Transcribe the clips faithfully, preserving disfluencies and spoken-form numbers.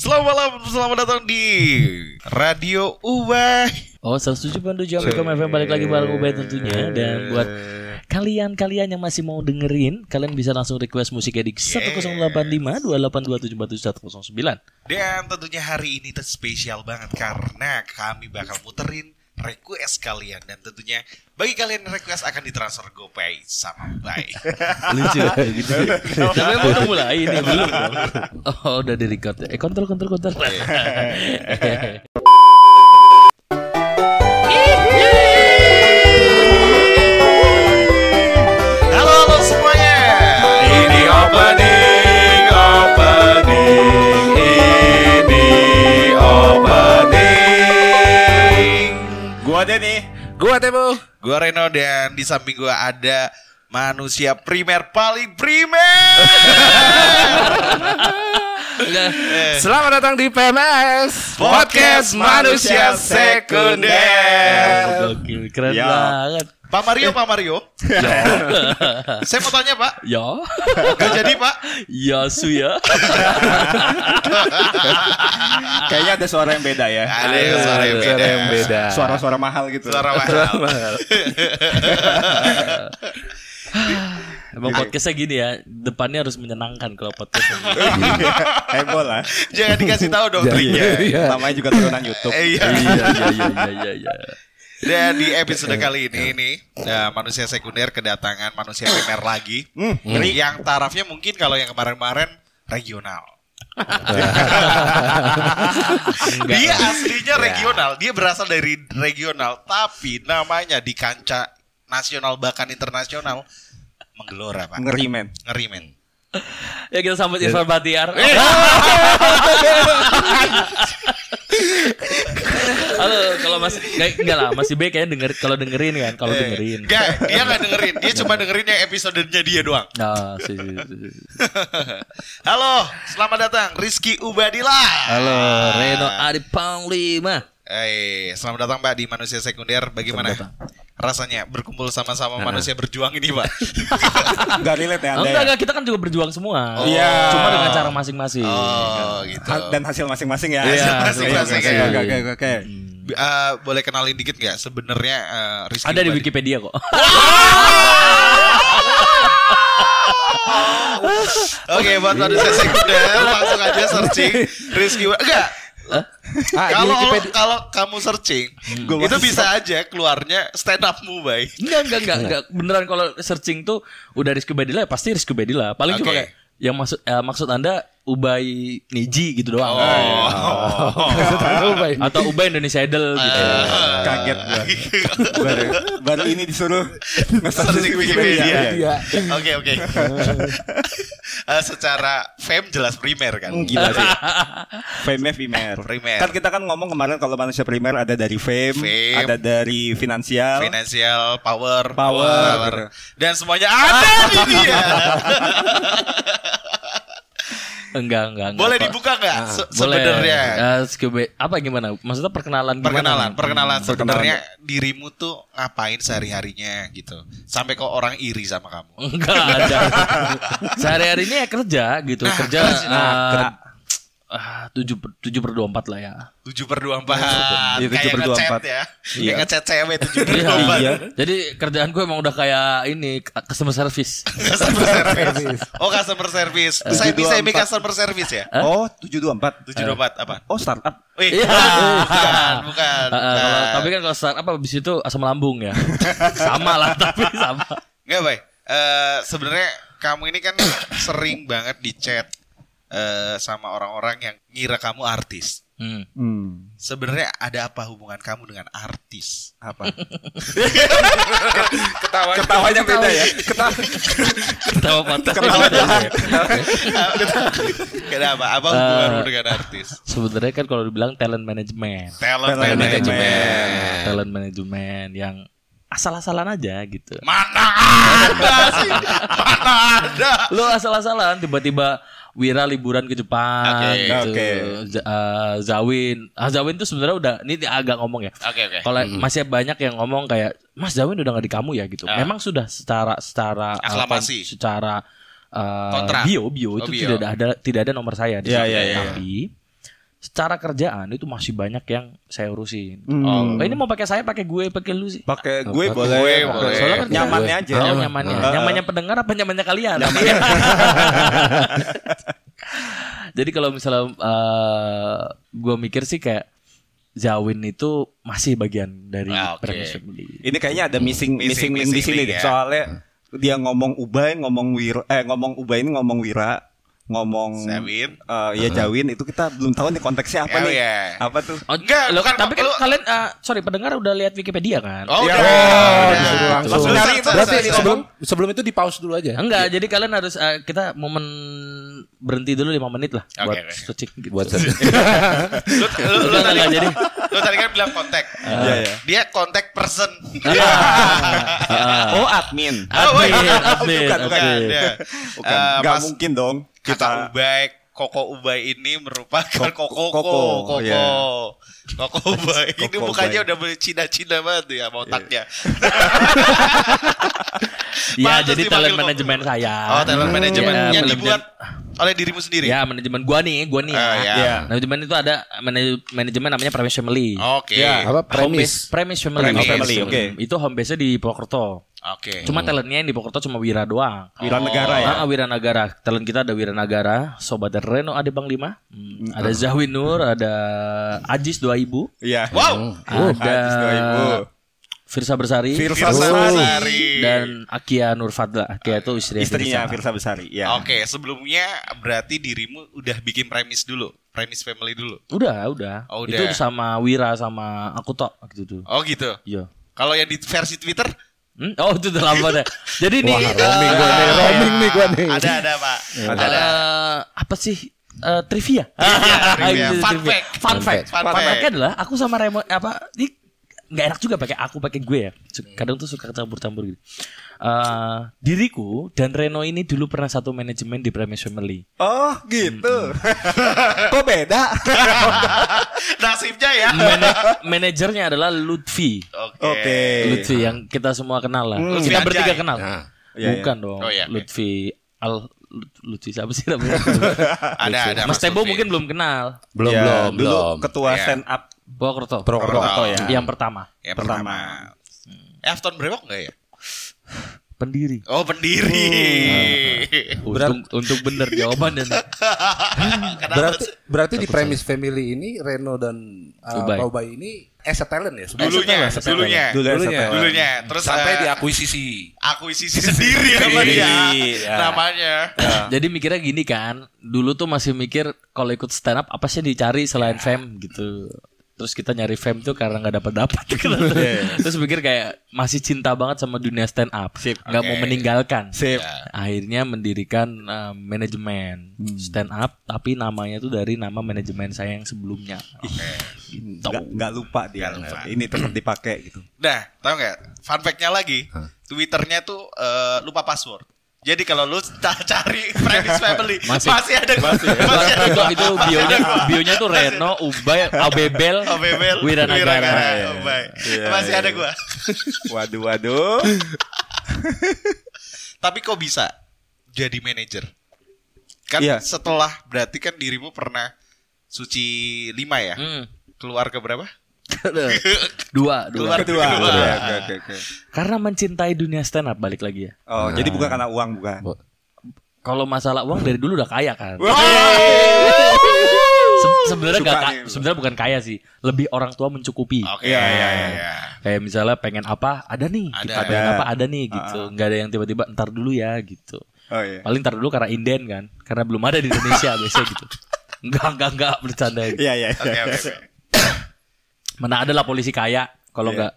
Selamat malam, selamat datang di Radio Ubay. Oh, seratus tujuh koma tujuh F M balik lagi bareng Ubay tentunya. Dan buat kalian-kalian yang masih mau dengerin, kalian bisa langsung request musiknya di satu nol delapan lima dua delapan dua tujuh empat tujuh satu nol sembilan. Dan tentunya hari ini tuh spesial banget karena kami bakal muterin request kalian. Dan tentunya bagi kalian yang request akan ditransfer GoPay sama Ubay. Lucu gitu. Tapi mau udah mulai ini belum dong. Oh, udah di record. Eh, kontrol kontrol kontrol. Nih, gua Tebo, gua Reno, dan di samping gua ada manusia primer paling primer. Selamat datang di P M S Podcast Manusia Sekunder. Gokil, keren ya. banget. Pak Mario, Pak Mario. Ya. Saya mau tanya, Pak. Ya. Gak jadi, Pak. Ya su ya. Kayaknya ada suara yang beda ya. Ada yang suara yang beda. Suara yang beda. Suara-suara mahal gitu. Suara mahal. Emang podcastnya gini ya, depannya harus menyenangkan kalau podcastnya gini. Heboh lah. Jangan dikasih tahu dong triknya. Namanya juga turunan YouTube. Eh, iya. Iya iya iya iya iya. Dan di episode kali ini ini nah, manusia sekunder kedatangan manusia primer lagi. Hmm, yang tarafnya mungkin kalau yang kemarin-kemarin regional. Dia aslinya regional, dia berasal dari regional, tapi namanya di kancah nasional bahkan internasional menggelora, Pak. Ngeri men. Ngeri men. Ya kita sambut Irfan Bahtiar. Halo, kalau masih kayak enggak lah, masih B kayaknya denger kalau dengerin kan, kalau dengerin. Enggak, dia enggak dengerin, dia cuma dengerin yang episodenya dia doang. Nah, sih. Si, si. Halo, selamat datang Rizky Ubadillah. Halo, Reno Adi Panglima. Eh, selamat datang Pak di Manusia Sekunder. Bagaimana rasanya berkumpul sama-sama nah. manusia berjuang ini, Pak? Gak relate ya Anda. Enggak, ya? enggak, kita kan juga berjuang semua. Oh. Iya. Cuma dengan cara masing-masing. Oh, gitu. Dan hasil masing-masing ya. Hasil masing-masing. Oke, oke, oke. Boleh kenalin dikit nggak sebenarnya uh, Rizky ada Ubadi. Di Wikipedia kok. Oke, buat manusia sekunder langsung aja searching Rizky. Enggak. Ah, kalau kalau kamu searching hmm. itu bisa aja keluarnya stand upmu, Bay. Enggak, enggak, enggak, enggak. Beneran kalau searching tuh udah Rizky Ubadillah, pasti Rizky Ubadillah. Paling okay. Cuma kayak yang maksud eh, maksud Anda Ubay Niji gitu doang. Oh. Oh. Ubay. Atau Ubay Indonesia Idol gitu. Uh. Kaget gua. baru, baru ini disuruh searching Wikipedia. Iya. Oke, oke. Uh, secara fame jelas primer kan. Gila sih. Fame primer. Primer. Kan kita kan ngomong kemarin kalau manusia primer ada dari fame, fame ada dari finansial, finansial, power, power, power. Dan semuanya ada di dia. Enggak, enggak, enggak. Boleh dibuka enggak ah, se- sebenarnya? Uh, skebe, apa gimana? Maksudnya perkenalan gimana? Perkenalan, perkenalan hmm, sebenarnya dirimu tuh ngapain sehari-harinya gitu. Sampai kok orang iri sama kamu. Enggak ada. Sehari-harinya ya kerja gitu, nah, kerja uh, Ah, tujuh tujuh per dua empat lah ya. Tujuh per dua empat. Iya, tujuh per dua empat ya. Iya. Kayak ngechat cewek tujuh per dua empat. Iya. Jadi kerjaan gue emang udah kayak ini customer service. Customer service. Oh, customer service. Saya bisa ini customer service ya. Huh? Oh, tujuh dua empat. Tujuh dua empat apa? Oh, startup. Wih, iya. bukan, bukan. Uh, uh, kalau, tapi kan kalau startup habis itu asam lambung ya. Sama lah, tapi sama. Enggak, Bay. Uh, sebenarnya kamu ini kan sering banget di chat Uh, sama orang-orang yang ngira kamu artis. Hmm. Hmm. Sebenarnya ada apa hubungan kamu dengan artis? Apa? Ketawa, ketawanya beda ya. Ketawa, ketawa patah. Ketawa jahat. Kenapa? Apa hubunganmu uh, dengan artis? Sebenarnya kan kalau dibilang talent management. Talent, talent management. management. Talent management yang asal-asalan aja gitu. Mana ada sih? Mana ada? Lo asal-asalan tiba-tiba Wira liburan ke Jepang okay, gitu. Okay. Z- uh, Zawin. Ah, Zawin tuh sebenarnya udah ini agak ngomong ya. Oke okay, oke. Okay. Kalau mm-hmm. masih banyak yang ngomong kayak Mas Zawin udah enggak di kamu ya gitu. Uh. Memang sudah secara secara aklamasi. Uh, secara uh, kontrak. bio bio oh, itu bio. tidak ada tidak ada nomor saya di yeah, situ. Yeah, yeah, Tapi secara kerjaan itu masih banyak yang saya urusin. Hmm. Oh, ini mau pakai saya, pakai gue, pakai lu sih. Pakai gue Pakai boleh. gue pakai- boleh. Soalnya kan nyamannya aja. Oh, nyamannya. Uh, Nyamannya pendengar apa nyamannya kalian? Jadi kalau misalnya uh, gue mikir sih kayak Zawin itu masih bagian dari Ah, oke. Premis Family. Ini kayaknya ada missing Missing- missing, link di missing sini link deh. ya. Soalnya dia ngomong Ubay, ngomong Wira, eh ngomong Ubay ini ngomong Wira, ngomong Zawin. eh, ya Jawin itu kita belum tahu nih konteksnya apa Oh, nih. iya. Apa tuh? Oh, Enggak, lo- bukan, tapi kan lu- kalian uh, sorry pendengar udah lihat Wikipedia kan? Oh, Ya, udah. oh, Udah. disuruh langsung. Langsung Berarti- cari itu. Berarti Saya- sebelum sebelum itu di pause dulu aja. Enggak, jadi kalian harus uh, kita momen berhenti dulu lima menit lah Oke, buat oke. searching gitu. Buat lu, lu, lu, Enggak, tadi, enggak, jadi. lu tadi kan bilang kontak. Iya, iya. Dia kontak person. Oh, admin. Oh, Admin, iya. admin, Bukan, Bukan, admin. dia. Bukan. Eh, Nggak Mas mungkin dong. Kakak Kita Ubay, Koko Ubay ini merupakan Koko Koko. Koko, Koko. iya. Koko Ubay. Ini Koko mukanya Ubay. udah Cina-Cina banget ya otaknya. Ya, Pantes jadi dipanggil talent Koko. manajemen saya. Oh, talent manajemen Ya, yang manajemen- dibuat oleh dirimu sendiri. Ya, manajemen gua nih, gua nih. Oh, ya. ya. Manajemen itu ada manaj- manajemen namanya Premis Family. Oke. Ya. Apa Home premis? base, Premis Family. Premis Family, Hmm, oke. Itu home base-nya di Purwokerto. Oke. Cuma talentnya yang di Purwokerto cuma Wira doang. Wira Negara ya. Ah, Wira Negara. Talent kita ada Wira Negara, Sobat Reno Ade Bang Lima, hmm, ada Zawin Nur, ada Ajis dua ibu, Iya. Wow. ada Ajis dua ibu. Firsa Bersari, Firsa Firsa Besari. Besari. dan Akia Nur Fadla. Akia itu istri Istrinya Firsa Besari. Ya. Oke, sebelumnya berarti dirimu udah bikin premis dulu, premis family dulu. Udah, udah. Oh, udah. Itu sama Wira sama aku tok gitu tuh. Oh gitu. Iya. Kalau yang di versi Twitter Hmm? Oh itu udah lama deh. Jadi nih Wah, roaming eh, gua nih, roaming nih gua nih. ada ada Pak. Ada. Ada. eh, apa sih eh, trivia? trivia. Gitu, Fun trivia. fact. Fun Fun fact. fact. Fun fact-nya adalah aku sama Remo apa ini nggak enak juga pakai aku pakai gue ya. Kadang tuh suka campur-campur gitu. Eh, diriku dan Reno ini dulu pernah satu manajemen di Premis Family. Oh, gitu. Kok beda? Nasibnya ya. Mana- manajernya adalah Lutfi. Oke. Oke. Lutfi yang kita semua kenal lah. Hmm. Kita Lutfi bertiga Anjay. kenal. Nah. Iya, Bukan dong. Oh, iya, oke. Lutfi Al Lut- Lutfi siapa sih namanya? Ada ada. Mas Tebo Lutfi. mungkin belum kenal. Belum, Ya, belum, dulu belum. ketua Iya. stand up Purwokerto. Purwokerto ya. Yang pertama. Yang pertama. Eh, Afton Brewok enggak ya? Pendiri. Oh, pendiri. Untung, untung bener jawabannya. nih. Kenapa? Berarti berarti di premis family ini Reno dan uh, Ubay. Pak Ubay ini as a talent ya sebenarnya? Dulunya, As a talent. dulunya. Dulu as a Dulunya. talent. Dulunya. Terus Sampai eh, diakuisisi. akuisisi sendiri sama dia. Ya. Namanya. Jadi mikirnya gini kan, dulu tuh masih mikir kalau ikut stand up apa sih yang dicari selain fame gitu. Terus kita nyari fame tuh karena nggak dapat dapat. Terus mikir kayak masih cinta banget sama dunia stand up, Sip. nggak Oke. mau meninggalkan. Sip. Ya. Akhirnya mendirikan uh, manajemen stand up, tapi namanya tuh dari nama manajemen saya yang sebelumnya. Gitu. Nggak, nggak lupa dia. Nggak lupa. Ini tetap dipakai gitu. Nah, tahu nggak? Fun fact-nya lagi, Twitternya tuh eh, lupa password. Jadi kalau lu ca- cari Premis Family masih, Masih. ada gua. Masih, ada itu, gua. itu bionya bionya tuh Reno, Ubay, Abebel, Oh, Bebel, Wira Negara. Oh, baik. Iya, Masih iya, ada iya. gua. Waduh, waduh. Tapi kok bisa jadi manajer? Kan Iya. setelah berarti kan dirimu pernah suci lima ya? Hmm. Keluar ke berapa? Dua, Keluar dua. Kedua. kedua. Oke, oke, oke. Karena mencintai dunia stand up balik lagi ya. Oh, jadi bukan karena uang, bukan. Kalau masalah uang dari dulu udah kaya kan. Wah. Se- sebenarnya Suka nggak ka- nih. sebenarnya bukan kaya sih, lebih orang tua mencukupi. Oke. Iya, Iya, iya, iya, iya. iya. Kayak misalnya pengen apa, ada nih. Ada. Kita pengen Ada. apa, ada nih gitu. Nggak ada yang tiba-tiba ntar dulu ya gitu. Oh iya. Paling ntar dulu karena inden kan, karena belum ada di Indonesia biasanya gitu. Enggak, enggak, enggak bercanda. Gitu. Iya, iya, Oke, iya. oke, oke. Mana ada lah polisi kaya, kalau Iya. enggak.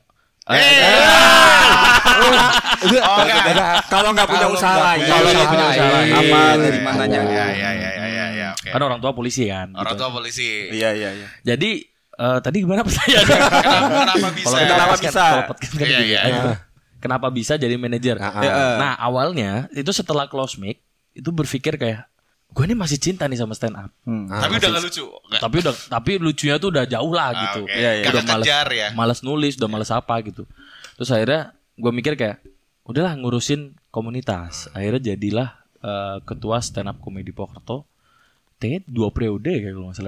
Oh, enggak. Enggak, kalau nggak punya Kalau usaha nggak lain. punya Kalau nggak punya usaha lain. Apa dari mananya? Ya, ya, ya, ya, ya, ya, oke. Kan orang tua polisi kan. Orang gitu. tua polisi. Iya, iya, iya. Jadi eh, tadi gimana pertanyaannya? Kenapa, kenapa bisa? Kalau Kenapa podcast kan- bisa? kalau podcast kan Iya, gitu iya, ya. iya. Kenapa bisa jadi manajer? Ah, ah. Iya. Nah awalnya itu setelah close mic itu berpikir kayak gue ini masih cinta nih sama stand up. Hmm. Tapi udah gak lucu. Nggak. Tapi udah tapi lucunya tuh udah jauh lah Ah, gitu. oke. Iya, iya. Udah Nggak males, kejar ya. males nulis, udah males apa gitu. Terus akhirnya gue mikir kayak udahlah ngurusin komunitas. Akhirnya jadilah eh, ketua stand up comedy Purwokerto. Kayaknya dua periode kayak kalau nggak salah Ren.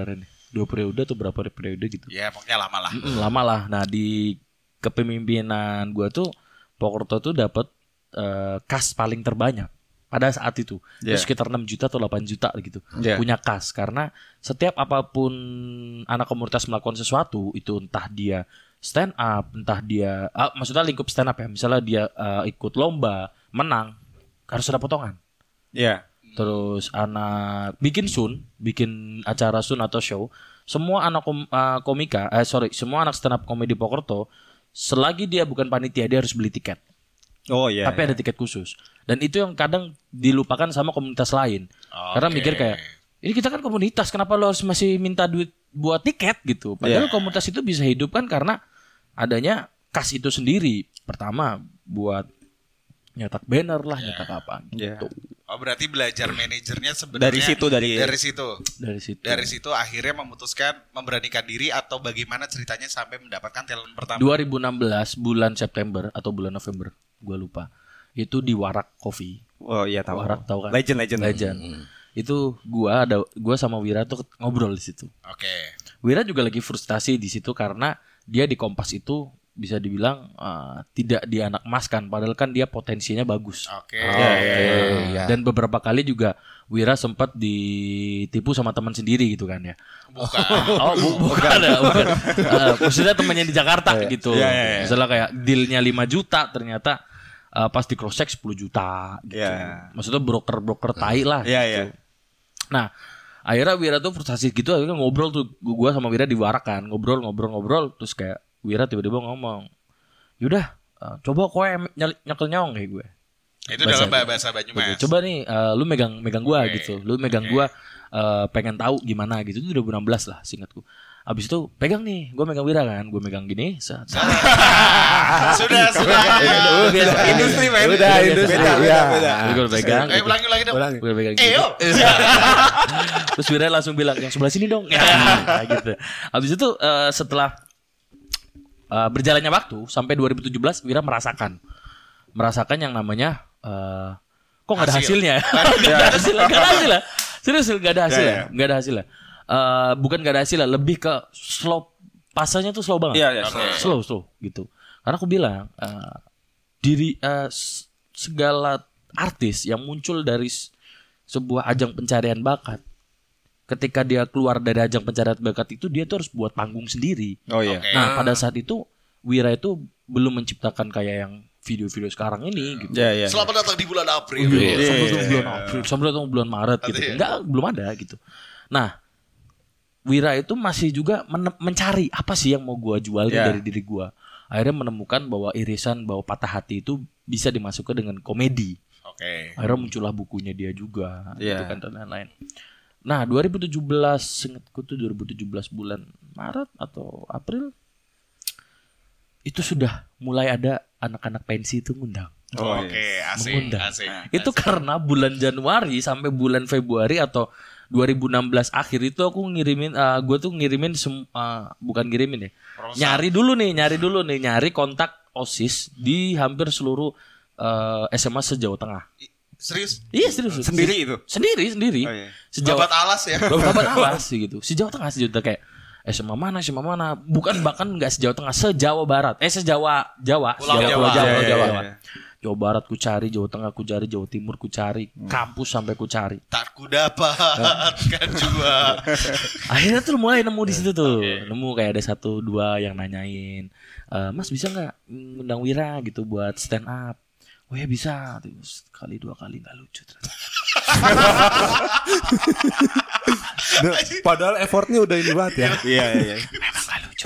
dua periode atau berapa periode gitu. Ya pokoknya lama lah. Mm, lama lah. Nah di kepemimpinan gue tuh Pokroto tuh dapat uh, kas paling terbanyak pada saat itu. Yeah. Itu sekitar enam juta atau delapan juta gitu. Yeah. Punya kas karena setiap apapun anak komunitas melakukan sesuatu itu entah dia stand up, entah dia ah, maksudnya lingkup stand up ya. Misalnya dia uh, ikut lomba, menang harus ada potongan. Iya. Terus anak bikin sun, bikin acara sun atau show, semua anak kom, uh, komika, eh sorry, semua anak stand up comedy Pokroto, selagi dia bukan panitia dia harus beli tiket. Oh iya. Tapi ada tiket khusus. Dan itu yang kadang dilupakan sama komunitas lain. Oke. Karena mikir kayak, ini kita kan komunitas, kenapa lo harus masih minta duit buat tiket gitu? Padahal Yeah. komunitas itu bisa hidup kan karena adanya kas itu sendiri. Pertama buat nyetak banner lah, nyetak apa gitu. Oh berarti belajar manajernya sebenarnya Dari situ, dari- dari situ. Dari situ. Dari situ akhirnya memutuskan memberanikan diri atau bagaimana ceritanya sampai mendapatkan talent pertama. dua ribu enam belas bulan September atau bulan November, gue lupa. Itu di Warak Coffee. Oh iya tahu. Warak tahu kan? Legend legend. Legend. Itu gua ada gua sama Wira tuh ngobrol di situ. Oke. Wira juga lagi frustasi di situ karena dia di Kompas itu bisa dibilang uh, tidak dianak emaskan, padahal kan dia potensinya bagus. Oke. Ya, Oke, ya. Dan beberapa kali juga Wira sempat ditipu sama teman sendiri gitu kan ya. Bukan. Oh, bu- bukan ya, bukan. Uh, maksudnya temannya di Jakarta gitu. Iya, iya, iya. Misalnya kayak dealnya lima juta ternyata uh, pas di cross check sepuluh juta gitu. Iya. Maksudnya broker-broker tai lah. Iya gitu. iya. Nah, akhirnya Wira tuh frustasi gitu, akhirnya ngobrol tuh gua sama Wira di Warak kan, ngobrol-ngobrol-ngobrol terus kayak Wira tiba-tiba ngomong, "Yaudah, uh, coba kowe nyel- nyekel nyong kayak gue." Itu dalam bahasa Banyumas. Coba nih uh, lu megang megang gua Oke. gitu. Lu megang gua uh, pengen tahu gimana gitu. Itu dua ribu enam belas lah seingatku. Abis itu pegang nih, gua megang Wira kan, gua megang gini. Saat, sudah, sudah. Udah biasa. Industri men. Udah, industri. Beda beda Iya. beda. Gua pegang. Eh ulangi lagi dong. Ulangi. Gue pegang Eh gitu. yo. Terus Wira langsung bilang yang sebelah sini dong. Ya, gitu. Habis itu uh, setelah uh, berjalannya waktu sampai dua ribu tujuh belas Wira merasakan merasakan yang namanya uh, kok nggak ada Hasil. hasilnya. Nggak ada hasil, nggak ada hasil lah. Serius nggak ada hasil Ya, ya, ya. nggak ada hasil lah. Uh, bukan nggak ada hasil lah, lebih ke slow, pasanya tuh slow banget. Iya, iya, slow. slow slow gitu. Karena aku bilang uh, diri uh, s- segala artis yang muncul dari s- sebuah ajang pencarian bakat, ketika dia keluar dari ajang pencarian bakat itu dia tuh harus buat panggung sendiri. Oh iya. Oke. Nah pada saat itu Wira itu belum menciptakan kayak yang video-video sekarang ini gitu. Iya iya. Selamat datang di bulan April. Iya, sampai Iya, datang iya, bulan iya. April, sampai datang bulan Maret gitu. Iya. Enggak, belum ada gitu. Nah, Wira itu masih juga men- mencari apa sih yang mau gua jual nih Iya. dari diri gua. Akhirnya menemukan bahwa irisan, bahwa patah hati itu bisa dimasukkan dengan komedi. Oke. Akhirnya muncullah bukunya dia juga, Iya. gitu kan dan lain-lain. Nah, dua ribu tujuh belas, seingatku tuh dua ribu tujuh belas bulan Maret atau April itu sudah mulai ada anak-anak pensi itu ngundang. Oh Oke, iya. asik, Mengundang. asik. Itu karena bulan Januari sampai bulan Februari atau dua ribu enam belas akhir itu aku ngirimin, uh, gue tuh ngirimin sem- uh, bukan ngirimin ya, Proposal. nyari dulu nih, nyari dulu nih, nyari kontak OSIS di hampir seluruh uh, S M A se-Jawa Tengah. Serius? Iya serius. Sendiri itu? Sendiri sendiri. Oh, iya. Sejauh Babat alas ya. Babat awas gitu. Sejauh Tengah sejauh Tengah kayak S M A mana, S M A mana, bukan bahkan nggak sejauh Tengah, se-Jawa Barat, eh se-Jawa Jawa, Pulau Jawa, Jawa. Pulau Jawa, Iya, Pulau iya, Jawa. iya. Jawa Barat ku cari, Jawa Tengah ku cari, Jawa Timur ku cari, kampus sampai ku cari. Tak ku dapatkan juga. Akhirnya tuh mulai nemu di situ tuh, nemu kayak ada satu dua yang nanyain, e, Mas bisa nggak ngundang Wira gitu buat stand up? Oh ya bisa, terus sekali dua kali nggak lucu ternyata. Nah, padahal effortnya udah ini banget ya. Iya iya. Memang nggak lucu.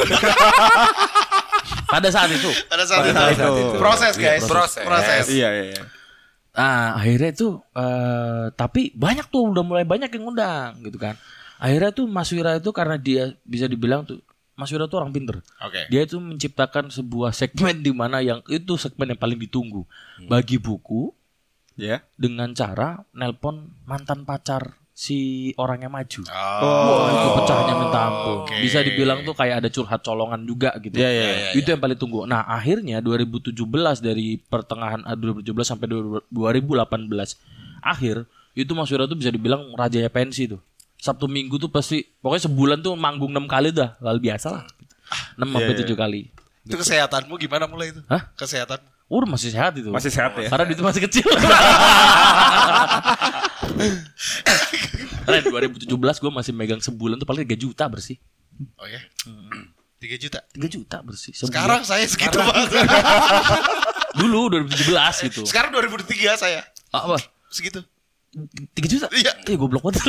Pada saat itu. Ada satu Pada saat itu. proses guys, Iya, proses. proses. Iya iya. Nah akhirnya itu eh, tapi banyak tuh udah mulai banyak yang ngundang gitu kan. Akhirnya tuh Mas Wira itu karena dia bisa dibilang tuh Mas Wira tuh orang pinter. Oke. Dia itu menciptakan sebuah segmen di mana yang itu segmen yang paling ditunggu. Bagi buku Iya. dengan cara nelpon mantan pacar si orang yang maju. Oh. Wah, itu pecahnya minta ampun. Oke. Bisa dibilang tuh kayak ada curhat colongan juga gitu. Iya, iya, iya, Itu yang paling tunggu. Nah, akhirnya dua ribu tujuh belas dari pertengahan eh, dua ribu tujuh belas sampai dua ribu delapan belas akhir itu Mas Wira tuh bisa dibilang rajanya pensi tuh. Sabtu Minggu tuh pasti pokoknya sebulan tuh manggung enam kali dah, hal biasa lah. enam sampai tujuh kali. Itu kesehatanmu gimana mulai itu? Hah? Kesehatanmu? Uh, masih sehat itu. Masih sehat ya. Karena itu masih kecil. Ren, dua ribu tujuh belas gue masih megang sebulan tuh paling tiga juta bersih. Oh ya? tiga juta? tiga juta bersih sebulan. Sekarang saya segitu banget. Dulu dua ribu tujuh belas gitu. Sekarang dua ribu tiga saya. Apa? Segitu. tiga juta? Iya. Eh goblok banget.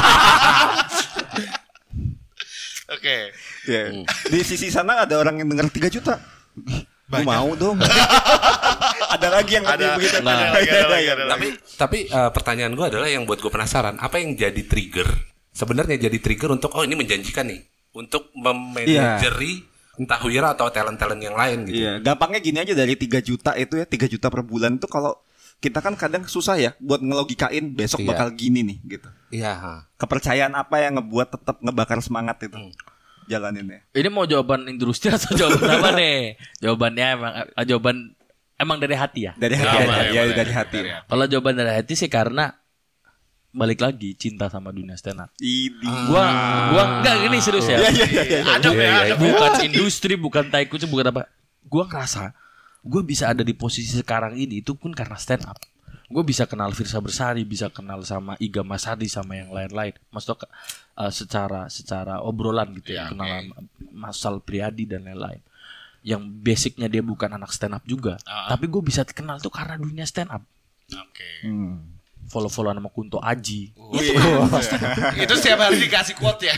Oke. Ya. Di sisi sana ada orang yang dengar tiga juta. Gue mau dong. Ada lagi yang Ada, begitu. ada lagi, ada lagi, ada lagi. Tapi tapi uh, pertanyaan gue adalah yang buat gue penasaran, apa yang jadi trigger? Sebenarnya jadi trigger untuk oh ini menjanjikan nih untuk memanageri entah Wira atau talent-talent yang lain gitu. Iya, gampangnya gini aja dari tiga juta itu ya, tiga juta per bulan itu kalau kita kan kadang susah ya buat ngelogikain besok Iya. bakal gini nih gitu. Iya. Ha. Kepercayaan apa yang ngebuat tetap ngebakar semangat itu? Hmm. Jalaninnya. Ini mau jawaban industri atau jawaban apa nih? Jawabannya emang eh, jawaban emang dari hati ya. Dari hati Ya, aja, boleh, ya boleh. dari hati. Dari Kalau jawaban dari hati sih karena balik lagi cinta sama dunia stand up. Idi. Gua gua enggak ini serius ya. Iya iya iya. iya. Adem ya, adem. Bukan industri, bukan tai kucing, bukan apa. Gua ngerasa gua bisa ada di posisi sekarang ini itu pun karena stand up. Gue bisa kenal Firsa Bersari, bisa kenal sama Iga Masadi sama yang lain-lain. Maksudnya uh, secara secara obrolan gitu ya, Ya, kenal oke. sama Masal Priadi dan lain-lain. Yang basicnya dia bukan anak stand up juga, Ah. tapi gue bisa kenal tuh karena dunia stand up. Oke. Hmm. Follow-follow nama Kunto Aji. Wih, itu setiap hari dikasih quote ya.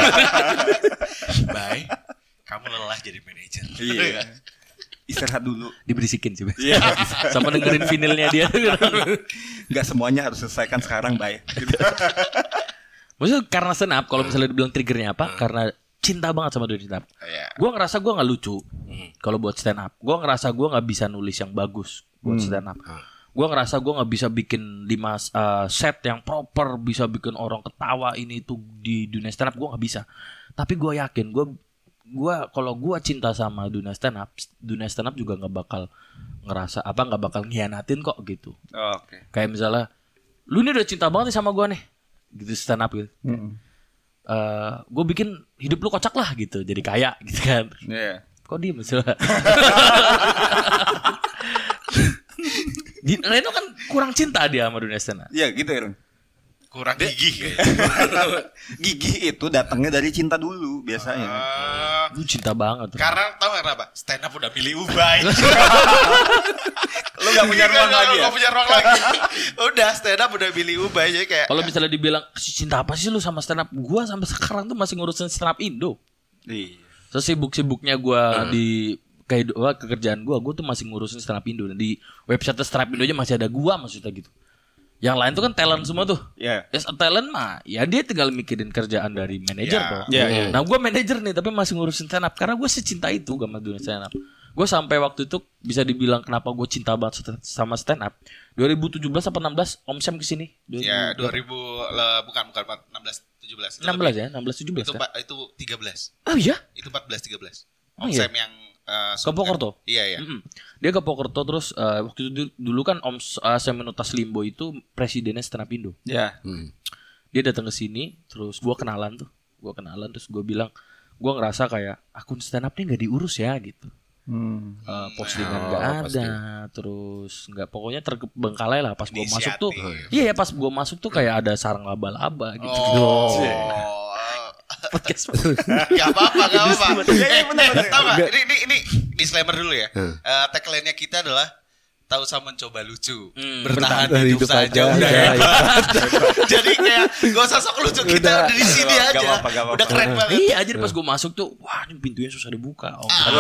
Bye. Kamu lelah jadi manajer. Iya. Istirahat dulu. Diberisikin sih. Iya. Sama dengerin vinilnya dia. Enggak semuanya harus selesaikan sekarang, Bay. Gitu. Maksudnya karena stand up, kalau misalnya dibilang triggernya apa? Karena cinta banget sama dunia stand up. Iya. Gue ngerasa gue nggak lucu kalau buat stand up. Gue ngerasa gue nggak bisa nulis yang bagus buat stand up. Gue ngerasa gue nggak bisa bikin lima uh, set yang proper, bisa bikin orang ketawa ini itu di dunia stand up. Gue nggak bisa. Tapi gue yakin gue gue kalau gue cinta sama dunia stand up, dunia stand up juga nggak bakal ngerasa apa nggak bakal ngianatin kok gitu. Oke. Kayak misalnya, lu ini udah cinta banget nih sama gue nih, gitu stand up gitu. Mm. Eh, gue bikin hidup lu kocak lah gitu, jadi kaya gitu kan. Iya. Kok diem misalnya? Di- Reno kan kurang cinta dia sama dunia stand up. Iya, gitu ya, Ron. Kurang gigih kayaknya. Gigih itu datangnya dari cinta dulu biasanya. Ah, Lu cinta banget. Ren. karena tahu nggak kenapa? Stand up udah pilih Ubay. Lu gak punya ruang lagi ya? Gak punya ruang lagi. Udah stand up udah pilih Ubay jadi kayak. Kalau misalnya dibilang cinta apa sih lu sama stand up? Gua sampai sekarang tuh masih ngurusin stand up Indo. Iya. Sesibuk-sibuknya gua di kayak kekerjaan gua, gua tuh masih ngurusin stand up Indo. Dan di website stand up Indo aja masih ada gua maksudnya gitu. Yang lain tuh kan talent semua tuh. Iya. As a talent mah, ya dia tinggal mikirin kerjaan dari manajer Ya, toh. ya, ya. Nah gue manajer nih, tapi masih ngurusin stand up karena gue secinta itu sama dunia stand up. Gue sampai waktu itu bisa dibilang kenapa gue cinta banget sama stand up. dua ribu tujuh belas apa enam belas Om Sam kesini. Ya dua ribu le- bukan bukan enam belas tujuh belas. Itu enam belas lebih. ya, enam belas tujuh belas Itu kan. pa- itu tiga belas. Oh iya? Itu empat belas tiga belas. Oh, Om iya? Sam yang eh, Ke Pokerto? Iya iya. Mm-mm. Dia ke Pokerto terus eh, waktu itu du- dulu kan Om S- eh, Sam Menutas Limbo itu presidennya stand up Indo. Iya. Dia datang ke sini, terus gue kenalan tuh, gue kenalan terus gue bilang, gue ngerasa kayak akun stand up nih nggak diurus ya gitu. Hmm. Uh, postingan Oh, nggak pasti. ada, terus nggak pokoknya terbengkalai lah pas gue masuk tuh. Inisiatif. Iya ya pas gue masuk tuh kayak ada sarang laba-laba gitu. Oh. Podcast. Gak apa-apa, gak apa-apa. Iya, iya, Eh, bener, eh, bener. tahu gak? Ini, ini, ini disclaimer dulu ya. Eh, tagline-nya kita adalah tahu sama mencoba lucu, Hmm, bertahan bertahan hidup hidup saja aja, udah ya, hebat. Jadi kayak gak usah sok lucu, kita Udah. udah di sini Gak aja. apa-apa, gak apa-apa. Udah keren banget. Iya aja pas gue masuk tuh, wah ini pintunya susah dibuka. Oh, Gak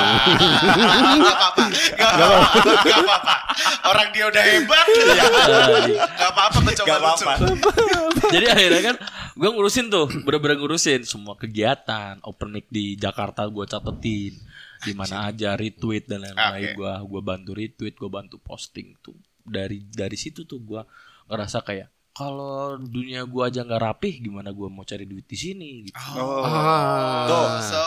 apa-apa, gak apa-apa, gak apa-apa. Orang dia udah hebat, ya. Gak apa-apa mencoba Gak lucu. apa-apa. Jadi akhirnya kan gue ngurusin tuh, bener-bener ngurusin semua kegiatan, open mic di Jakarta gue catetin, di mana aja retweet dan lain-lain. Oke. Gue gue bantu retweet, gue bantu posting tuh. Dari dari situ tuh gue ngerasa kayak kalau dunia gue aja nggak rapih, gimana gue mau cari duit di sini? Gitu. Oh. Tuh, so.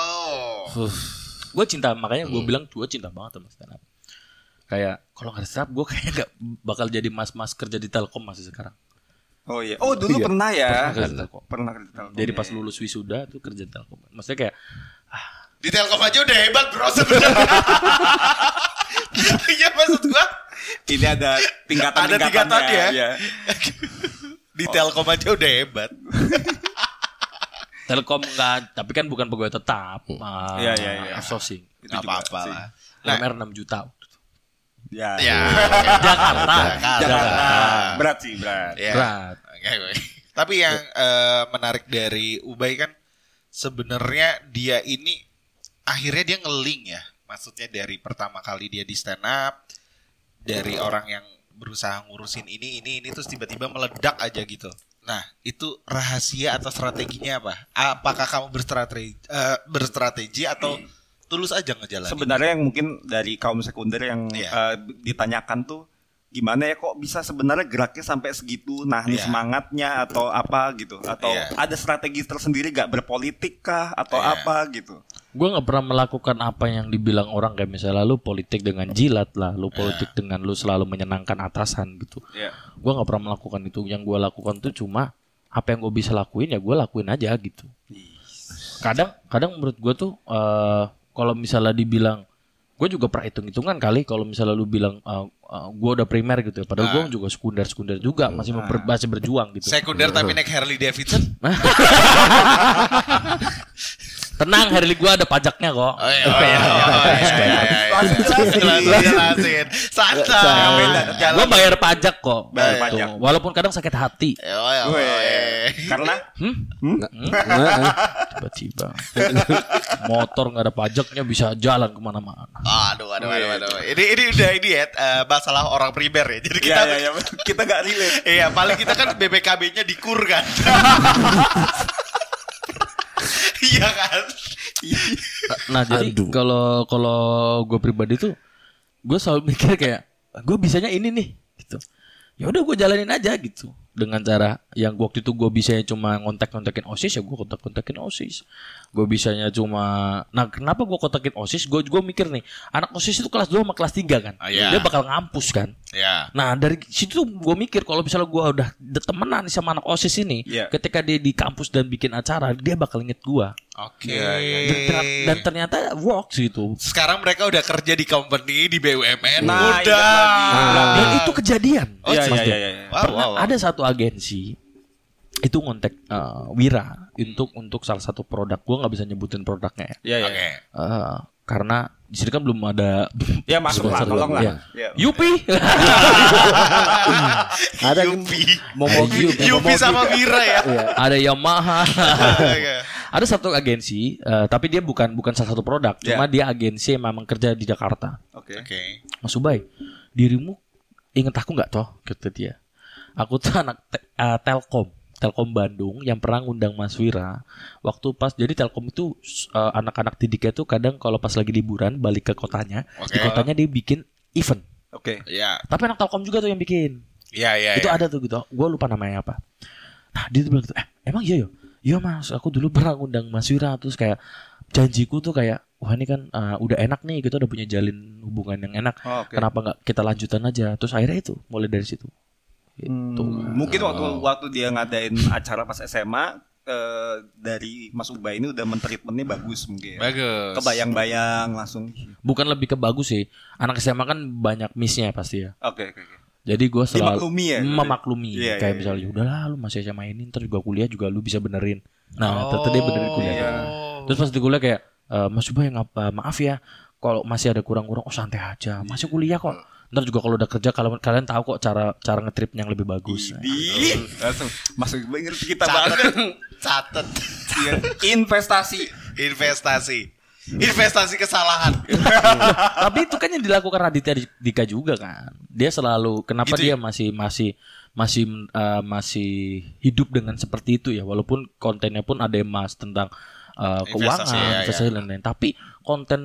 Gue cinta, makanya gue bilang gue cinta banget sama stand up. Kayak kalau nggak stand up gue kayak nggak bakal jadi mas-mas kerja di Telkom masih sekarang. Oh iya. Oh dulu Iya. pernah ya. Pernah kerja Telkom. Pernah kerja Telkom. Jadi Iya, pas iya. lulus wisuda tuh kerja Telkom. Maksudnya kayak Di Telkom aja udah hebat bro sebenarnya. Iya maksud gua Ini ada tingkatan ada tingkatan ya. ya. Di Telkom aja udah hebat. Telkom enggak, tapi kan bukan pegawai tetap. Ah, Iya, iya, iya. outsourcing. Itu Gak juga apa-apa sih. lah. U M R enam juta. Ya. Ya. Jakarta. Jakarta. Berat sih, berat. Ya. Berat. Oke, oke. Tapi yang eh, menarik dari Ubay kan sebenarnya dia ini akhirnya dia ngeling ya. Maksudnya dari pertama kali dia di stand up, dari orang yang berusaha ngurusin ini ini ini terus tiba-tiba meledak aja gitu. Nah, itu rahasia atau strateginya apa? Apakah kamu berstrategi eh, berstrategi atau tulus aja ngejalanin? Sebenarnya yang mungkin dari kaum sekunder yang Iya. eh, ditanyakan tuh gimana ya kok bisa sebenarnya geraknya sampai segitu, nah ini Iya. semangatnya atau apa gitu, atau Iya. ada strategi tersendiri gak berpolitik kah atau Iya. apa gitu. Gue nggak pernah melakukan apa yang dibilang orang kayak misalnya lu politik dengan jilat lah, lu politik dengan lu selalu menyenangkan atasan gitu. Iya. Gue nggak pernah melakukan itu. Yang gue lakukan tuh cuma apa yang gue bisa lakuin ya gue lakuin aja gitu. Kadang, kadang menurut gue tuh uh, kalau misalnya dibilang, gue juga pernah hitung-hitungan kali kalau misalnya lu bilang uh, uh, gue udah primer gitu ya, padahal gue juga sekunder-sekunder juga masih memper, masih berjuang gitu. Sekunder tapi naik Harley Davidson? Tenang, Harley gue ada pajaknya kok. Oh iya, oh iya, oh iya. Langsung jelasin. Santai. Gue bayar pajak kok. Bayar Gitu. pajak. Walaupun kadang sakit hati. Oh iya, oh Weh, iya. karena Tiba-tiba motor nggak ada pajaknya bisa jalan kemana-mana. Aduh, aduh, aduh, aduh. Ini ini udah ini ya eh, masalah orang primer ya. Jadi kita kita ya, ya, ya, kita gak relate. iya, paling kita kan B P K B-nya dikur kan. Iya kan? Nah jadi kalau kalau gue pribadi tuh gue selalu mikir kayak gue bisanya ini nih gitu. Ya udah gue jalanin aja gitu. Dengan cara yang waktu itu gue bisanya cuma ngontak-ngontakin OSIS ya gue kontak-kontakin OSIS. Gue bisanya cuma, nah kenapa gue kontakin OSIS? Gue gue mikir nih, anak OSIS itu kelas dua sama kelas tiga kan, Oh, iya. dia bakal ngampus kan. Ya. Nah dari situ gue mikir kalau misalnya gue udah temenan sama anak OSIS ini, Iya. ketika dia di kampus dan bikin acara, dia bakal inget gue. Oke. Dan, ternyata- dan ternyata works gitu. Sekarang mereka udah kerja di company di B U M N. Nah, udah. ingat lagi. Dan itu kejadian. Oh, Iya, Mas iya, Dek. iya, iya. Wow, Pernah wow, wow. ada satu agensi itu ngontek uh, Wira untuk untuk salah satu produk. Gue nggak bisa nyebutin produknya ya. Iya, iya. Oke. Uh, karena di sini kan belum ada. Ya masuk lah, sponsor tolong lah. ya. Ya. Yupi. Ada Yupi. Momogi, Yupi sama Mira ya. Ada Yamaha. Oke. Ada satu agensi, uh, tapi dia bukan bukan salah satu produk. Ya. Cuma dia agensi yang memang kerja di Jakarta. Oke. Oke. Mas Ubay, dirimu inget aku nggak toh? Kata dia. Aku tuh anak te- uh, Telkom, Telkom Bandung yang pernah ngundang Mas Wira. Waktu pas jadi Telkom itu uh, anak-anak didiknya tuh kadang kalau pas lagi liburan balik ke kotanya, Oke. di kotanya dia bikin event. Oke. Ya. Tapi anak Telkom juga tuh yang bikin. Ya, ya, itu ya. ada tuh gitu. Gue lupa namanya apa. Nah dia tuh bilang gitu, eh emang iya yo? Iya mas, aku dulu pernah ngundang Mas Wira terus kayak janjiku tuh kayak wah ini kan uh, udah enak nih kita udah punya jalin hubungan yang enak. Oh, oke. Kenapa nggak kita lanjutan aja? Terus akhirnya itu mulai dari situ. Gitu. Hmm, mungkin waktu waktu dia ngadain acara pas S M A eh, dari Mas Ubay ini udah mentreatmentnya bagus mungkin. Bagus. Kebayang-bayang langsung. Bukan lebih ke bagus sih. Anak S M A kan banyak miss-nya pasti ya. Oke oke oke. Jadi gue selalu Dimaklumi ya? memaklumi. Iya, Kayak iya, misalnya iya. udahlah lu masih S M A ini ntar juga kuliah juga lu bisa benerin. Nah Oh, ternyata dia benerin kuliah. iya. Terus pas di kuliah kayak e, Mas Ubay ngapa maaf ya kalau masih ada kurang-kurang oh santai aja masih kuliah kok. Ntar juga kalau udah kerja kalau kalian tahu kok cara cara ngetrip yang lebih bagus. Nah, Di langsung Mas Ubay ngerti kita Catet. banget. Catet. Iya. Investasi. Investasi. Investasi kesalahan. Tapi itu kan yang dilakukan Raditya Dika juga kan. Dia selalu kenapa Gitu dia ya? masih masih masih uh, masih hidup dengan seperti itu ya walaupun kontennya pun ada yang mas tentang uh, Investasi, keuangan, ya, investasi ya. dan lain-lain. Tapi konten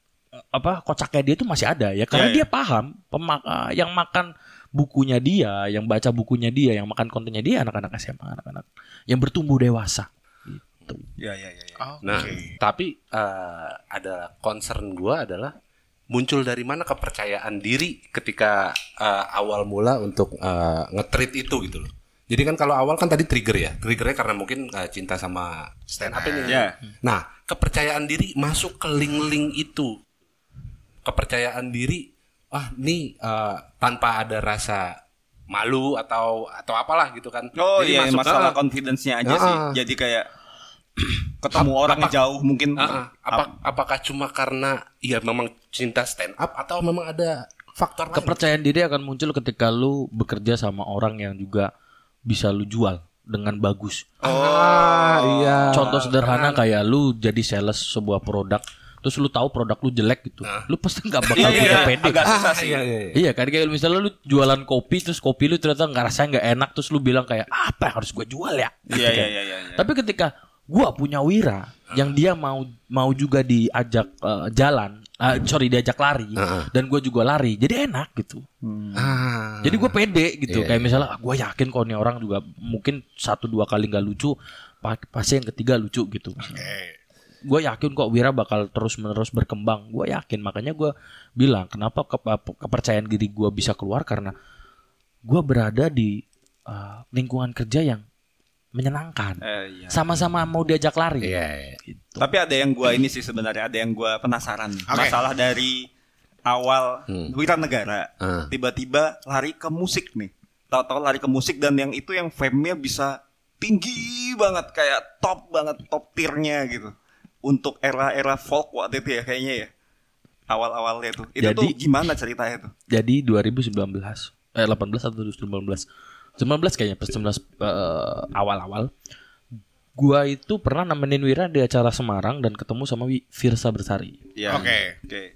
apa kocaknya dia itu masih ada ya karena Ya, ya. dia paham pemak uh, yang makan bukunya dia, yang baca bukunya dia, yang makan kontennya dia anak-anak S M A, anak-anak yang bertumbuh dewasa. Gitu. Ya ya ya. ya. Oke. Nah, tapi eh, ada concern gua adalah muncul dari mana kepercayaan diri ketika eh, awal mula untuk eh, nge-treat itu gitu loh. Jadi kan kalau awal kan tadi trigger ya, triggernya karena mungkin uh, cinta sama stand up ini. Ya. Nah, kepercayaan diri masuk ke link-link itu. Kepercayaan diri, ah nih uh, tanpa ada rasa malu atau atau apalah gitu kan. Oh Jadi iya, masuk masalah ke, confidence-nya aja uh, sih. Jadi kayak ketemu orang apa- jauh mungkin. uh, uh, apa, apakah cuma karena ya memang cinta stand up atau memang ada faktor lain? Kepercayaan diri akan muncul ketika lu bekerja sama orang yang juga bisa lu jual dengan bagus. Ah, iya. Contoh sederhana kayak lu jadi sales sebuah produk, terus lu tahu produk lu jelek gitu, lu pasti nggak bakal Iya, punya iya, pede. agak kan? susah sih. Iya, iya, iya. Iya kan, kayak misalnya lu jualan kopi, terus kopi lu ternyata nggak rasanya nggak enak, terus lu bilang kayak apa yang harus gue jual ya? Gitu Iya, kan. iya, iya, iya. Tapi ketika gua punya Wira yang dia mau mau juga diajak eh, jalan, eh, sorry diajak lari, dan gue juga lari, jadi enak gitu. Ah. Jadi gue pede gitu. Iya, Kayak misalnya gue yakin kok nih orang juga mungkin satu dua kali nggak lucu, pa- pasti yang ketiga lucu gitu. Gue yakin kok Wira bakal terus menerus berkembang. Gue yakin, makanya gue bilang kenapa ke- kepercayaan diri gue bisa keluar karena gue berada di uh, lingkungan kerja yang menyenangkan. Eh, iya. Sama-sama mau diajak lari. Iya, iya. Gitu. Tapi ada yang gua ini sih sebenarnya, ada yang gua penasaran. Oke. Masalah dari awal Wiranegara, Hmm. tiba-tiba lari ke musik nih. Tahu-tahu lari ke musik dan yang itu yang fame-nya bisa tinggi banget, kayak top banget, top tier-nya gitu. Untuk era-era folk waktu itu ya kayaknya ya. Awal-awalnya tuh. Itu Jadi- tuh gimana ceritanya tuh? Jadi dua ribu sembilan belas eh delapan belas atau sembilan belas sembilan belas kayaknya pas sembilan belas eh, awal-awal gua itu pernah nemenin Wira di acara Semarang dan ketemu sama Wi- Firsa Bersari. Ya. Oke. Oke.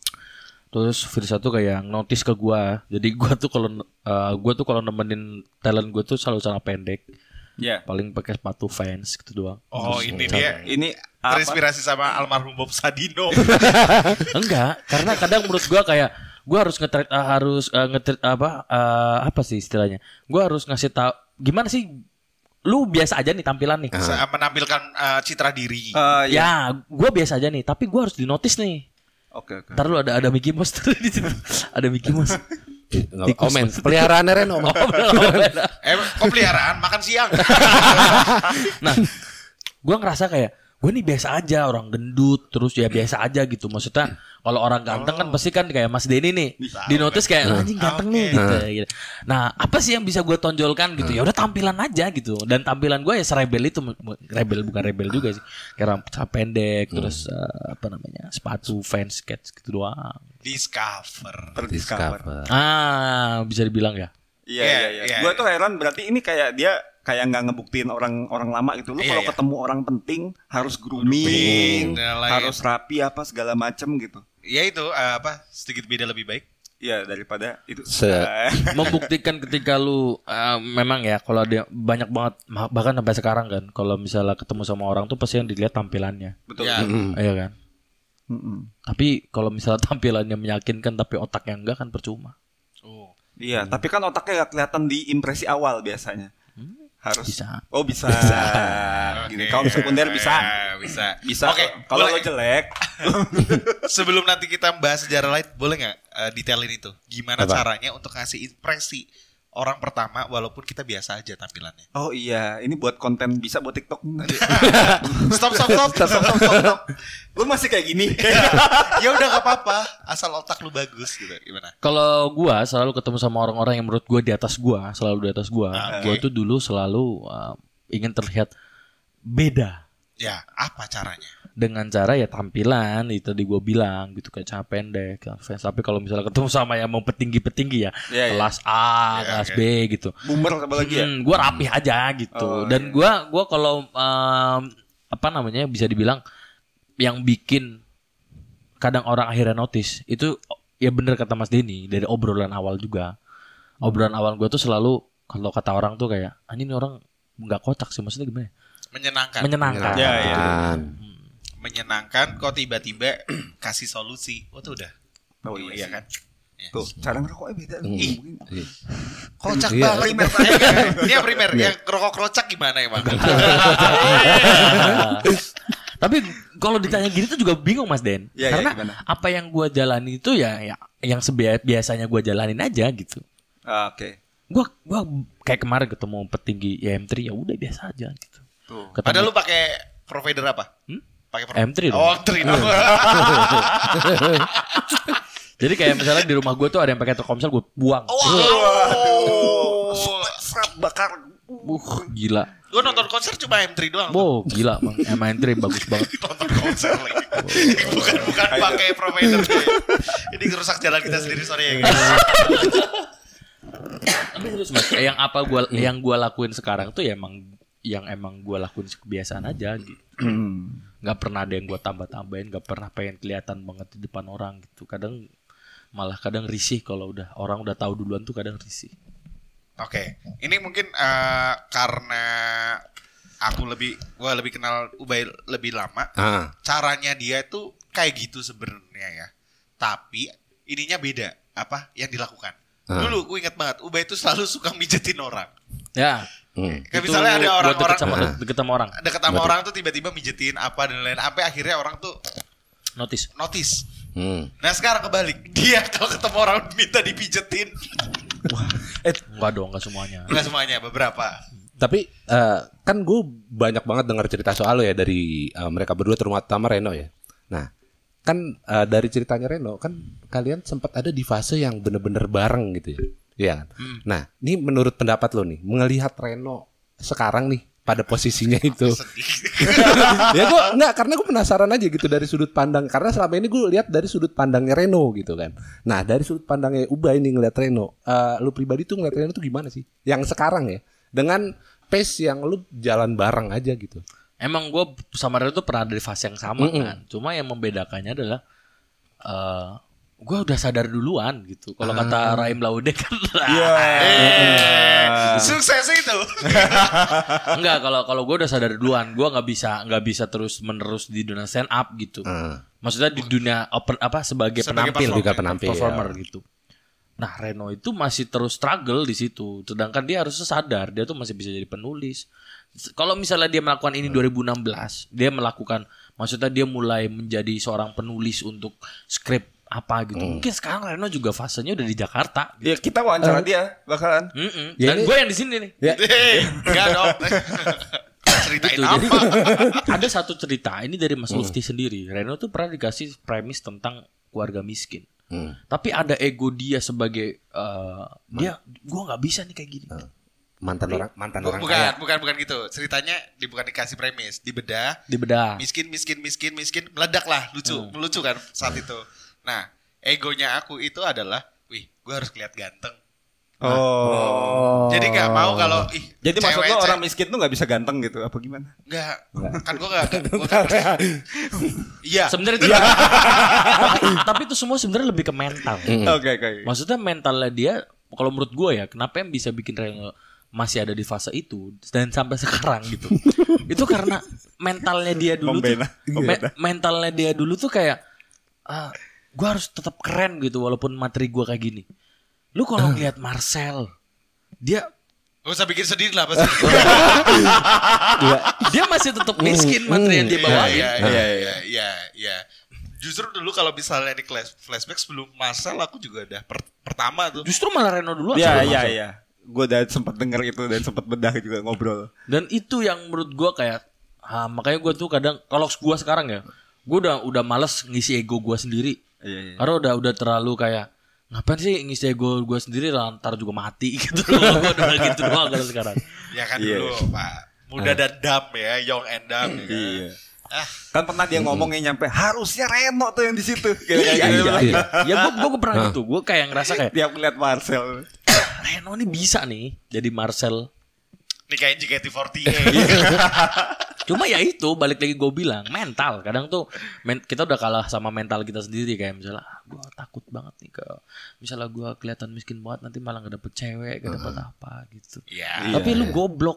Terus Firsa tuh kayak notice ke gua. Jadi gua tuh kalau eh, gua tuh kalau nemenin talent gua tuh selalu celana pendek. Ya. Paling pakai sepatu Vans gitu doang. Oh, Terus ini celana- dia Ini apa? terinspirasi sama almarhum Bob Sadino. Enggak, karena kadang menurut gua kayak gua harus ngetreat uh, harus uh, ngetreat apa uh, apa sih istilahnya? Gua harus ngasih tahu gimana sih lu biasa aja nih tampilan nih. Sa- menampilkan uh, citra diri. Eh, ya. Ya, gua biasa aja nih, tapi gua harus dinotis nih. Oke, oke. Ntar lu ada ada Mickey Mouse tuh di situ. Ada Mickey Mouse. Nggak- Oh men, peliharaannya Reno. Oh, bener. Eh, kok peliharaan makan siang? Nah, gua ngerasa kayak gue nih biasa aja, orang gendut terus ya biasa aja gitu. Maksudnya kalau orang ganteng kan pasti kan kayak Mas Denny nih, di notice kayak anjing ganteng nih gitu, gitu. Nah, apa sih yang bisa gue tonjolkan gitu? Ya udah tampilan aja gitu. Dan tampilan gue ya serebel itu, rebel bukan rebel juga sih. Kayak rambut pendek, terus uh, apa namanya? Sepatu Vans skate gitu doang. Discover. Terdiscover. Ah, bisa dibilang ya. Iya, Iya, iya, iya. iya, Gua iya. tuh heran, berarti ini kayak dia kayak nggak ngebuktiin orang-orang lama gitu. Lu Iya, kalau iya. ketemu orang penting harus grooming, Grooming, dan lain. harus rapi apa segala macem gitu. Ya itu uh, apa? Sedikit beda lebih baik. Iya, daripada itu. Se- Eh, Membuktikan ketika lu uh, memang ya kalau dia banyak banget ma- bahkan sampai sekarang kan kalau misalnya ketemu sama orang tuh pasti yang dilihat tampilannya. betul. Ya. Iya kan? Mm-mm. Tapi kalau misalnya tampilannya meyakinkan tapi otaknya enggak kan percuma. Oh. Iya, tapi kan otaknya gak kelihatan di impresi awal biasanya. Harus. Bisa. Oh, bisa. Gini, kaum sekunder bisa. Eh, bisa. Bisa. Oke, Kalau boleh. lo jelek, Sebelum nanti kita bahas sejarah lain, boleh nggak uh, detailin itu? Gimana Apa? caranya untuk ngasih impresi orang pertama walaupun kita biasa aja tampilannya? oh iya, ini buat konten bisa buat TikTok. Stop, stop, stop, stop, stop, stop, stop. Lu masih kayak gini. Ya udah nggak apa-apa, asal otak lu bagus gitu. Gimana? Kalau gua selalu ketemu sama orang-orang yang menurut gua di atas gua, selalu di atas gua. Oke. Gua tuh dulu selalu uh, ingin terlihat beda Ya, apa caranya? dengan cara ya tampilan itu tadi gua bilang gitu kayak celana pendek, fans. Tapi kalau misalnya ketemu sama yang mau petinggi-petinggi ya, Iya, iya. kelas A, Iya, kelas oke. B gitu. Boomer apa lagi ya? Hmm, gua rapih aja gitu. Oh, Dan iya. gua gua kalau um, apa namanya bisa dibilang yang bikin kadang orang akhirnya notice itu ya bener kata Mas Denny dari obrolan awal juga. Obrolan awal gua tuh selalu kalau kata orang tuh kayak anjing ini orang nggak kocak sih, maksudnya gimana? ya? Menyenangkan. Menyenangkan. Ya, ya. Menyenangkan kok tiba-tiba kasih solusi. Oh tuh udah. Oh iya, Iya sih. kan? Tuh, cara ngerokoknya beda. Ih. Mungkin. Kocak Iya. banget. Primer. Ini yang primer. Yang rokok-krocak gimana emang? Tapi kalau ditanya gini tuh juga bingung Mas Den. Ya, ya, Karena gimana? apa yang gua jalani itu ya, ya yang sebia- biasanya gua jalanin aja gitu. Ah, Oke. Gua gua kayak kemarin ketemu petinggi I M tiga ya udah biasa aja gitu. Tuh. Ketemu- Padahal lu pakai provider apa? Hmm? Pakai pro- M tiga dong. Oh, tri dong. Jadi kayak misalnya di rumah gue tuh ada yang pakai Telkomsel gue buang. Wow. Serat bakar. Uh, gila. Gue nonton konser cuma M tiga doang. Wow, gila bang. M tiga bagus banget. Nonton konser lagi. bukan bukan pakai provider. Ini ngerusak jalan kita sendiri, sorry ya guys. Tapi serius mas, yang apa gua yang gua lakuin sekarang tuh ya emang yang emang gua lakuin kebiasaan aja gitu. Gak pernah ada yang gua tambah-tambahin, gak pernah pengen kelihatan banget di depan orang gitu. Kadang malah kadang risih kalau udah orang udah tahu duluan tuh kadang risih. Oke, ini mungkin uh, karena aku lebih, gua lebih kenal Ubay lebih lama. Ah. Caranya dia tuh kayak gitu sebenarnya ya. Tapi ininya beda. Apa yang dilakukan? Ah. Dulu gue ingat banget, Ubay itu selalu suka mijetin orang. Ya. Hmm. Kayak misalnya ada orang-orang deket sama, deket sama orang. deket sama orang tuh tiba-tiba mijetin apa dan lain-lain. Sampai akhirnya orang tuh Notice. notice. Hmm. Nah sekarang kebalik, dia kalau ketemu orang minta dipijetin. Eh, Enggak dong, enggak semuanya. Enggak semuanya, beberapa. tapi eh, kan gue banyak banget dengar cerita soal lo ya dari eh, mereka berdua terutama Reno ya. Nah, kan eh, dari ceritanya Reno kan kalian sempat ada di fase yang bener-bener bareng gitu ya. Iya kan? Nah, ini menurut pendapat lo nih, melihat Reno sekarang nih pada posisinya itu. Sedih. Ya gue enggak, karena gue penasaran aja gitu dari sudut pandang, karena selama ini gue lihat dari sudut pandangnya Reno gitu kan. Nah, dari sudut pandangnya Ubay ini ngeliat Reno, uh, lu pribadi tuh ngeliat Reno tuh gimana sih? Yang sekarang ya, dengan pace yang lu jalan bareng aja gitu. Emang gue sama Reno tuh pernah ada di fase yang sama Mm-mm. kan. Cuma yang membedakannya adalah uh, gue udah sadar duluan gitu. Kalau kata Raim Laude kan Eh, sukses itu. enggak, kalau kalau gue udah sadar duluan, gue nggak bisa nggak bisa terus menerus di dunia stand up gitu. Ah. Maksudnya di dunia oper, apa sebagai, Sebagai penampil, juga penampil, performer ya. gitu. Nah, Reno itu masih terus struggle di situ. Sedangkan dia harusnya sadar dia tuh masih bisa jadi penulis. Kalau misalnya dia melakukan ini dua ribu enam belas, dia melakukan, maksudnya dia mulai menjadi seorang penulis untuk skrip apa gitu. Mungkin sekarang Reno juga fasenya udah di Jakarta. Ya kita wawancara dia bakalan. Mm-mm. Ya, Dan ini- gue yang di sini nih. Ya. Eh, enggak dong. Ceritain Gitu, apa? jadi ada satu cerita ini dari Mas Lufti sendiri. Reno tuh pernah dikasih premis tentang keluarga miskin. Hmm. Tapi ada ego dia sebagai eh, dia, gue nggak bisa nih kayak gini. Mantan orang mantan orang bukan, kaya. bukan, bukan gitu. Ceritanya di bukan dikasih premis, dibedah. Dibedah. Miskin, miskin, miskin, miskin, meledak lah, lucu, melucu kan saat itu. Nah, egonya aku itu adalah, wih, gue harus kelihat ganteng. Oh. Jadi nggak mau kalau ih. Jadi maksud cewek- lo orang cewek- miskin tuh nggak bisa ganteng gitu apa gimana? nggak, kan gue nggak. gua nggak- Iya. Sebenarnya itu tapi, tapi itu semua sebenarnya lebih ke mental. Oke oke. Maksudnya mentalnya dia, kalau menurut gue ya, kenapa yang bisa bikin Reno masih ada di fase itu dan sampai sekarang gitu. Itu karena mentalnya dia dulu tuh, Membela. me- mentalnya dia dulu tuh kayak ah, gue harus tetap keren gitu walaupun materi gue kayak gini. Lu kalau ngeliat Marcel, dia Gak usah bikin sedih lah pasti. dia masih tetap miskin materi yang dia bawain. Iya, iya, iya, iya, iya. Justru dulu kalau misalnya di class- flashback sebelum Marcel aku juga udah per- pertama tuh. Justru malah Reno duluan. Iya sebelum iya Marcel. iya. Gue udah sempat denger itu dan sempat bedah juga ngobrol. Dan itu yang menurut gue kayak, ah, makanya gue tuh kadang kalau gue sekarang ya, gue udah udah males ngisi ego gue sendiri. Iya iya. Karena udah udah terlalu kayak ngapain sih ngisi ego gue sendiri lantar juga mati gitu loh. Gue udah gitu doang kalau sekarang. Ya kan Iya. dulu Pak. Muda dan dumb ya, young and dumb ya. kan? Iya. Ah, Kan pernah dia ngomongnya nyampe harusnya Reno tuh yang di situ. Kayak Iya, kayak gitu. iya. Ya gue gue pernah gitu. Gue kayak ngerasa kayak Tiap lihat Marcel. Reno nih bisa nih jadi Marcel. nikahin J K T empat puluh delapan. Cuma ya itu balik lagi gue bilang mental. Kadang tuh men- kita udah kalah sama mental kita sendiri. Kayak misalnya ah, gue takut banget nih ke misalnya gue kelihatan miskin banget nanti malah gak dapet cewek, gak dapet apa gitu. Iya. Tapi lu goblok.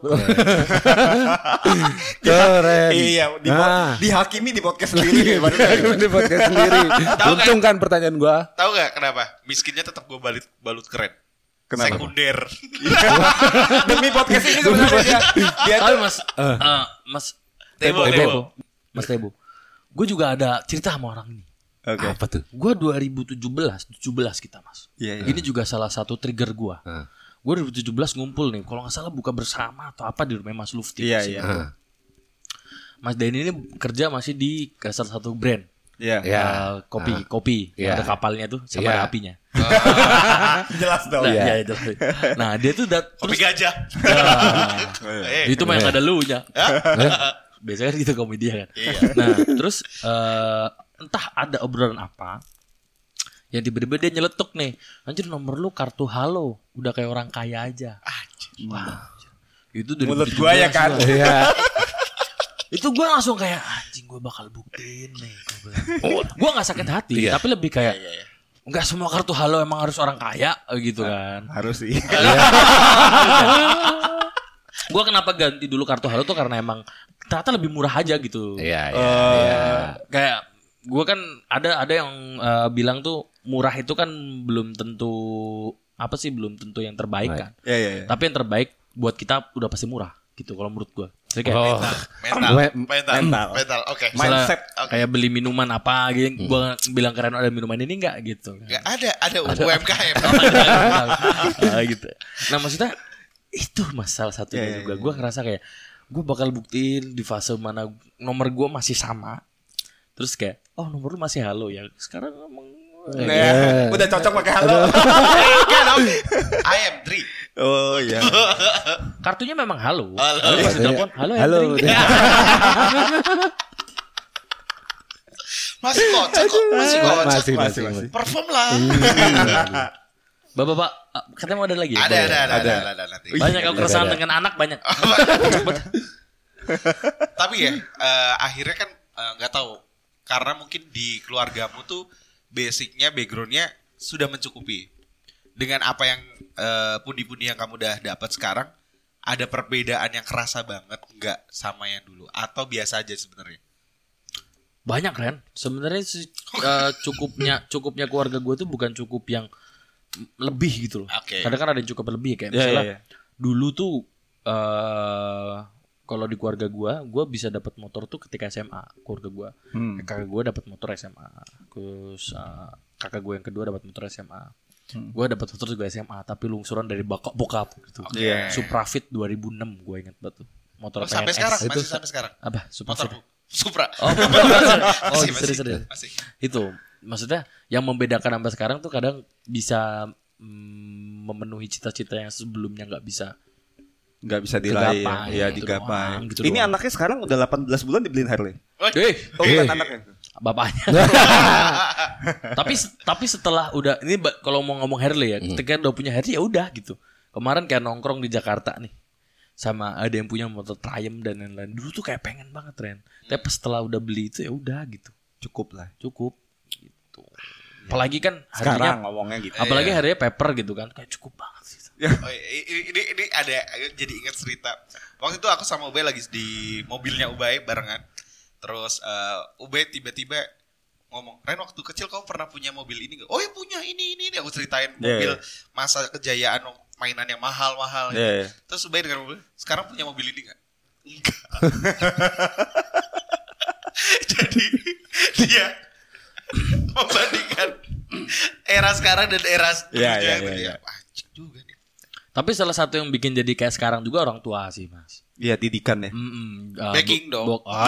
Keren. Iya, di Nah. dihakimi di podcast sendiri baru. Di podcast sendiri. Tahu Untung kan pertanyaan gua. Tahu nggak kenapa? Miskinnya tetap gue balut balut keren. Kenapa? Sekunder. Demi podcast ini sebenarnya dia, dia Tapi tuh mas, eh, mas Tebo, Tebo, Tebo. Mas Tebo, gue juga ada cerita sama orang ini. Oke. Apa tuh? Gue dua ribu tujuh belas, tujuh belas kita mas. Iya, iya. Ini juga salah satu trigger gue. Ah. gue dua ribu tujuh belas ngumpul nih, kalau nggak salah buka bersama atau apa di rumah Mas Lufti. Iya, sih. iya. Mas Denny ini kerja masih di salah satu brand. Iya. Iya. Uh, kopi, Ah. kopi. Iya. Ada kapalnya tuh sama Iya. ada apinya. Jelas dong. Nah, Iya. iya, jelas. Nah, dia tuh dat Kopi terus gajah. Nah, Eh, itu mah yang ada lunya. Eh? Biasanya kan gitu komedian kan. Iya. Nah, terus eh, entah ada obrolan apa yang tiba-tiba dia nyeletuk nih, anjir nomor lu kartu halo, udah kayak orang kaya aja. Anjir. Wah, itu dari Mulut gua ya kan. Iya. Itu gue langsung kayak anjing gue bakal buktiin nih. Gue nggak sakit hati, Iya. tapi lebih kayak nggak semua kartu halo emang harus orang kaya gitu kan. Harus sih. Gue kenapa ganti dulu kartu halo tuh karena emang ternyata lebih murah aja gitu. Iya, iya, Eh, iya. Kayak gue kan ada ada yang eh, bilang tuh murah itu kan belum tentu apa sih belum tentu yang terbaik Baik. kan. Iya, iya, iya. Tapi yang terbaik buat kita udah pasti murah gitu kalau menurut gue. Jadi kayak Oh. Mental, Gue- mental, mental. mental. Oke. misalnya mindset. kayak beli minuman apa gitu, gue bilang ke Reno ada minuman ini nggak gitu. Nggak ada, ada U M K M. Nah, gitu. Nah maksudnya itu masalah satunya Iya, iya, juga. iya. Gue ngerasa kayak gue bakal buktiin di fase mana nomor gue masih sama. Terus kayak oh nomor lu masih halo ya. Sekarang emang Nah, udah cocok pakai halo. Enggak dong. I am three. Oh iya. kartunya memang halo. Halo. Tapi pas telepon halo, Halo. Hendrik. Masih kocak kok, masih kocak. Masih, masih, masih. masih. Perform lah. Bapak-bapak, ah, katanya mau ada lagi. ya? Ada, ada, ada, ada, Ada. ada, ada nanti. Banyak Iya, yang keresahan ada. dengan anak banyak. Tapi ya eh, akhirnya kan eh, nggak tahu karena mungkin di keluargamu tuh basicnya backgroundnya sudah mencukupi dengan apa yang eh, pundi-pundi yang kamu udah dapat sekarang. Ada perbedaan yang kerasa banget nggak sama yang dulu atau biasa aja sebenarnya? Banyak Ren. Sebenarnya sih, eh, cukupnya cukupnya keluarga gue tuh bukan cukup yang lebih gitu loh. Oke. Kadang kan ada yang cukup lebih kayak Iya, misalnya iya, iya. dulu tuh eh kalau di keluarga gue, gue bisa dapat motor tuh ketika S M A. Keluarga gue, Hmm. kakak gue dapat motor S M A. Terus eh, kakak gue yang kedua dapat motor S M A. Hmm. Gue dapat motor juga S M A, tapi lungsuran dari bokap bokap gitu. Iya. Suprafit dua ribu enam gue ingat banget tuh. Motor Oh, sampai P N S. sekarang Itu masih sampai sekarang. apa? Suprafit. Motor Supra. Oh, oh Masih, serius, masih, serius. masih. Itu maksudnya yang membedakan sampai sekarang tuh kadang bisa mm, memenuhi cita-cita yang sebelumnya nggak bisa. Nggak bisa diraih. Kegapai, Iya, gitu digapai. doang, gitu Ini doang. anaknya sekarang udah delapan belas bulan dibeliin Harley. Eh, Oh, bukan anaknya. bapaknya. tapi tapi setelah udah ini ba- kalau mau ngomong Harley ya, ketika udah punya Harley ya udah gitu. Kemarin kayak nongkrong di Jakarta nih. Sama ada yang punya motor Triumph dan lain-lain. Dulu tuh kayak pengen banget Ren. Tapi pas setelah udah beli itu ya udah gitu. Cukup lah. Cukup gitu. Apalagi kan Sekarang harganya ngomongnya gitu. apalagi harganya paper gitu kan. Kayak cukup banget sih. Oh, ini, ini ini ada jadi ingat cerita. Waktu itu aku sama Ubay lagi di mobilnya Ubay barengan. Terus uh, Ubay tiba-tiba ngomong, "Ren, waktu kecil kau pernah punya mobil ini gak?" "Oh ya punya ini ini ini." Aku ceritain mobil Yeah, masa kejayaan mainan yang mahal-mahal. Yeah, yeah. Terus Ubay dengan mobil, "Sekarang punya mobil ini gak?" "Enggak." Jadi dia membandingkan era sekarang dan era dulunya. Iya, iya, gitu iya, ya. iya. Anjing juga nih. Tapi salah satu yang bikin jadi kayak sekarang juga orang tua sih mas. Iya, didikan ya. Mm-mm, uh, Backing bo- dong. bo- ah,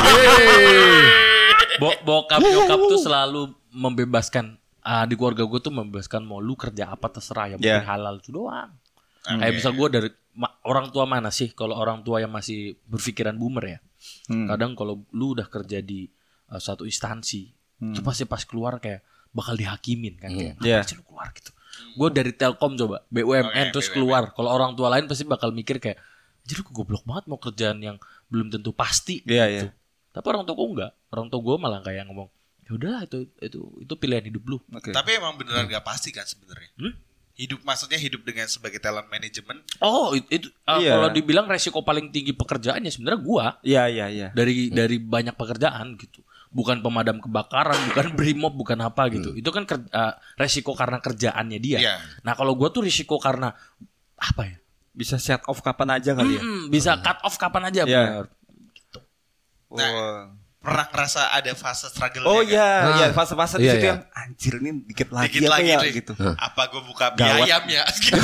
bo- bokap nyokap tuh selalu membebaskan. Ah, di keluarga gue tuh membebaskan mau lu kerja apa terserah yang Yeah. penting halal itu doang. Oke. Kayak misal gue dari ma- orang tua mana sih? Kalau orang tua yang masih berpikiran boomer ya. Hmm. Kadang kalau lu udah kerja di uh, satu instansi, itu pasti pas keluar kayak bakal dihakimin kan kayak. Yeah. Apa sih lu keluar gitu? Gue dari Telkom coba B U M N Oke, terus B U M N. keluar. Kalau orang tua lain pasti bakal mikir kayak, jadi lu goblok banget mau kerjaan yang belum tentu pasti. Iya, gitu. Tapi orang tua gue enggak. Orang tua gue malah kayak ngomong, ya udahlah itu itu itu pilihan hidup lu. Oke. Tapi emang beneran gak pasti kan sebenarnya. Hmm? Hidup maksudnya hidup dengan sebagai talent management. Oh itu, itu uh, Iya. kalau dibilang resiko paling tinggi pekerjaannya sebenarnya gua Iya, iya, iya. dari dari banyak pekerjaan gitu. Bukan pemadam kebakaran, bukan brimob, bukan apa gitu. Itu kan ker- uh, resiko karena kerjaannya dia. Iya. Nah kalau gua tuh risiko karena apa ya? Bisa shut off kapan aja kali ya. Hmm, bisa cut off kapan aja Iya. benar. Nah, Oh. pernah ngerasa ada fase struggle? Oh iya, Ah. iya fase-fase di Iya, situ iya. yang anjir ini dikit lagi Dikit apa lagi ya nih. gitu. Apa gue buka mie Gawat. ayam ya? Gitu.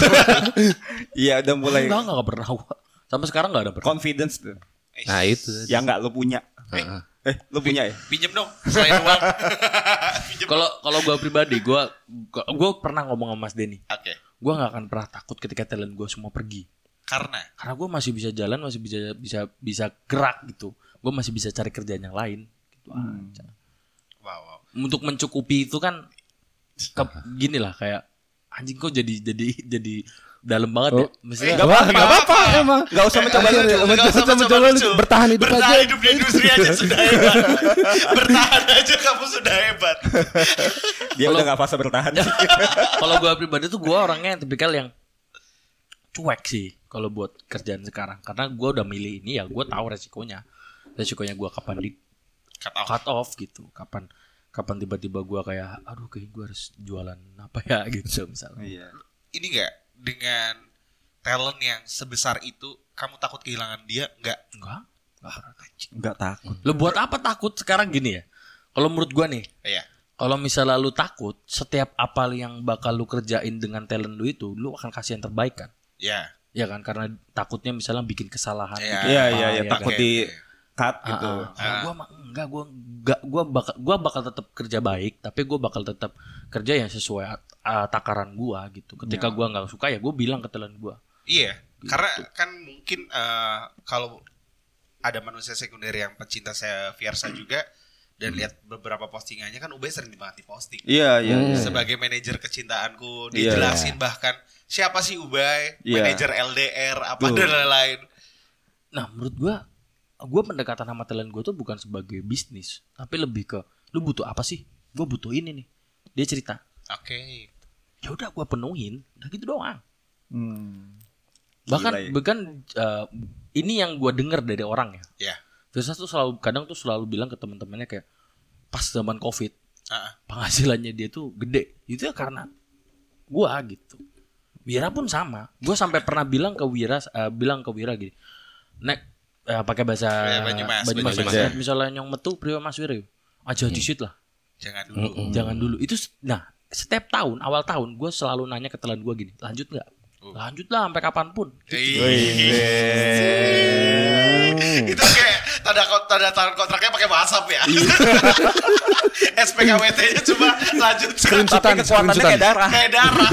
Iya udah mulai Enggak, enggak pernah. Sampai sekarang enggak ada pernah. confidence tuh. Nah itu. Yang nggak lo punya. Heeh. Eh, lo punya ya? Pinjem dong, selain uang. Pinjem Kalau dong. kalau gue pribadi, gue gue pernah ngomong sama Mas Denny. Oke. Gue nggak akan pernah takut ketika talent gue semua pergi. Karena Karena gue masih bisa jalan, masih bisa bisa bisa gerak gitu. Gue masih bisa cari kerjaan yang lain. Gitu aja. wow, wow. Untuk mencukupi itu kan ke, gini lah kayak anjing kok jadi jadi jadi dalam banget ya. Maksudnya Nggak Wah, apa-apa, nggak apa-apa apa-apa. emang. Nggak usah mencoba Akhirnya, lucu. mencoba- Nggak usah mencoba mencoba lucu. bertahan hidup Bertahan aja. hidup di industri aja sudah hebat. Bertahan aja kamu sudah hebat. Dia udah nggak fase bertahan. kalau gue pribadi tuh gue orangnya yang tipikal yang cuek sih kalau buat kerjaan sekarang. Karena gue udah milih ini ya gue tahu resikonya. Resikonya gue kapan di Cut off. cut off gitu. Kapan kapan tiba-tiba gue kayak aduh kayak gue harus jualan apa ya gitu misalnya. Iya. Ini enggak dengan talent yang sebesar itu kamu takut kehilangan dia? Enggak. Enggak. Enggak pernah. Nggak takut. Lu buat apa takut sekarang gini ya? Kalau menurut gue nih, Iya. kalau misalnya lu takut, setiap apa yang bakal lu kerjain dengan talent lu itu, lu akan kasih yang terbaik kan? Ya. Ya kan, karena takutnya misalnya bikin kesalahan. Iya. bikin Iya apa, iya iya ya takut kan? di cut gitu. Ah, ah. Kalau gua mah enggak, gua enggak, gua bakal gua bakal tetap kerja baik, tapi gua bakal tetap kerja yang sesuai uh, takaran gua gitu. Ketika gua nggak suka ya gua bilang ke talent gua. Iya. Karena kan mungkin eh, kalau ada manusia sekunder yang pecinta saya Fiersa juga dan lihat beberapa postingannya kan Ubay sering banget di posting. Iya iya. iya. Sebagai manajer kecintaanku Iya. dijelasin bahkan siapa sih Ubay, Iya. manajer L D R apa Tuh. dan lain-lain. Nah, menurut gua gua pendekatan sama talent gua tuh bukan sebagai bisnis, tapi lebih ke lu butuh apa sih? Gua butuh ini nih. Dia cerita. Oke. Ya udah gua penuhin, udah gitu doang. Hmm. Bahkan Gila ya. bahkan uh, ini yang gue dengar dari orang ya. Ya. Firsa tuh selalu kadang tuh selalu bilang ke teman-temannya kayak pas zaman Covid Ah, penghasilannya dia tuh gede. Itu ya karena gua gitu. Wira pun sama. Gua sampai pernah bilang ke Wira uh, bilang ke Wira gini. Nek uh, pakai bahasa Ya, Banyumas, Banyumas. Banyumas. Nek misalnya nyong metu priyo Mas Wira. yuk. Aja disit lah. jangan dulu. Jangan dulu. Itu s- nah, setiap tahun awal tahun gua selalu nanya ke telan gua gini, lanjut nggak? Oh. Lanjut lah sampai kapanpun. Itu kayak tanda tanda tangan kontraknya pakai WhatsApp ya. S P K W T-nya cuma lanjut Tapi kekuatannya kayak darah. kayak darah.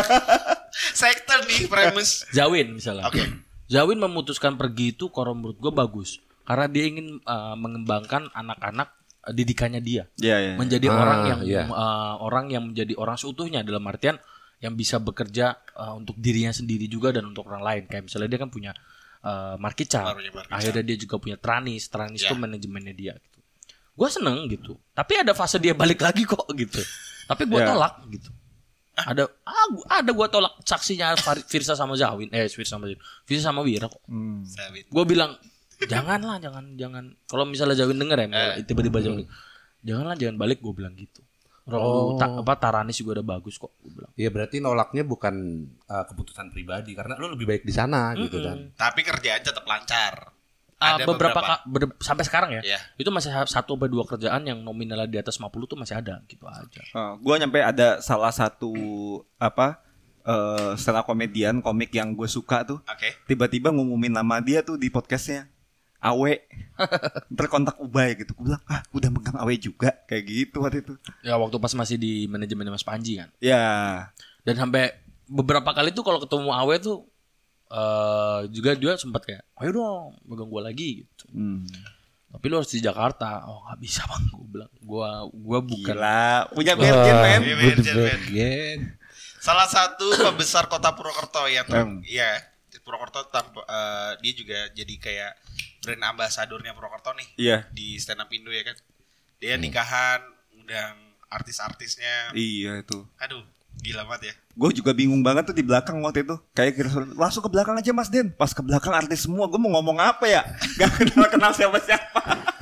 Sektor nih premis. Zawin misalnya. Oke. Zawin memutuskan pergi itu kalau menurut gue bagus. Karena dia ingin uh, mengembangkan anak-anak uh, didikannya dia. Iya iya. Menjadi Ah, orang yang iya. uh, orang yang menjadi orang seutuhnya dalam artian yang bisa bekerja uh, untuk dirinya sendiri juga dan untuk orang lain. Kayak misalnya dia kan punya uh, Markica. Barunya Markica. Akhirnya dia juga punya Tranis. Tranis Ya. itu manajemennya dia gitu. Gue seneng gitu. Tapi ada fase dia balik lagi kok gitu. Tapi gue Ya. tolak gitu. Ada ah, gua- ada gue tolak saksinya Far- Firsa sama Zawin. Eh Firsa sama Firsa sama Wira kok. Hmm. Sabit. Gue bilang janganlah jangan jangan. Kalau misalnya Zawin denger ya misalnya, tiba-tiba Zawin janganlah jangan balik gue bilang gitu. Orang lu ta- apa Taranis juga udah bagus kok gue bilang. Iya berarti nolaknya bukan uh, keputusan pribadi karena lu lebih baik di sana gitu kan. Tapi kerjaan tetap lancar. Ah, Ada beberapa, beberapa. ka- ber- sampai sekarang ya. Iya. Itu masih ha- satu sampai dua kerjaan yang nominalnya di atas lima puluh tuh masih ada gitu aja. Uh, gue nyampe ada salah satu apa uh, stand up komedian komik yang gue suka tuh. Oke. Tiba-tiba ngumumin nama dia tuh di podcastnya. Awe. Terkontak Ubay gitu. Gue bilang, ah udah megang Awe juga. Kayak gitu waktu itu. Ya waktu pas masih di manajemen Mas Panji kan. Ya. Dan sampai beberapa kali tuh kalau ketemu Awe tuh eh juga dia sempat kayak, ayo dong megang gua lagi gitu. Hmm. Tapi lu harus di Jakarta. Oh nggak bisa bang, gue bilang. Gua gua bukan. Gila. Punya Virgin men. Iya, Good Virgin, men. bagian. Salah satu pembesar kota Purwokerto yang ter- Hmm. ya Purwokerto tanpa eh, dia juga jadi kayak brand ambasadornya Purwokerto nih Iya. di stand up Indo ya kan. Dia nikahan undang artis-artisnya. Iya itu. Aduh, gila banget ya. Gue juga bingung banget tuh di belakang waktu itu. Kayak kira langsung ke belakang aja Mas Den. Pas ke belakang artis semua, gue mau ngomong apa ya? Gak kenal kenal siapa siapa.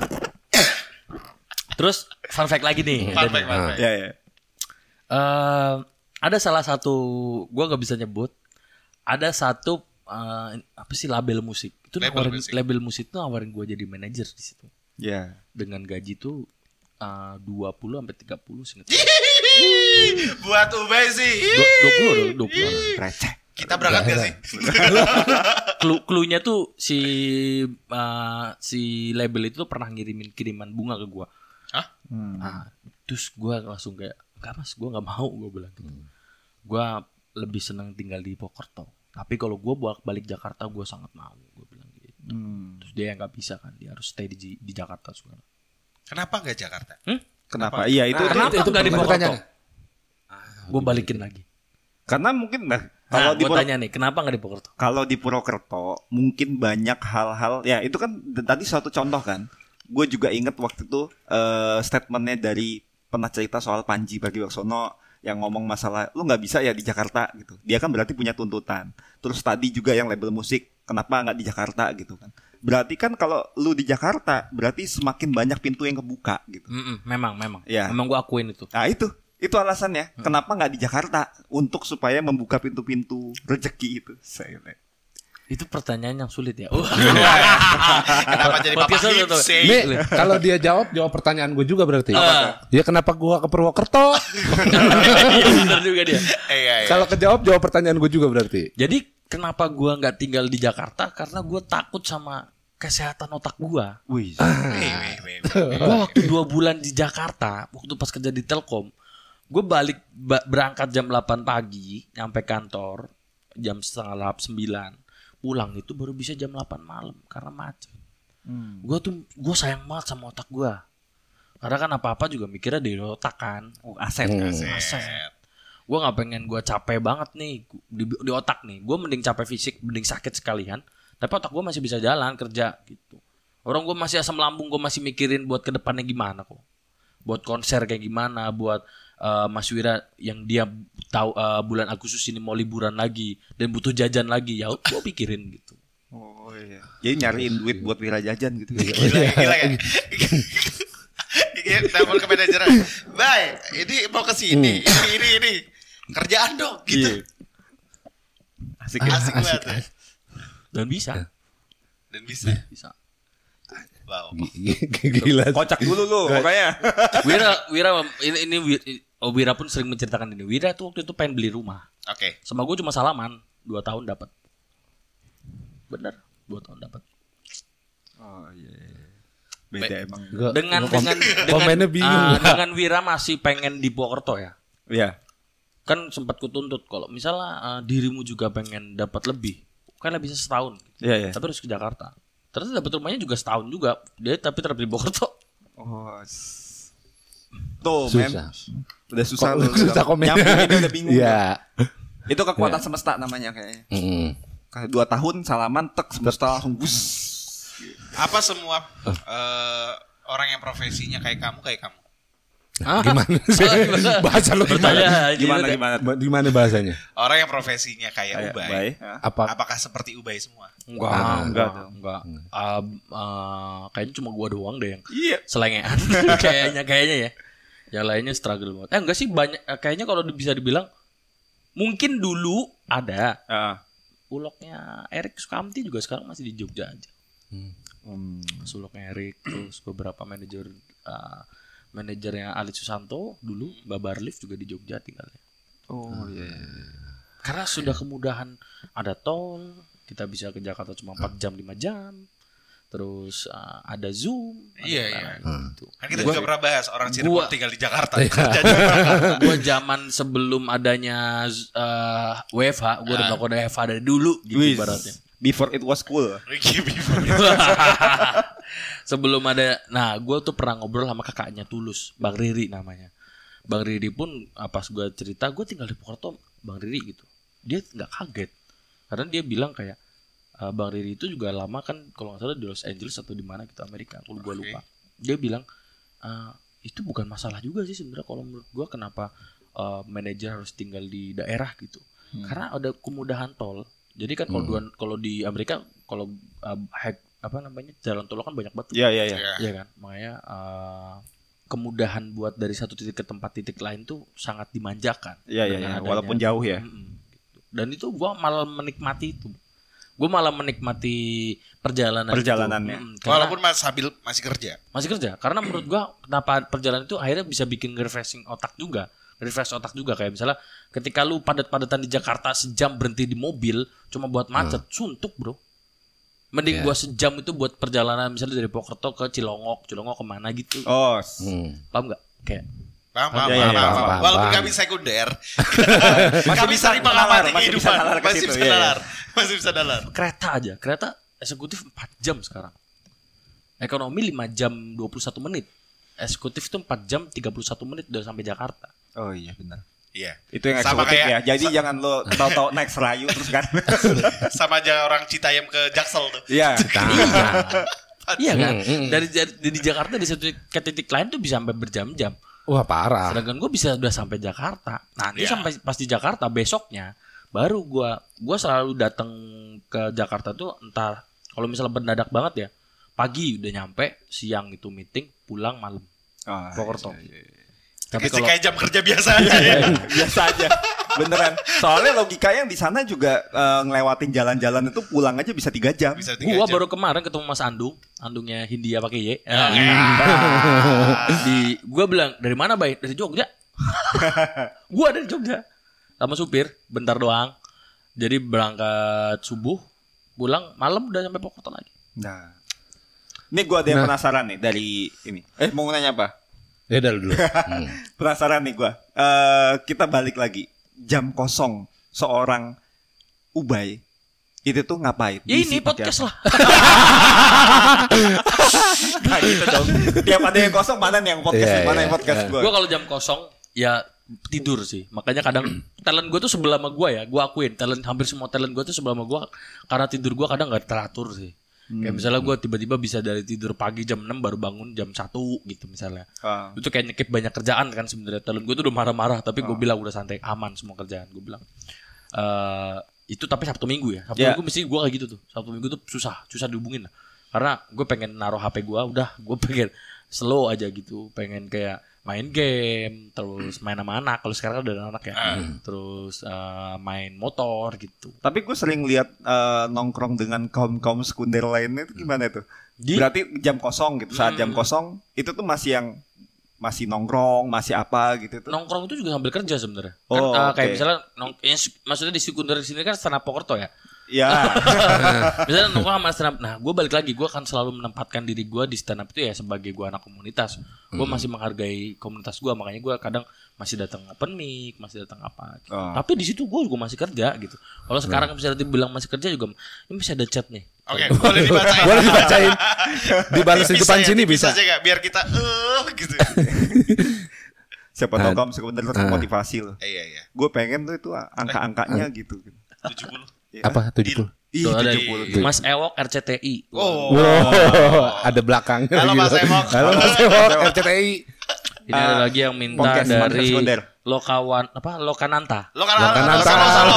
Terus fun fact lagi nih. Fun Dan- fact, fun fact. Ya ya. Eh, ada salah satu, gua nggak bisa nyebut. Ada satu eh, apa sih label musik? Itu Label nawarin, musik. label musik itu nawarin gua jadi manajer di situ. Ya. Dengan gaji tuh uh, dua puluh sampai tiga puluh seinget. Buat Ubay sih. dua puluh dua puluh Receh. Kita berangkat gak sih? Clue cluenya tuh si uh, si label itu tuh pernah ngirimin kiriman bunga ke gua. Hah? Hmm. Nah, terus gua langsung kayak, "Enggak Mas, gua enggak mau," gua bilang gitu. Gua lebih senang tinggal di Pokerto. Tapi kalau gua bolak-balik Jakarta gua sangat mau, gua bilang gitu. Hmm. Terus dia yang enggak bisa kan, dia harus stay di di Jakarta sekarang. Kenapa gak Jakarta? Hmm? Kenapa? Iya itu, Nah, itu, kenapa enggak di Pokerto? pertanyaannya. Gua balikin lagi. karena mungkin nah, Kalau kalau di gua Puro- tanya nih, kenapa enggak di Pokerto? kalau di Purwokerto mungkin banyak hal-hal ya itu kan d- tadi suatu contoh kan. Gue juga inget waktu itu eh, statementnya dari pernah cerita soal Panji Pragiwaksono yang ngomong masalah lu nggak bisa ya di Jakarta gitu. Dia kan berarti punya tuntutan. Terus tadi juga yang label musik kenapa nggak di Jakarta gitu kan. Berarti kan kalau lu di Jakarta berarti semakin banyak pintu yang kebuka gitu. Mm-mm, memang, memang. Ya. Memang gua akuin itu. Nah itu itu alasannya kenapa nggak di Jakarta untuk supaya membuka pintu-pintu rezeki itu. Saya Itu pertanyaan yang sulit ya. Oh. Kenapa jadi Bapak Podcast lu tuh. Hipsey? Nih, kalau dia jawab, jawab pertanyaan gue juga berarti. Apa? Ya kenapa gua ke Purwokerto? Iya, benar juga dia. Eh, iya, iya. Kalau kejawab, jawab pertanyaan gue juga berarti. Jadi kenapa gua nggak tinggal di Jakarta? Karena gua takut sama kesehatan otak gua. Wih. Weh, weh, weh, weh. Gua waktu dua bulan di Jakarta, waktu pas kerja di Telkom, gue balik ba- berangkat jam delapan pagi, nyampe kantor jam setengah delapan sembilan, pulang itu baru bisa jam delapan malam karena macet. Hmm. Gue tuh gue sayang banget sama otak gue, karena kan apa apa juga mikirnya di otak kan. Oh, aset. Hmm. Aset. Gue nggak pengen gue capek banget nih di, di otak nih. Gue mending capek fisik, mending sakit sekalian. Tapi otak gue masih bisa jalan kerja gitu. Orang gue masih asam lambung, gue masih mikirin buat kedepannya gimana kok. Buat konser kayak gimana, buat uh, Mas Wira yang dia tahu uh, bulan Agustus ini mau liburan lagi dan butuh jajan lagi, ya gue pikirin gitu. Oh iya. Jadi nyariin duit buat Wira jajan gitu. Gila, gila ya. Gila, telepon ke manajer. Bay, ini mau ke sini. Ini, ini, ini. Kerjaan dong, gitu. Asik Asik banget. ya. Dan bisa, Dan bisa. bisa. Wow. Gila. Kocak dulu lu makanya. Wira, Wira ini, ini Wira, oh, Wira pun sering menceritakan ini. Wira tuh waktu itu pengen beli rumah. Oke. Sama gue cuma salaman, dua tahun dapat. Bener, dua tahun dapat. Oh iya. Beda emang. Gua- Dengan gua dengan kom- dengan komennya bingung. ah, dengan Wira masih pengen di Purwokerto ya. Iya. Kan sempat kutuntut kalau misalnya ah, dirimu juga pengen dapat lebih, kan bisa setahun. Iya iya. Tapi harus ke Jakarta. Ternyata dapat rumahnya juga setahun juga. Dia tapi tetap di Purwokerto. Oh. s- Tuh, Susah. men. Udah susah Kok- lu. susah komennya. Nyambunginnya udah bingung. Iya. Itu kekuatan semesta namanya kayaknya. Mm. Kayak dua tahun salaman tek semesta langsung bus. Apa semua eh, orang yang profesinya kayak kamu, kayak kamu? Gimana sih? Bahasa lu Bertanya gimana? Gimana gitu. gimana? Ba- Gimana bahasanya? Orang yang profesinya kayak Kayak Ubay. Ubay. Apa? Apakah seperti Ubay semua? Enggak, Ah, enggak, enggak enggak. Ah, ah, kayaknya cuma gua doang deh yang Iya. selengean. kayaknya kayaknya ya. Yang lainnya struggle banget. Eh enggak sih banyak eh, kayaknya kalau bisa dibilang mungkin dulu ada. Ah. Uloknya Erik Sukamti juga sekarang masih di Jogja aja. Hmm. Suloknya Erik, terus beberapa manajer uh, manajernya Ali Susanto dulu, Babar Lift juga di Jogja tinggalnya. Oh iya. Karena sudah kemudahan, ada tol, kita bisa ke Jakarta cuma empat jam lima jam. Terus uh, ada Zoom, ada Iya, yang iya. lain gitu. Kan kita Gua- juga pernah bahas orang Cirebon gua- tinggal di Jakarta. Kerja di Jakarta. Gua zaman sebelum adanya uh, W F H, gua udah melakukan W F H dari dulu gitu Wih. ibaratnya. Before it was cool. Ricky Before. Sebelum ada, nah gue tuh pernah ngobrol sama kakaknya Tulus, Bang Riri namanya. Bang Riri pun ah, pas gue cerita gue tinggal di Purwokerto, Bang Riri gitu. Dia nggak kaget, karena dia bilang kayak ah, Bang Riri itu juga lama kan kalau nggak salah di Los Angeles atau di mana gitu Amerika, kalau gue lupa. Dia bilang ah, itu bukan masalah juga sih sebenarnya kalau menurut gue kenapa ah, manajer harus tinggal di daerah gitu, karena ada kemudahan tol. Jadi kan kalau duan- kalau di Amerika kalau uh, hack apa namanya jalan tol kan banyak banget. Iya iya iya. Iya. Iya kan, makanya uh, kemudahan buat dari satu titik ke tempat titik lain tuh sangat dimanjakan. Iya iya dengan iya. adanya- Walaupun jauh ya. Mm-mm, gitu. Dan itu gua malah menikmati itu. Gue malah menikmati perjalanan Perjalanannya. itu. Hmm, karena- Walaupun mas, sambil masih kerja. masih kerja. Karena menurut gue kenapa perjalanan itu akhirnya bisa bikin refreshing otak juga. Refresh otak juga kayak misalnya ketika lu padat-padatan di Jakarta sejam berhenti di mobil cuma buat macet, suntuk bro. Mending Yeah. gua sejam itu buat perjalanan misalnya dari Pokerto ke Cilongok, Cilongok kemana gitu. Oh, Hmm. Paham nggak? Kayak Paham, paham, Iya, iya, paham, iya, paham. paham, Walaupun paham. kami sekunder, Masih kami bisa sering nalar, mengamati masih bisa kehidupan. nalar ke Masih situ, bisa iya, iya. nalar. Masih bisa nalar. kereta aja, kereta eksekutif empat jam sekarang. Ekonomi lima jam dua puluh satu menit. Eksekutif itu empat jam tiga puluh satu menit udah sampai Jakarta. oh iya benar. Iya. Itu yang Sama eksekutif kayak- ya. Jadi jangan lo tahu-tahu naik Serayu terus kan. Sama aja orang Citayam ke Jaksel tuh. Iya. Iya kan? Hmm, hmm. Dari, dari di Jakarta di satu ke titik lain tuh bisa sampai berjam-jam. Wah parah. Sedangkan gue bisa udah sampai Jakarta. Nanti Iya. sampai pas di Jakarta besoknya baru gue gue selalu datang ke Jakarta tuh entar kalau misalnya mendadak banget ya pagi udah nyampe, siang itu meeting, pulang malam. Oh, Pokerto. iya, iya. Tapi Kayak- kalau kayak jam kerja biasa aja ya. Biasa aja. Beneran. Soalnya logikanya di sana juga eh, ngelewatin jalan-jalan itu pulang aja bisa tiga jam. Bisa tiga gua jam. baru kemarin ketemu Mas Andung, Andungnya Hindia pakai Y. Ah. Di gua bilang, "Dari mana, Bay?" "Dari Jogja." Gua dari Jogja. Sama supir, bentar doang. Jadi berangkat subuh, pulang malam udah sampai Pokerto lagi. Nah. Ini gue ada yang Nah. penasaran nih dari ini. Eh mau nanya apa? Ya udah dulu. Hmm. Penasaran nih gue. Eh kita balik lagi. Jam kosong seorang Ubay itu tuh ngapain? Ya Diisi ini pakai podcast apa? lah. Nah, gitu dong. Tiap ada yang kosong mana nih yang podcast, Iya, mana iya, yang podcast iya. gue? Gue kalau jam kosong ya tidur sih. Makanya kadang talent gue tuh sebelah sama gue ya. Gue akuin talent hampir semua talent gue tuh sebelah sama gue karena tidur gue kadang nggak teratur sih. Kayak misalnya gue tiba-tiba bisa dari tidur pagi jam enam baru bangun jam satu gitu misalnya. Ah. Itu kayak nyekip banyak kerjaan kan sebenarnya. Talent gue tuh udah marah-marah tapi gue bilang udah santai, aman semua kerjaan. Gue bilang eh itu tapi Sabtu Minggu ya. Sabtu Yeah. Minggu mesti gue kayak gitu tuh. Sabtu Minggu tuh susah, susah dihubungin lah. Karena gue pengen naruh H P gue, udah gue pengen slow aja gitu, pengen kayak main game, terus main sama anak. Kalau sekarang kan udah ada anak ya, terus eh, main motor gitu. Tapi gue sering lihat eh, nongkrong dengan kaum-kaum sekunder lainnya itu gimana tuh? Di- Berarti jam kosong gitu. Saat jam kosong itu tuh masih yang masih nongkrong, masih apa gitu tuh. Nongkrong itu juga sambil kerja sebenarnya. Oh, kan, eh, kayak oke. misalnya, nong, yang su- maksudnya di sekunder di sini kan stand up Pokerto ya. Ya. Misalnya nongkrong sama stand up. Nah, gue balik lagi, gue akan selalu menempatkan diri gue di stand up itu ya sebagai gue anak komunitas. Gue masih menghargai komunitas gue, makanya gue kadang masih datang open mic, masih datang apa. Gitu. Oh. Tapi di situ gue juga masih kerja gitu. Kalau sekarang misalnya dibilang masih kerja juga, ini masih ada chat nih. Oke, boleh dibacain. Boleh dibacain. Dibalas di Tipis depan aja, sini tipis bisa. aja gak? Biar kita eh gitu. Siapa tahu kaum sekunder termotivasi loh. Eh, Iya, iya. Gue pengen tuh itu angka-angkanya gitu. tujuh puluh. Apa tujuh puluh? Ih, Tuh ada tujuh puluh. Mas Ewok R C T I. Oh. Wow, ada belakangnya. Halo, Mas gitu. Ewok. Halo Mas Ewok, R C T I. Ini ada lagi yang minta podcast mantan dari sekunder. Lokawan apa Lokananta. Lo kan Lokananta.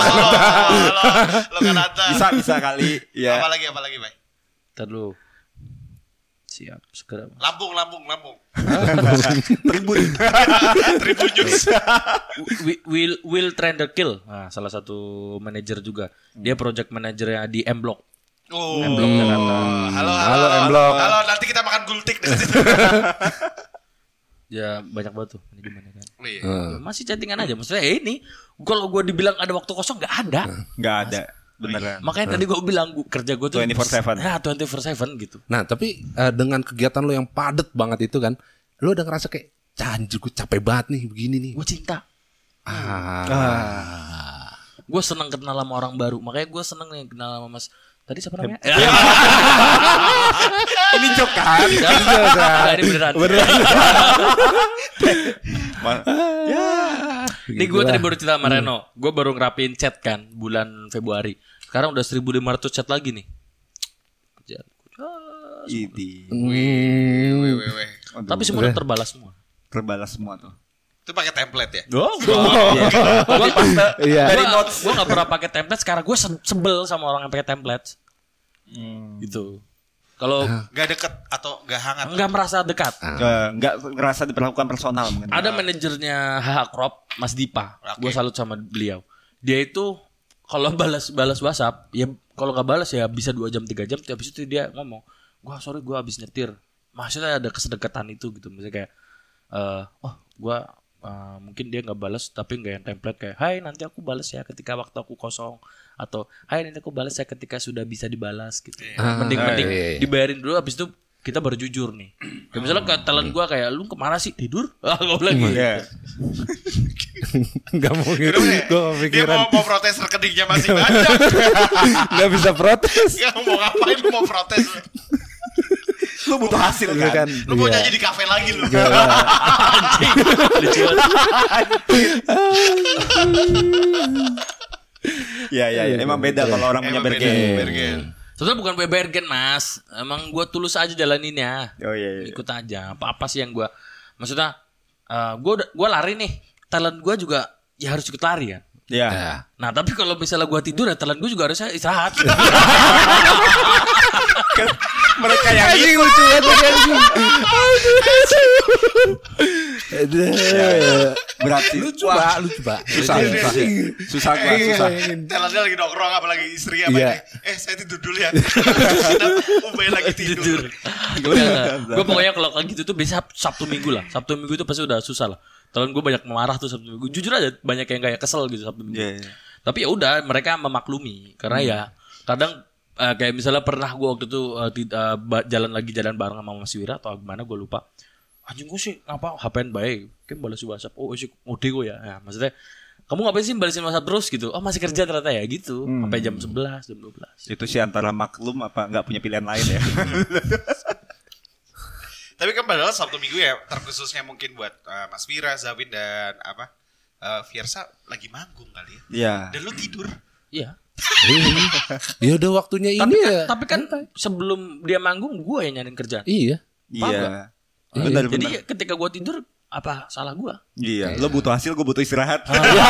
Lo kan Anta. Bisa bisa kali. Ya. Apa lagi apa lagi, Bay? Ntar dulu. Siap, segera. Lambung, lambung, lambung. Tribun. Tribun News. Wi- Will Will Trender Kill. Nah, salah satu manajer juga. Dia project manajernya di M Block. Oh. M Block Jakarta. Halo, halo, Halo, halo. M-Block. Halo, nanti kita makan gultik di situ. Ya banyak banget tuh manajemennya kan. Oh, iya. Ya, masih chattingan aja. Maksudnya eh, ini kalau gue dibilang ada waktu kosong nggak ada. Nggak ada. Beneran. Makanya tadi gue bilang gua, kerja gue tuh dua puluh four seven. Ya dua puluh four seven gitu. Nah, tapi eh, dengan kegiatan lo yang padat banget itu kan, lo udah ngerasa kayak, anjir gue capek banget nih begini nih. Gue cinta. Ah. Gue seneng kenal sama orang baru. Makanya gue seneng nih kenal sama Mas. Tadi siapa namanya? Ini jok kan? Enggak, ini beneran. Ma- Ini gue tadi baru cerita sama Reno. Gue baru ngerapiin chat kan bulan Februari. Sekarang udah seribu lima ratus chat lagi nih. Kerjaan. Ini Weh, weh, weh. Tapi semua udah terbalas semua. terbalas semua tuh. Itu pakai template ya? Oh, gue Iya. dari notes. Gue nggak pernah pakai template. Sekarang gue sebel sama orang yang pakai template. Gitu. Kalau Gak deket atau gak hangat? nggak merasa dekat. Eh, Nggak ngerasa diperlakukan personal mungkin. Ada manajernya H H Crop, Mas Dipa. Oke. Gue salut sama beliau. Dia itu kalau balas balas WhatsApp ya kalau nggak balas ya bisa dua jam tiga jam. Habis itu dia ngomong, gua sorry gua habis nyetir. Maksudnya ada kesedekatan itu gitu. Misalnya kayak, uh, oh gua uh, mungkin dia nggak balas tapi nggak yang template kayak, hai nanti aku balas ya ketika waktu aku kosong, atau hai nanti aku balas ya ketika sudah bisa dibalas gitu. Ah, mending mending iya, iya. dibayarin dulu, habis itu kita baru jujur nih. Kayak misalnya ke talent gue kayak, lu kemana sih, tidur? Ah gue bilang gitu. Iya. Gak mau gitu. Udah, Gue dia kepikiran. mau, mau protes rekeningnya masih banyak. Gak bisa protes. Ya, mau ngapain lu mau protes? Lu butuh hasil kan? Lu mau Iya. nyanyi di kafe lagi lu. Lucu banget. Iya iya iya. Emang beda kalau orang punya Emang beda, bergen. bergen. Sebenarnya bukan bergen mas, emang gue tulus aja jalaninnya. Oh iya iya. Ikut aja. Apa apa sih yang gue, maksudnya uh, gue gue lari nih, talent gue juga ya harus ikut lari kan. Iya. Nah tapi kalau misalnya gue tidur ya talent gue juga harusnya istirahat. Mereka yang Anjing lucu banget anjing. berarti Lu coba, lu coba. susah susah. Susah gua, susah. Talentnya lagi nongkrong apalagi istri apa Iya. ini. Eh saya tidur dulu ya. Terus Ubay lagi tidur. Gue pokoknya kalau kayak gitu tuh biasa Sabtu Minggu lah. Sabtu Minggu itu pasti udah susah lah. Talent gue banyak marah tuh Sabtu Minggu. Jujur aja banyak yang kayak kesel gitu Sabtu Minggu. Iya, iya. Tapi ya udah mereka memaklumi karena ya kadang uh, kayak misalnya pernah gue waktu itu uh, di- uh, ba- jalan lagi jalan bareng sama Mas Wira atau gimana gue lupa. Anjing gue sih ngapa H P-an baik. Kayak balas WhatsApp. Oh sih ngode gue ya. Nah, maksudnya kamu ngapain sih balasin WhatsApp terus gitu? Oh masih kerja ternyata ya gitu. Sampai jam sebelas, jam dua belas. Itu sih antara maklum apa nggak punya pilihan lain ya. Tapi kan padahal Sabtu Minggu ya terkhususnya mungkin buat uh, Mas Vira, Zawin dan apa uh, Fiersa lagi manggung kali ya. Iya. Dan lu tidur. Iya. Ya udah waktunya ini Tapi kan, ya. tapi kan sebelum dia manggung gue yang nyariin kerjaan. Iya. Iya. Jadi Benar Jadi benar. ketika gue tidur apa salah gue? Iya. Lo butuh hasil, gue butuh istirahat.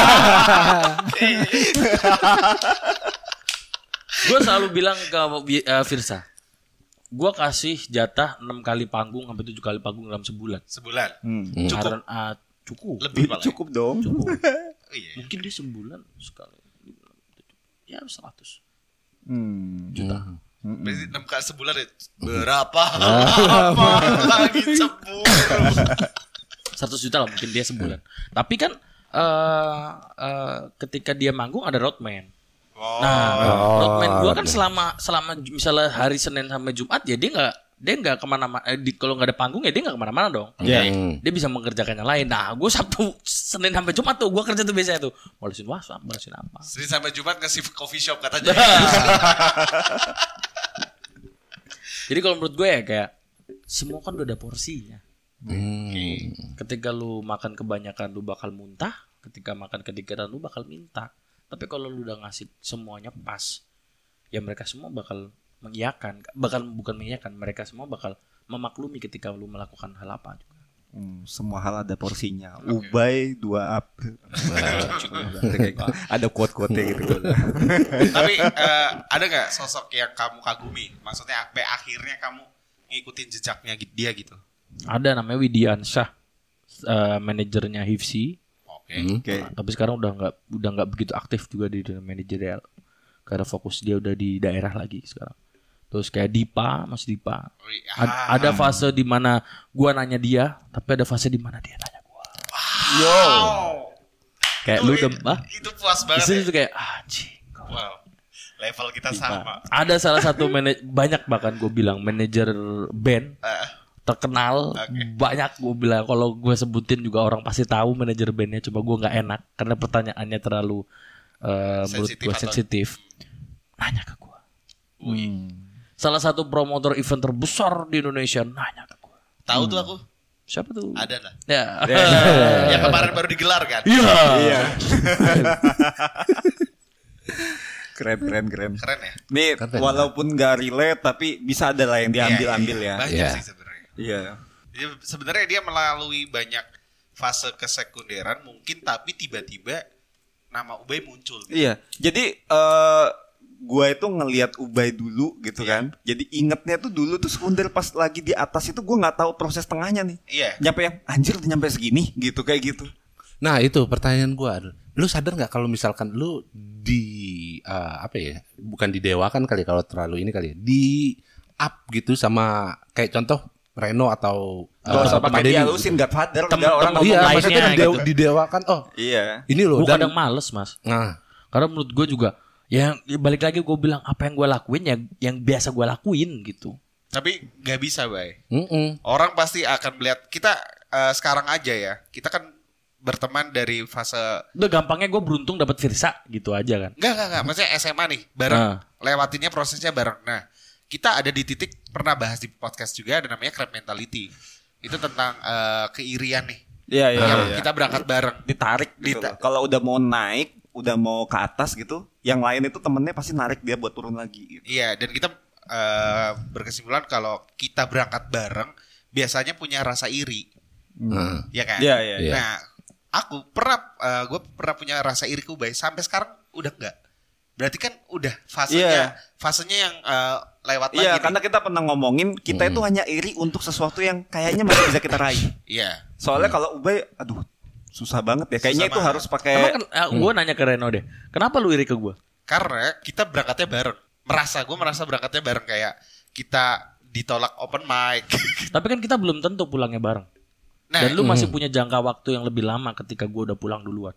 Gue selalu bilang ke uh, Firsa, gue kasih jatah enam kali panggung sampai tujuh kali panggung dalam sebulan. Sebulan. Hmm. Cukup. Karena, uh, cukup. Lebih malah. ya? Cukup dong. Cukup. Oh, iya. Mungkin dia sebulan sekali. Ya seratus Hmm. juta. Berarti enam kali sebulan ya. Berapa lama lagi cemburu. seratus juta lah mungkin dia sebulan. Tapi kan uh, uh, ketika dia manggung ada roadman. Oh. Nah, Oh, roadman gue kan roadman. selama selama misalnya hari Senin sampai Jumat ya dia nggak dia nggak kemana-mana. Eh, di, kalau nggak ada panggung ya dia nggak kemana-mana dong. Iya. Hmm. Dia bisa mengerjakan yang lain. Nah, gue Sabtu, Senin sampai Jumat tuh gue kerja tuh biasanya tuh balesin WhatsApp, balesin apa. Senin sampai Jumat ngasih coffee shop katanya. Jadi kalau menurut gue ya kayak semua kan udah ada porsinya. Hmm. Ketika lu makan kebanyakan lu bakal muntah, ketika makan kedikit lu bakal minta. Tapi kalau lu udah ngasih semuanya pas, ya mereka semua bakal mengiyakan, bakal bukan mengiyakan, mereka semua bakal memaklumi ketika lu melakukan hal apa juga. Hmm, semua hal ada porsinya. Ubay dua up. Ada quote-quote gitu. Tapi eh, ada nggak sosok yang kamu kagumi? Maksudnya sampai akhirnya kamu ngikutin jejaknya dia gitu. Ada namanya Widian Syah, eh, manajernya Hifsi. Oke. Hmm. Oke. Nah, tapi sekarang udah nggak udah nggak begitu aktif juga di dunia manajerial karena fokus dia udah di daerah lagi sekarang. Terus kayak Dipa, Mas Dipa. Oh, iya. Ad- ada fase di mana gua nanya dia, tapi ada fase di mana dia nanya gua. Wow. Kayak Itu- lu udah ah, Itu puas banget di sini ya. tuh kayak anjing. Wow. Level kita Dipa. sama. Ada salah satu manaj- banyak bahkan gue bilang manajer band Eh, terkenal Oke. banyak gue bilang kalau gue sebutin juga orang pasti tahu manajer bandnya, coba gue nggak enak karena pertanyaannya terlalu uh, menurut Sensitif gue atau- sensitif. Nanya ke gue. Salah satu promotor event terbesar di Indonesia nanya ke gue. tahu tuh aku. Siapa tuh? Ada lah. Ya. Yang kemarin baru digelar kan. Iya. Iya. Keren keren keren. Keren ya. Nih Keren. walaupun gak relate tapi bisa ada lah yang diambil-ambil ya. Banyak Iya. sih sebenarnya. Iya. Jadi sebenarnya dia melalui banyak fase kesekunderan mungkin, tapi tiba-tiba nama Ubay muncul. Gitu. Iya. Jadi eh gue itu ngelihat Ubay dulu gitu kan. Jadi ingetnya tuh dulu tuh sekunder pas lagi di atas itu gue nggak tahu proses tengahnya nih. Iya. Nyampe yang anjir udah nyampe segini gitu kayak gitu. Nah itu pertanyaan gue, lu sadar nggak kalau misalkan lu di uh, apa ya? Bukan didewakan kali kalau terlalu ini kali ya. Di up gitu sama kayak contoh Reno atau Gak usah pakai Denny. dihalusin Godfather. Tem- Udah orang tem- ngomong Iya, lainnya maksudnya gitu. didew- didewakan. Oh, iya. ini loh. Gue dan- kadang males mas. Nah, Karena menurut gue juga yang ya balik lagi gue bilang apa yang gue lakuin ya yang biasa gue lakuin gitu. Tapi nggak bisa, Bay. mm-mm. Orang pasti akan melihat kita eh, sekarang aja ya. Kita kan berteman dari fase Udah gampangnya gue beruntung dapat Firsa gitu aja kan. enggak enggak enggak, maksudnya S M A nih, bareng. Nah. Lewatinnya prosesnya bareng. Nah, kita ada di titik pernah bahas di podcast juga ada namanya crab mentality. Itu tentang eh, keirian nih. Iya, iya. Yang iya. kita berangkat bareng. Ditarik gitu. Dita- Kalau udah mau naik, udah mau ke atas gitu, yang lain itu temennya pasti narik dia buat turun lagi gitu. Iya, dan kita eh, berkesimpulan kalau kita berangkat bareng biasanya punya rasa iri. Nah. Ya kan? Iya, iya, iya. Nah, aku pernah gue pernah punya rasa iri ke Ubay sampai sekarang udah enggak. Berarti kan udah fasenya Iya. fasenya yang eh, lewat lagi. Iya, nih. karena kita pernah ngomongin kita itu hanya iri untuk sesuatu yang kayaknya masih bisa kita raih. Iya. Soalnya kalau Ubay, aduh, susah banget ya. Kayaknya Susah itu banget. harus pakai. Emang kan, gue nanya ke Reno deh, kenapa lu iri ke gue? Karena kita berangkatnya bareng. Merasa gue merasa berangkatnya bareng kayak kita ditolak open mic. Tapi kan kita belum tentu pulangnya bareng. Nah, Dan lu masih punya jangka waktu yang lebih lama ketika gue udah pulang duluan.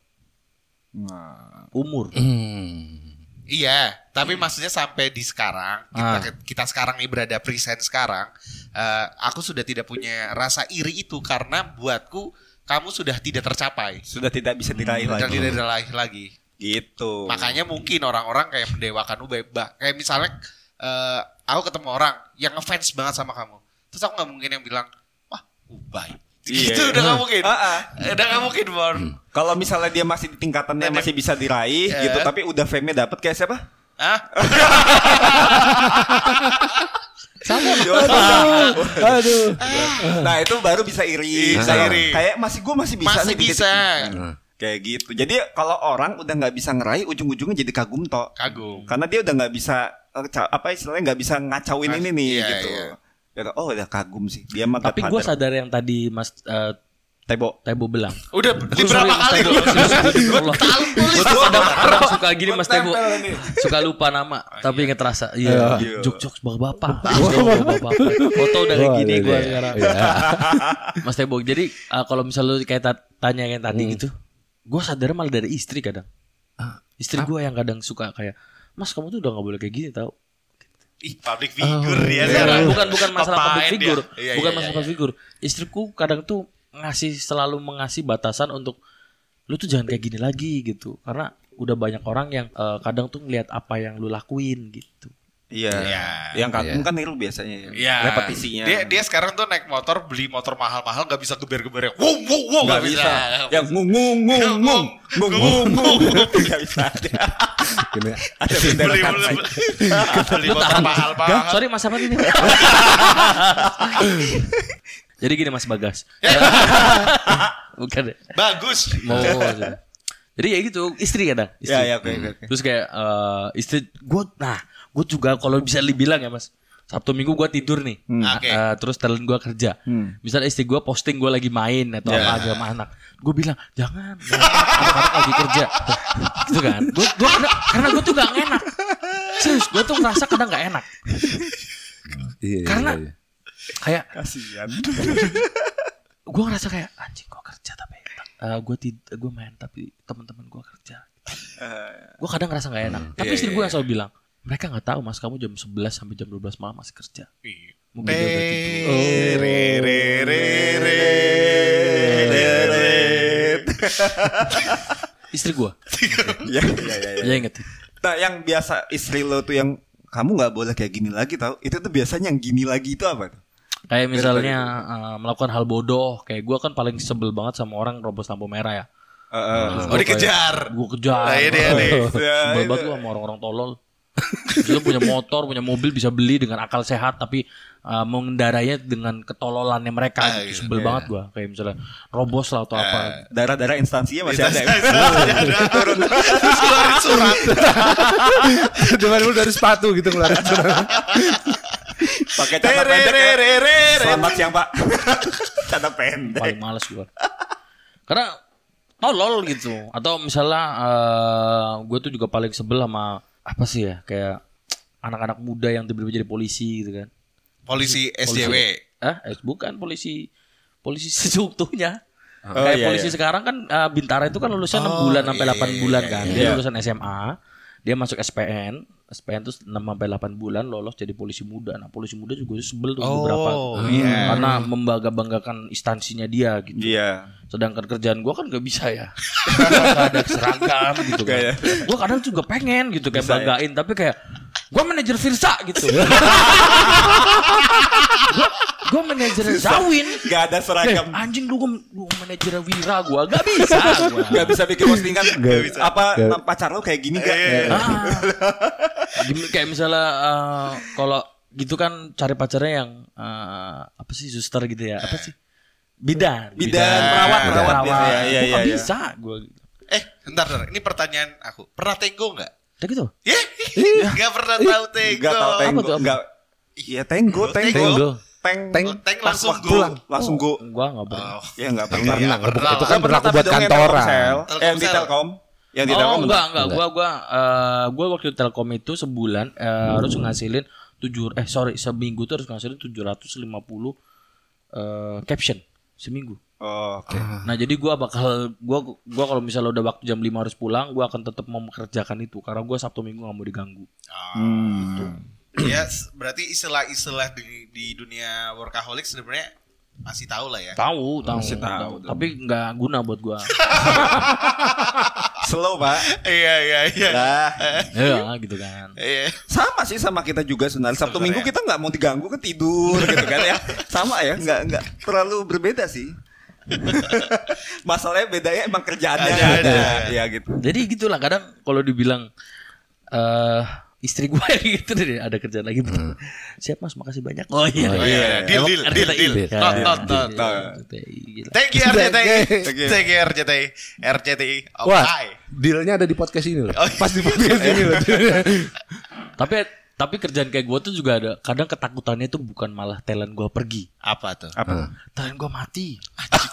Nah, Umur. Hmm. iya, tapi maksudnya sampai di sekarang kita Ah. kita sekarang nih berada present sekarang, eh, aku sudah tidak punya rasa iri itu karena buatku kamu sudah tidak tercapai. sudah tidak bisa diraih Dan lagi. tidak diraih lagi. Gitu. Makanya mungkin orang-orang kayak mendewakan Ubay. Bah, kayak misalnya eh, aku ketemu orang yang ngefans banget sama kamu. Terus aku gak mungkin yang bilang, wah Ubay. Iya. Gitu udah gak mungkin. Ah, ah. Udah gak mungkin, Bor. Kalau misalnya dia masih di tingkatannya Nenek. masih bisa diraih Eh. gitu, tapi udah fame-nya dapet kayak siapa? Hah? Aduh. Nah itu baru bisa iri. Bisa Nah, iri. Kayak masih gue masih bisa. Masih nih di titik bisa. ini. Kayak gitu. Jadi kalau orang udah nggak bisa ngeraih, ujung-ujungnya jadi kagum toh. Kagum. Karena dia udah nggak bisa eh, ca- apa istilahnya nggak bisa ngacauin Mas- ini nih iya, gitu. iya. Ya, oh udah kagum sih. Dia mah Tapi gue Godfather. sadar yang tadi Mas eh, Tebo. Tebo bilang. Udah Gua di sorry, berapa Mas kali Tebo. gue Serius, demi Allah. tahu tulis. Gue tuh kadang, kadang suka gini Mas Tebo. Suka lupa nama, tapi inget rasa. Iya, Iya. jok-jok bapak-bapak. Bapak-bapak. Foto udah kayak gini gue sekarang. Mas Tebo, jadi uh, kalau misal lu kayak ta- tanya yang tadi gitu, gue sadar malah dari istri kadang. Istri gue yang kadang suka kayak, Mas kamu tuh udah gak boleh kayak gini tau. Ih, public figure ya. Bukan, sekarang. bukan bukan masalah Ngapain public dia? figure, Iya, bukan iya, masalah iya. public figure. Istriku kadang tuh ngasih selalu mengasih batasan untuk lu tuh jangan kayak gini lagi gitu, karena udah banyak orang yang eh, kadang tuh ngelihat apa yang lu lakuin gitu. Iya. Iya. Yang kagum Iya. kan niru biasanya ya. Iya. Repetisinya. Dia dia sekarang tuh naik motor, beli motor mahal-mahal gak bisa geber-geber. Wow, wow, wow, nggak gak bisa. bisa. Yang ngung ngung ngung ngung ngung ngung ngung nggak bisa. Gini. Ada bendera Beli kan. beli beli motor mahal-mahal. Sorry Mas apa ini? Jadi gini Mas Bagas. Bukan deh. Bagus. Mau. Jadi ya gitu, istri kadang. Istri. Ya ya oke oke. oke. Terus kayak eh, istri gue, nah gue juga kalau bisa dibilang ya Mas, Sabtu Minggu gue tidur nih, Oke. Eh, terus talent gue kerja. Hmm. Misalnya istri gue posting gue lagi main atau Ya. apa sama anak, gue bilang jangan, jangan anak-anak lagi kerja, gitu kan? Gue gue karena, karena gue tuh gak enak, serius gue tuh ngerasa kadang gak enak, Iya, Karena- iya, iya. kayak Kasihan. gue ngerasa kayak anjing gue kerja tapi uh, gue tid- gue main tapi teman-teman gue kerja. Gue kadang ngerasa nggak enak. Tapi Iya, istri iya, gue yang selalu bilang, mereka nggak tahu Mas kamu jam sebelas sampai jam dua belas malam masih kerja. Mungkin dia udah tidur. Re re re re re re. Istri gue, Ya ya ya. ya. ya ingetin. Nah, yang biasa istri lo tuh yang kamu nggak boleh kayak gini lagi tau. Itu tuh biasanya yang gini lagi itu apa tuh? Kayak misalnya uh, melakukan hal bodoh. Kayak gue kan paling sebel banget sama orang robos lampu merah ya. Oh, dikejar. Gue kejar. Nah, ini dia nih. Sebel banget gue sama orang-orang tolol. Dia punya motor, punya mobil bisa beli dengan akal sehat, tapi uh, mengendarainya dengan ketololannya mereka. Ah, Gitu. gitu. Sebel banget gue. Kayak misalnya robos lah atau apa. Darah-darah instansinya masih ada. ya? Turun. Terus keluarin surat. Cuman lu dari sepatu gitu ngeluarin surat. Pakai celana Re pendek. re ya. re re. Selamat siang Pak. Celana pendek. Paling males gue. Karena tolol gitu. Atau misalnya uh, gue tuh juga paling sebel sama apa sih ya kayak anak-anak muda yang tiba-tiba jadi polisi gitu kan. Polisi S J W. Ah, eh, bukan polisi polisi sesungguhnya. Oh, Kayak iya, polisi iya. sekarang kan uh, Bintara itu kan lulusnya enam Oh, bulan sampai iya, delapan iya, bulan iya, kan. iya. Dia Iya. lulusan S M A, dia masuk S P N, S P N terus enam sampai delapan bulan lolos jadi polisi muda. Nah, polisi muda juga sebel tuh Oh, beberapa. iya. Karena membangga-banggakan instansinya dia gitu. Iya. Sedangkan kerjaan gua kan gak bisa ya. Gak ada seragam gitu kan. Kayak- Gua kadang juga pengen gitu kayak Bisa, ya? banggain tapi kayak gua manajer Firsa gitu. gua, gua manajer Zawin. Gak ada Eh, seragam. anjing lu gua, gua manajer Wira gua gak bisa gua. Gak bisa bikin postingan. Gak bisa. Apa Gak. pacar lu kayak gini gak? Ah. Gim- kayak misalnya eh, kalau gitu kan cari pacarnya yang eh, apa sih suster gitu ya apa sih bidan Bidan, perawat, perawat perawat biasa ya. Iya, Gua iya, nggak iya. bisa gue Eh, bentar, bentar. Ini pertanyaan aku. Pernah tenggo nggak? kayak gitu. Ya, nggak pernah tahu tenggo. Gak tau tenggo. Apa tuh, apa? Gak. Iya tenggo, tenggo. Tenggo. Teng, Teng. Oh, teng langsung Pas go. pulang, langsung go. Gua nggak pernah. Oh, Ya nggak Pernah, pernah. pernah. Itu kan Nggak berlaku tapi buat dong yang kantoran. Telkomsel. Eh, yang di Telkomsel. Telkom. Yang di Oh Telkom. enggak enggak gua gua eh, gua waktu di Telkom itu sebulan eh, harus ngasilin tujuh eh sorry seminggu tuh harus ngasilin tujuh ratus lima puluh eh, caption seminggu. Oh, oke. Nah jadi gua bakal gua gua kalau misalnya udah waktu jam lima harus pulang, gua akan tetap mau mengerjakan itu karena gua Sabtu Minggu nggak mau diganggu. Hmm. Ya, s- berarti istilah-istilah di, di dunia workaholic sebenarnya masih tahu lah ya. Tahu, tahu, Masih tahu, tahu. tahu. Tapi nggak guna buat gua. Slow, Pak. Iya, iya, iya. Lah, Ya gitu kan. Iya. sama sih sama kita juga sebenarnya. Sabtu Sebenarnya. Minggu kita nggak mau diganggu kan tidur gitu kan ya. Sama ya, nggak nggak terlalu berbeda sih. Masalahnya bedanya emang kerjaannya Ada, ada. ada. Ya gitu. Jadi gitulah kadang kalau dibilang eh istri gue gitu deh ada kerjaan lagi betul. Siap Mas, makasih banyak. Oh iya. Oh, iya, iya. Deal, deal, Ada deal, R T I. deal. Ya, Not, ya, not, deal. not, not. R T I, gila. Thank you R C T I. Thank you. Thank you R C T I. R C T I. Wah, Oke. dealnya ada di podcast ini loh. Oh, iya. Pas di podcast ini loh. Tapi tapi kerjaan kayak gue tuh juga ada kadang ketakutannya tuh bukan malah talent gue pergi, Apa tuh? Apa? talent gue mati.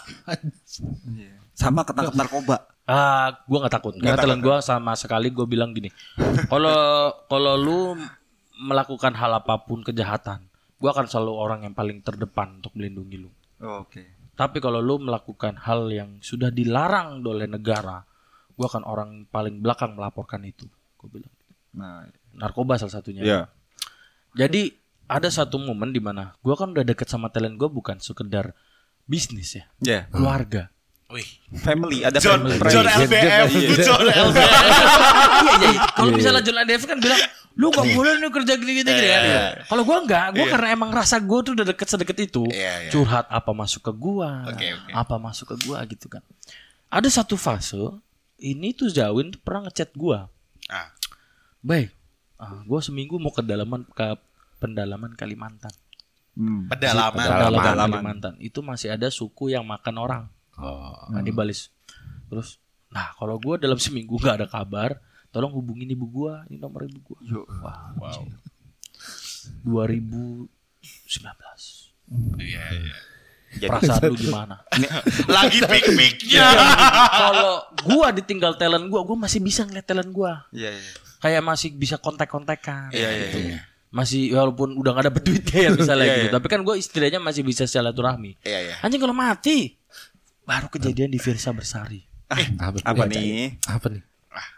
Sama ketangkep narkoba. Ah, gue nggak takut. Karena talent gue sama sekali gue bilang gini, kalau kalau lu melakukan hal apapun kejahatan, gue akan selalu orang yang paling terdepan untuk melindungi lu. Oke. Tapi kalau lu melakukan hal yang sudah dilarang oleh negara, gue akan orang paling belakang melaporkan itu. Gue bilang, Nah, narkoba salah satunya. ya. Jadi ada satu momen di mana gue kan udah deket sama talent gue bukan sekedar bisnis ya, Ya. keluarga. Wih. Family, ada John, family. John L D F. John L D F. Iya, iya. Kalau misalnya John L D F kan bilang, lu gak boleh nih kerja gini-gini gitu kan. Iya. Kalau gue enggak, gue karena emang rasa gue tuh udah deket sedekat itu. Iya, iya. Curhat apa masuk ke gue, Oke, oke. apa masuk ke gue gitu kan. Ada satu fase, ini tuh Zawin tuh pernah ngechat gue. Ah, Baik, ah, gue seminggu mau ke dalaman ke pendalaman Kalimantan. Hmm. pedalaman. Pendalaman Pedalaman. Kalimantan. Itu masih ada suku yang makan orang. Oh. Kanibalis. Terus, nah kalau gue dalam seminggu gak ada kabar, tolong hubungin ibu gue, ini nomor ibu gue. Wah, wow. dua ribu sembilan belas. Iya, iya. Perasaan lu gimana? Lagi pik-piknya. Kalau gue ditinggal talent gue, gue masih bisa ngeliat talent gue. Iya, iya. Kayak masih bisa kontak-kontakan. Iya, iya, gitu. iya. Masih walaupun udah gak dapet duitnya ya misalnya Iya, gitu. iya. Tapi kan gue istilahnya masih bisa silaturahmi. Iya, iya. Anjing kalau mati, baru kejadian di Firsa Bersari. Apa, Apa nih? Apa nih?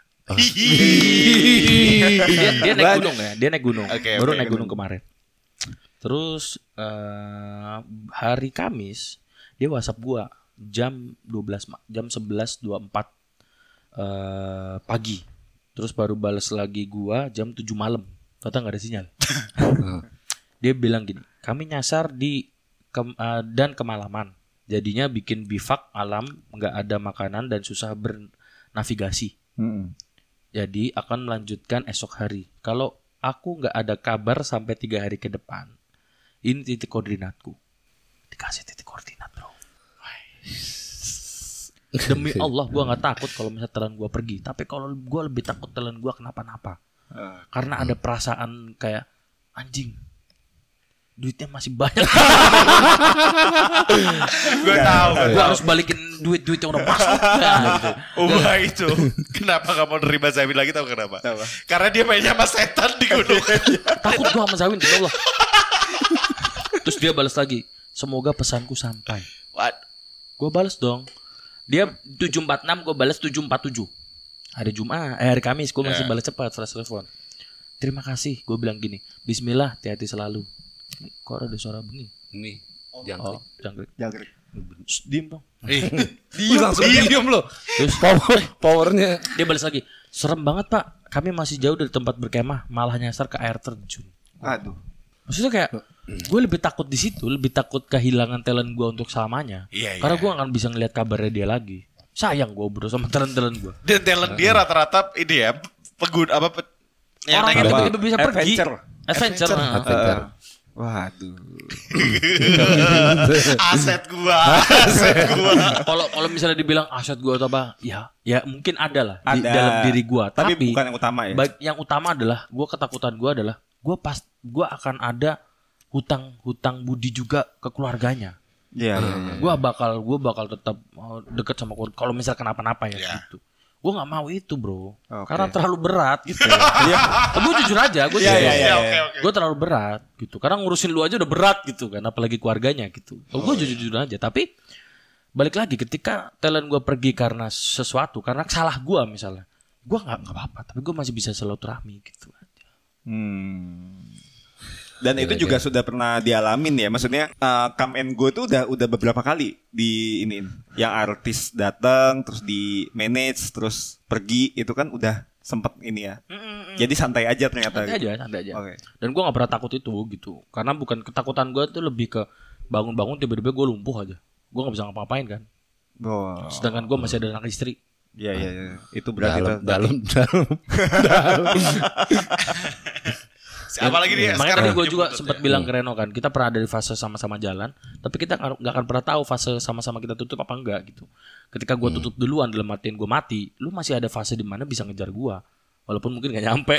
dia, dia naik gunung ya, dia naik gunung. Oke, Baru oke, naik gunung gunung. kemarin. Terus eh, hari Kamis dia WhatsApp gua jam dua belas ma- jam sebelas dua puluh empat eh, pagi. Terus baru balas lagi gua jam tujuh malam. Ternyata nggak ada sinyal. Dia bilang gini, kami nyasar di ke- eh, dan kemalaman. Jadinya bikin bivak alam, nggak ada makanan dan susah bernavigasi. Hmm. Jadi akan melanjutkan esok hari. Kalau aku nggak ada kabar sampai tiga hari ke depan, ini titik koordinatku. Dikasih titik koordinat bro. Demi Allah gue nggak takut kalau misalnya telan gue pergi. Tapi kalau gue lebih takut telan gue kenapa-napa. Karena ada perasaan kayak anjing. duitnya masih banyak. Gue tahu. Gue harus balikin duit-duit yang udah masuk. Nah, gitu. Ubah itu. Kenapa gak mau nerima Zawin lagi tahu kenapa? Kenapa? Karena dia mainnya sama setan di gunung. Takut gue sama Zawin, ya Allah. Terus dia balas lagi, semoga pesanku sampai. What? Gue balas dong. Dia tujuh empat enam, gue balas tujuh empat tujuh. Hari Jumat, eh hari Kamis gue masih Yeah. balas cepat flash telepon. Terima kasih, gue bilang gini. Bismillah, hati-hati selalu. Ini, kok ada suara bunyi? Ini Oh, jangkrik. jangkrik. Jangkrik. Shh, diem dong. Eh, Diem langsung diem loh. Terus Power powernya. dia balas lagi. Serem banget pak, kami masih jauh dari tempat berkemah, malah nyasar ke air terjun. Aduh. Maksudnya kayak gue lebih takut di situ, lebih takut kehilangan talent gue untuk selamanya. Iya, Karena iya. gue gak akan bisa ngeliat kabarnya dia lagi. Sayang gue bro sama talent-talent gue. Dan talent dia rata-rata ini ya pengguna apa? Pe, yang Orang yang naik- tiba-tiba bisa pergi. Adventure. Adventure. Adventure. nah. Adventure. Waduh. aset gua, aset gua. Kalau kalau misalnya dibilang aset gue atau apa, ya ya mungkin ada lah di Ada. dalam diri gue. Tapi, Tapi, bukan yang utama ya. baik yang utama adalah gue ketakutan gue adalah gue pas gue akan ada hutang-hutang budi juga ke keluarganya. Iya, iya, iya. Gue bakal gue bakal tetap uh, deket sama keluarga. Kalau misal kenapa-napa ya Ya. gitu. Gue nggak mau itu bro, Oke. karena terlalu berat gitu. Gue jujur aja, gue Iya, iya, iya. Oke, oke. gue terlalu berat gitu. Karena ngurusin lu aja udah berat gitu kan, apalagi keluarganya gitu. Oh, gue jujur jujur aja. Tapi balik lagi ketika talent gue pergi karena sesuatu, karena salah gue misalnya, gue nggak nggak apa-apa. Tapi gue masih bisa silaturahmi gitu aja. Hmm. Dan itu juga sudah pernah dialamin ya. Maksudnya uh, come and go itu udah udah beberapa kali di ini. Yang artis datang terus di manage terus pergi itu kan udah sempet ini ya. Jadi santai aja ternyata. Santai gitu. aja, santai aja. Oke. Dan gue nggak pernah takut itu gitu. Karena bukan ketakutan gue tuh lebih ke bangun-bangun tiba-tiba gue lumpuh aja. Gue nggak bisa ngapa-ngapain kan. Oh. Sedangkan gue masih ada anak istri. Iya iya iya. Itu berarti Dalam, itu. dalam, dalam, dalam. Apalagi dia Makanya sekarang tadi gue dia juga buntut sempat ya. bilang ke Reno kan, kita pernah ada di fase sama-sama jalan, tapi kita nggak nggak akan pernah tahu fase sama-sama kita tutup apa enggak gitu. Ketika gue tutup duluan dalam artian gue mati, lu masih ada fase di mana bisa ngejar gue, walaupun mungkin nggak nyampe.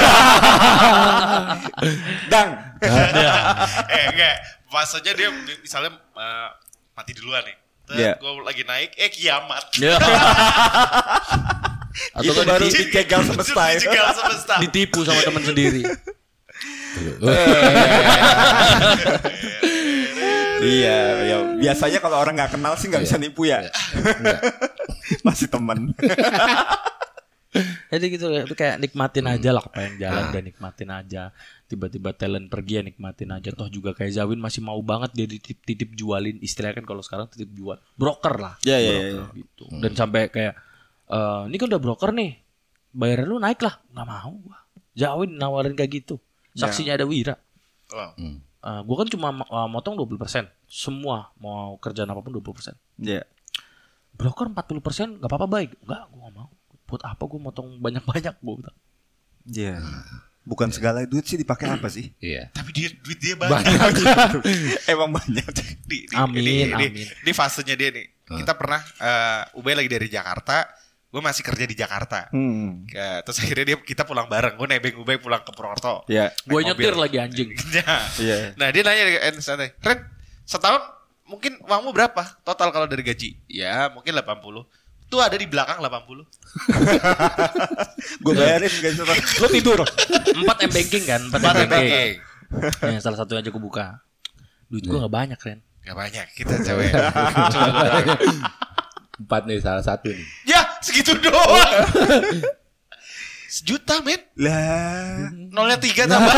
Dang. eh enggak, fasenya dia misalnya uh, mati duluan nih. Terus Iya. gue lagi naik, eh kiamat. Ya. Atau Itu kan baru diti- dijegal semesta ya. Dijegal semesta. ditipu sama teman sendiri. Iya, ya. Biasanya kalau orang nggak kenal sih nggak bisa nipu ya. Masih teman. Jadi gitu ya, itu kayak nikmatin aja lah apa yang jalan dan nikmatin aja. Tiba-tiba talent pergi ya nikmatin aja. Toh juga kayak Zawin masih mau banget dia titip-titip jualin, istilahnya kan kalau sekarang titip jual. Broker lah. Iya, iya, Broker iya. gitu. Dan sampai kayak eh ini kan udah broker nih. Bayaran lu naik lah. Nggak mau gua. Zawin nawarin kayak gitu. Saksinya ada Wira. Wow. Uh, gue kan cuma uh, motong dua puluh persen. Semua mau kerjaan apapun dua puluh persen. Iya. Broker empat puluh persen gak apa-apa baik. Enggak, gue gak mau. Buat apa gue motong banyak-banyak gue bilang. Iya. Bukan segala duit sih dipakai apa sih? Iya. Tapi dia duit dia banyak. Emang banyak. Di, di, Amin, di, di, amin. Di fasenya dia nih. Kita pernah uh, Ubay lagi dari Jakarta, gue masih kerja di Jakarta. Hmm. Ya, terus akhirnya dia kita pulang bareng. Gue nebeng Ubay pulang ke Purwokerto. Iya. Gue Naik nyetir mobil. lagi anjing. Ya. Iya. Nah dia nanya eh, santai, Ren, setahun mungkin uangmu berapa total kalau dari gaji? Ya mungkin delapan puluh. Tuh ada di belakang delapan puluh. Gue bayarin guys. Lo tidur. Empat M banking kan, empat Empat M M banking. banking. Nah, salah satunya aja gue buka. Duit gue gak banyak Ren. Gak banyak kita cewek. Empat nih salah satu nih. Ya segitu doang. Sejuta men. Lah. Nolnya tiga tambah.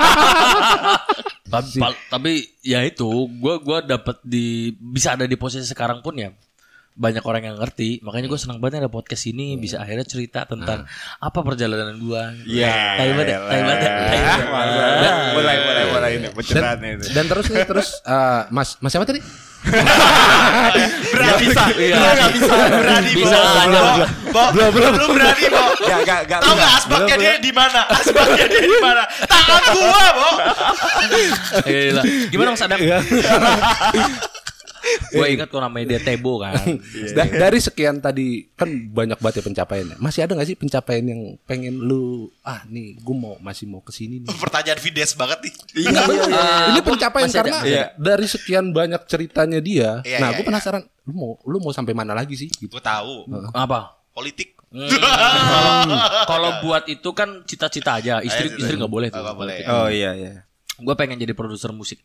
Tapi, pal- tapi ya itu, gue gua dapat di bisa ada di posisi sekarang pun ya. Banyak orang yang ngerti, makanya gue senang banget ada podcast ini bisa akhirnya cerita tentang apa perjalanan gue. Iya. Tai banget, ya, tai banget, ya, tai Ah, banget. mulai mulai mulai ini pencerahan Dan, ini. dan terus nih terus eh, Mas Mas siapa tadi? Berani bisa. Iya. Gak bisa. Berani Bisa Bo. aja. Bo. Bo. Lu berani Bo. Gak gak gak. Tahu gak asbaknya dia di mana? Asbaknya dia di mana? Tangan gua Bo. Gila. Gimana Mas Adam? Gue ingat kok namanya dia Tebo kan. Da- dari sekian tadi kan banyak banget ya pencapaiannya. Masih ada nggak sih pencapaian yang pengen lu ah nih gue mau masih mau kesini nih? Pertanyaan Vides banget nih. Iya, iya, iya. Ah, Ini gua pencapaian masih ada, karena masih ada. dari sekian banyak ceritanya dia. Iya, nah, iya, gue iya. penasaran lu mau lu mau sampai mana lagi sih? Gitu. Gue tahu. Apa? Politik. Hmm, Kalau kalau buat itu kan cita-cita aja. Istri Eh, istri nggak boleh tuh. nggak boleh. Oh iya iya. Gue pengen jadi produser musik.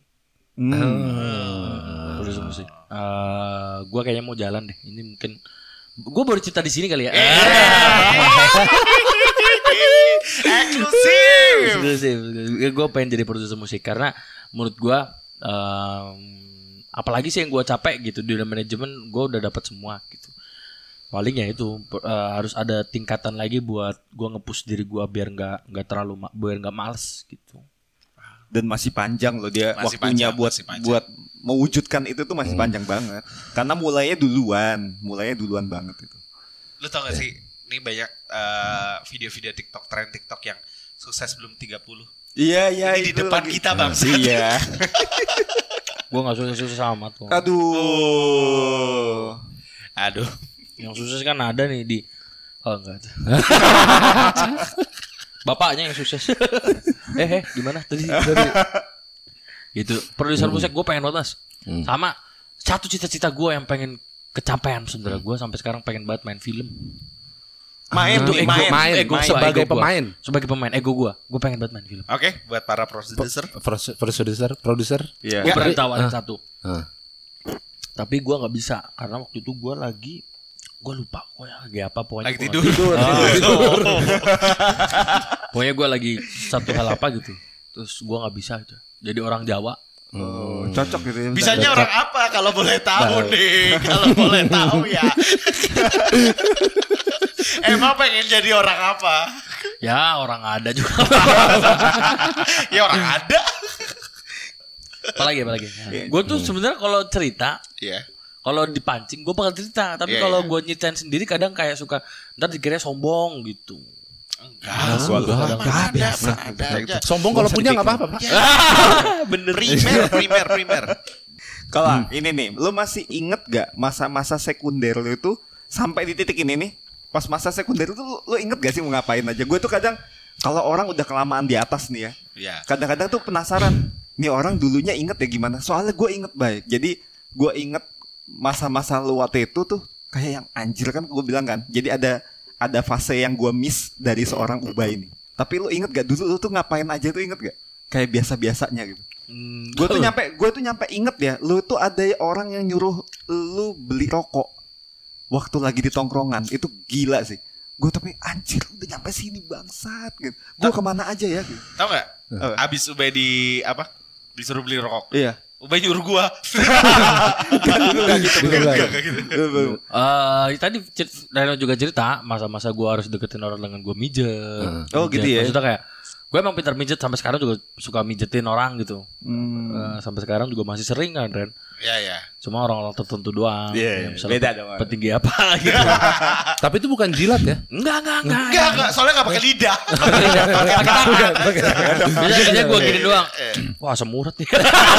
Hmm. Produser musik. Eh, gue kayaknya mau jalan deh. Ini mungkin gue baru cerita di sini kali ya. Eksklusif. Eksklusif. Gue pengen jadi produser musik karena menurut gue, um, apalagi sih yang gue capek gitu di dalam manajemen, gue udah dapat semua gitu. Paling ya itu uh, harus ada tingkatan lagi buat gue nge-push diri gue biar nggak nggak terlalu ma- biar nggak males gitu. Dan masih panjang loh dia Masih waktunya panjang, buat masih panjang. buat mewujudkan itu tuh masih panjang banget. Karena mulainya duluan, mulainya duluan banget itu. Lu tau gak sih, ini banyak eh, video-video TikTok, tren TikTok yang sukses belum tiga puluh. Iya iya Ini di itu depan lagi. kita bang. Iya. Gue nggak susah-susah amat kok. Aduh. Aduh. Yang sukses kan ada nih di oh enggak. Bapaknya yang sukses. eh eh gimana tadi? Gitu. Produser musik gue pengen banget Mas. Sama satu cita-cita gue yang pengen kecapean sebenarnya gue sampai sekarang pengen banget main film. Main Itu tuh, ego, main. main, ego main. gua, Sebagai ego gua. pemain. Sebagai pemain ego gue, gue pengen banget main film. Oke, buat para produser. Pros- Produser, produser. Iya. Gue pernah Nggak, tawarin ah. satu, Ah. tapi gue nggak bisa karena waktu itu gue lagi, gue lupa pokoknya lagi apa pokoknya. Lagi gua tidur. nggak- tidur. Pokoknya gue lagi satu hal apa gitu, terus gue nggak bisa gitu. Jadi orang Jawa. Oh, cocok gitu ya. Bisanya orang apa kalau boleh tahu nih? Kalau boleh tahu ya. Emang pengen jadi orang apa? Ya orang ada juga. Ya orang ada. apalagi apalagi. Gue tuh sebenarnya kalau cerita, Iya. kalau dipancing gue bakal cerita, tapi Iya, kalau iya. gue nyeritain sendiri kadang kayak suka ntar dikira sombong gitu. Enggak. Enggak, Enggak ada, ada aja. Sombong kalau punya nggak apa-apa, Pak. Bener. Primer, primer, primer. Kalau ini nih, lu masih inget gak masa-masa sekunder lu itu sampai di titik ini nih? Pas masa sekunder itu lu, lu inget gak sih mau ngapain aja? Gue tuh kadang kalau orang udah kelamaan di atas nih ya, Iya. kadang-kadang tuh penasaran. Nih orang dulunya inget ya gimana? Soalnya gue inget baik. Jadi gue inget masa-masa lu waktu itu tuh kayak yang anjir kan gue bilang kan. Jadi ada ada fase yang gue miss dari seorang Ubay ini. Tapi lu inget gak dulu lu tuh ngapain aja tuh inget gak? Kayak biasa-biasanya gitu. Hmm, Gue tuh nyampe, gue tuh nyampe inget ya, lu tuh ada orang yang nyuruh lu beli rokok waktu lagi di tongkrongan, itu gila sih. Gue tapi anjir udah nyampe sini bangsat gitu. Gue kemana aja ya? Gitu. Tahu nggak? Apa? Abis Ubay di apa? Disuruh beli rokok. Iya. Ubay nyuruh gua. Enggak gitu, Enggak, Enggak, enggak gitu. Eh tadi cer- Reno juga cerita masa-masa gue harus deketin orang dengan gue mijet. Oh, Mijet. gitu ya? Maksudnya kayak gue emang pintar mijet sampai sekarang juga suka mijetin orang gitu. Hmm. Eh, sampai sekarang juga masih sering kan Ren. Ya ya. Cuma orang-orang tertentu doang. Iya, Ya, iya. misalnya Beda pe- dong. Petinggi apa gitu. Tapi itu bukan jilat ya? Enggak, enggak, enggak. Enggak, enggak, soalnya enggak pakai lidah. Pakai tangan. Biasanya gue gini doang. Wah, semurat nih.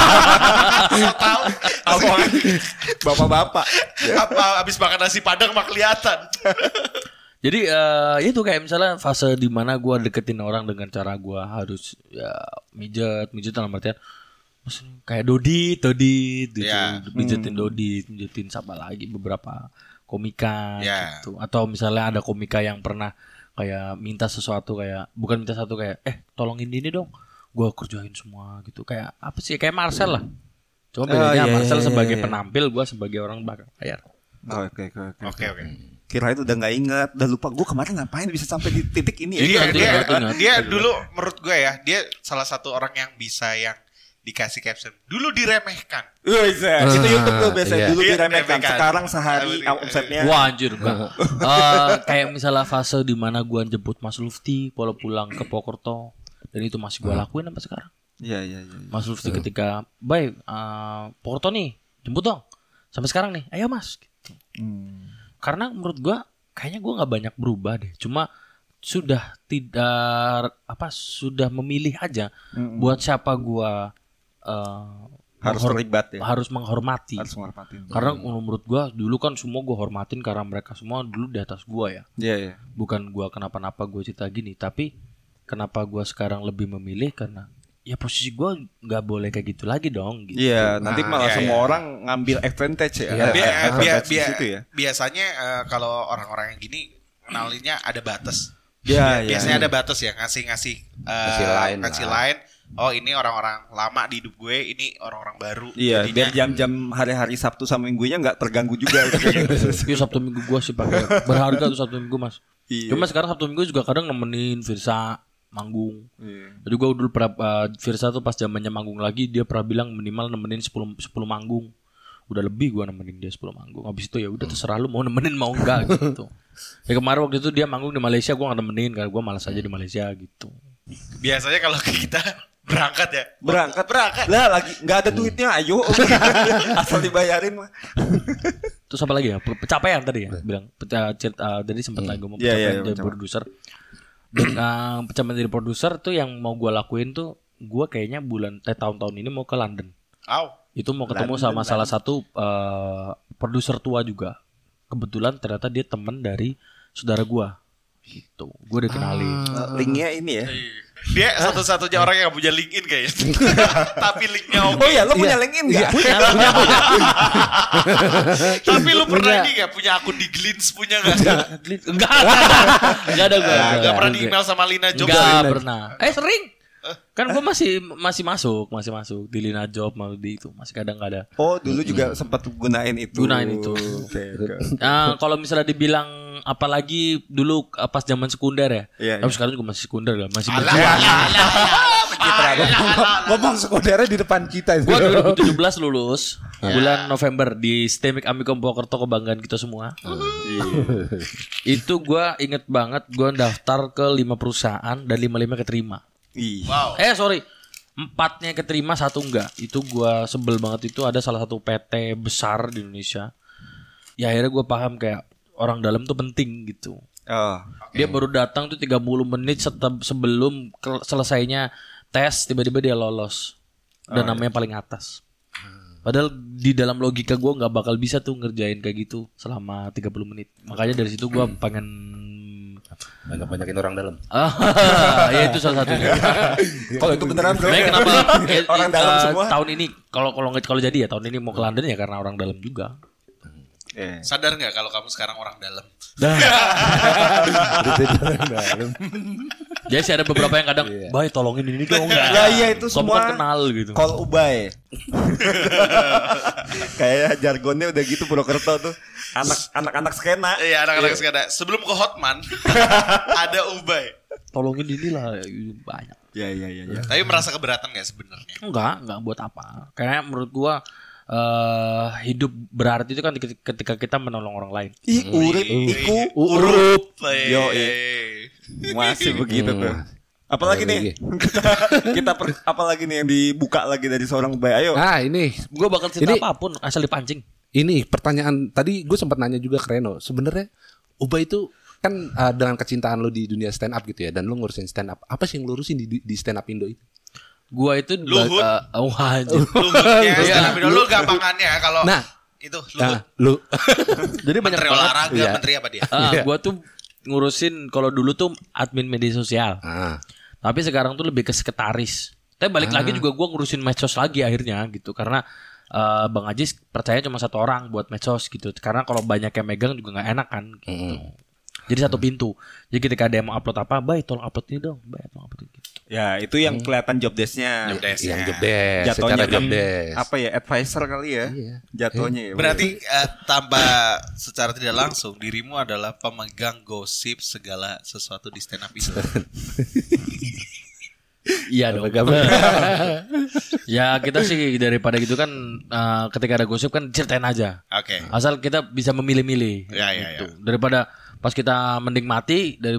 Tahu. Bapak-bapak. Apa abis makan nasi padang mah kelihatan. Jadi eh itu kayak misalnya fase di mana gue deketin orang dengan cara gue harus ya mijet, mijet dalam artian maksudnya kayak Dodit, Dodit gitu, Ya. mijetin Dodit, mijetin siapa lagi beberapa komika Ya. gitu. Atau misalnya ada komika yang pernah kayak minta sesuatu kayak bukan minta satu kayak eh tolongin ini dong, gue kerjain semua gitu. Kayak apa sih? Kayak Marcel lah. Cuma bedanya Oh, iya, Marcel iya, sebagai iya. penampil, gue sebagai orang bakal bayar. Oh, Oke, oke, oke. Oke, oke. Kirain udah nggak inget, udah lupa. Gue kemarin ngapain bisa sampai di titik ini ya? Dia, Ingat, dia, ingat, ingat. dia dulu menurut gue ya, dia salah satu orang yang bisa yang dikasih caption. Dulu diremehkan. Wih, Zed. Itu YouTube tuh biasanya iya. dulu Iya, diremehkan. diremehkan. Sekarang sehari Iya. omsetnya. Wah anjir enggak. Eh, kayak misalnya fase di mana gua jemput Mas Lufti kalau pulang ke Pokerto dan itu masih gua lakuin sampai sekarang. Iya, iya, iya. Mas Lufti ketika, "Baik, eh, Pokerto nih, jemput dong." Sampai sekarang nih, "Ayo Mas." Gitu. Hmm. Karena menurut gua kayaknya gua nggak banyak berubah deh. Cuma sudah tidak apa sudah memilih aja Mm-mm. buat siapa gua eh, harus menghor- terlibat ya. harus menghormati. Harus menghormati. Karena menurut gua dulu kan semua gua hormatin karena mereka semua dulu di atas gua ya. Iya, iya. Bukan gua kenapa-napa gua cerita gini, tapi kenapa gua sekarang lebih memilih karena ya posisi gue nggak boleh kayak gitu lagi dong gitu. Iya, nanti Nah, malah iya, semua iya. orang ngambil advantage ya. Iya, Bia- Eh, bia- advantage di bia- situ ya. Biasanya eh, kalau orang-orang yang gini kenalinya ada batas. Iya, iya. Biasanya ada batas ya ngasih-ngasih eh, Ngasih line ngasih lah. line. Oh ini orang-orang lama di hidup gue, ini orang-orang baru. Iya, Jadinya- biar jam-jam hari-hari Sabtu sama Minggunya nggak terganggu juga itu. Iya Sabtu Minggu gue sih pakai berharga tuh Sabtu Minggu mas. Iya. Cuma sekarang Sabtu Minggu juga kadang nemenin Virsa manggung. Iya. Jadi gue dulu pernah uh, Virsa tuh pas zamannya manggung lagi dia pernah bilang minimal nemenin sepuluh sepuluh manggung. Udah lebih gue nemenin dia sepuluh manggung. Habis itu ya udah terserah lu mau nemenin mau enggak gitu. Ya kemarin waktu itu dia manggung di Malaysia gue gak nemenin karena gue malas aja di Malaysia gitu. Biasanya kalau kita berangkat ya. Berangkat, berangkat. Lah lagi nggak ada duitnya, ayo. Asal dibayarin mah. Terus apa lagi ya? Pe- Pencapaian tadi ya bilang. Peca- cerita, uh, tadi sempat lagi ngomong Iya, iya, pencapaian iya, jadi pencapaian. produser. Dan uh, pencapaian jadi produser tuh yang mau gue lakuin tuh gue kayaknya bulan eh tahun-tahun ini mau ke London. Au. Itu mau ketemu London, sama salah satu uh, produser tua juga. Kebetulan ternyata dia teman dari saudara gue. Gitu. Gue dikenalin. Eh, Linknya ini ya. Dia satu-satunya orang yang gak punya LinkedIn kayaknya. Tapi linknya oke. Oh iya, lo punya LinkedIn nggak? Punya, punya, punya. Tapi lu pernah Punya. ini gak punya akun di Glints punya gak? Enggak, enggak ada gue. Gak pernah di email sama Lina Jobs. Enggak pernah. Eh sering. Kan gue masih masih masuk, masih masuk di Lina Job mau di itu masih kadang nggak ada. Oh, dulu juga sempat gunain itu. Gunain itu. Oke, oke. Nah, kalau misalnya dibilang apalagi dulu uh, pas zaman sekunder ya. Iya, Tapi iya. sekarang juga masih sekunder lah, masih Alah, alah, alah, alah. Ngomong sekundernya di depan kita itu. Gua dua ribu tujuh belas lulus bulan November di Stemik Amikom Purwokerto, kebanggaan kita semua. Itu gua inget banget gua daftar ke lima perusahaan dan lima-lima keterima. Ih. Wow. Eh sorry, empatnya keterima satu enggak. Itu gua sebel banget. Itu ada salah satu P T besar di Indonesia. Ya akhirnya gua paham kayak orang dalam tuh penting gitu. Oh. Dia baru datang tuh tiga puluh menit setem- sebelum ke- selesainya tes, tiba-tiba dia lolos. Dan namanya paling atas. Padahal di dalam logika gue nggak bakal bisa tuh ngerjain kayak gitu selama tiga puluh menit. Makanya dari situ gue pengen Banyak-banyakin orang dalam. ah, ya itu salah satunya. Kalau itu beneran bro. Makanya kenapa eh, Orang eh, dalam eh, semua. tahun ini kalau kalau nggak- kalau jadi ya tahun ini mau ke London ya karena orang dalam juga. Eh. Sadar gak kalau kamu sekarang orang dalam? Jadi sih ada beberapa yang kadang, "Bay, tolongin ini dong." Ya iya itu Kamu semua kan kenal gitu. call ubay. Kayak jargonnya udah gitu Purwokerto tuh. Anak anak-anak skena. Iya anak-anak sekarang. Sebelum ke Hotman ada Ubay. Tolongin ini lah banyak. Ya ya ya ya. Tapi merasa keberatan gak sebenarnya? Enggak, enggak buat apa. Kayak menurut gua eh hidup berarti itu kan ketika kita menolong orang lain. Ih, urip iku Urup. Yo, masih begitu tuh. Apalagi nih? kita kita per, apalagi nih yang dibuka lagi dari seorang ubay. Ayo. Nah ini, Gua bakal cerita Ini- apapun asal dipancing. ini pertanyaan tadi gue sempat nanya juga ke Reno. Sebenarnya Ubay itu kan uh, dengan kecintaan lo di dunia stand up gitu ya, dan lo ngurusin stand up. Apa sih yang lo urusin di, di stand up Indo itu? Gua itu Luhut. uh, oh, anjir. Luhutnya stand up Indo. Lu gampangannya kalau Nah. itu Nah, Luhut. lo Jadi banyak Menteri banget. olahraga, Iya. menteri apa dia? Ah, Iya. gua tuh ngurusin kalau dulu tuh admin media sosial. ah. Tapi sekarang tuh lebih ke sekretaris. Tapi balik lagi juga gua ngurusin medsos lagi akhirnya gitu karena eh, Bang Ajis percaya cuma satu orang buat medsos gitu. Karena kalau banyak yang megang juga nggak enak kan gitu. Jadi satu pintu. Jadi ketika ada yang mau upload apa, "Bay, tolong upload ini dong." "Bay, tolong upload ini." Gitu. Ya, itu yang kelihatan job desk-nya. Job desk. Yang job desk, Jatuhnya secara kan job desk. apa ya? Advisor kali ya. Iya. Jatuhnya ya. Berarti eh, tanpa secara tidak langsung dirimu adalah pemegang gosip segala sesuatu di stand up itu. Iya dong. Ya kita sih daripada gitu kan eh, ketika ada gosip kan ceritain aja. Oke. Asal kita bisa memilih-milih. Ya, ya, gitu. Daripada pas kita mending mati dari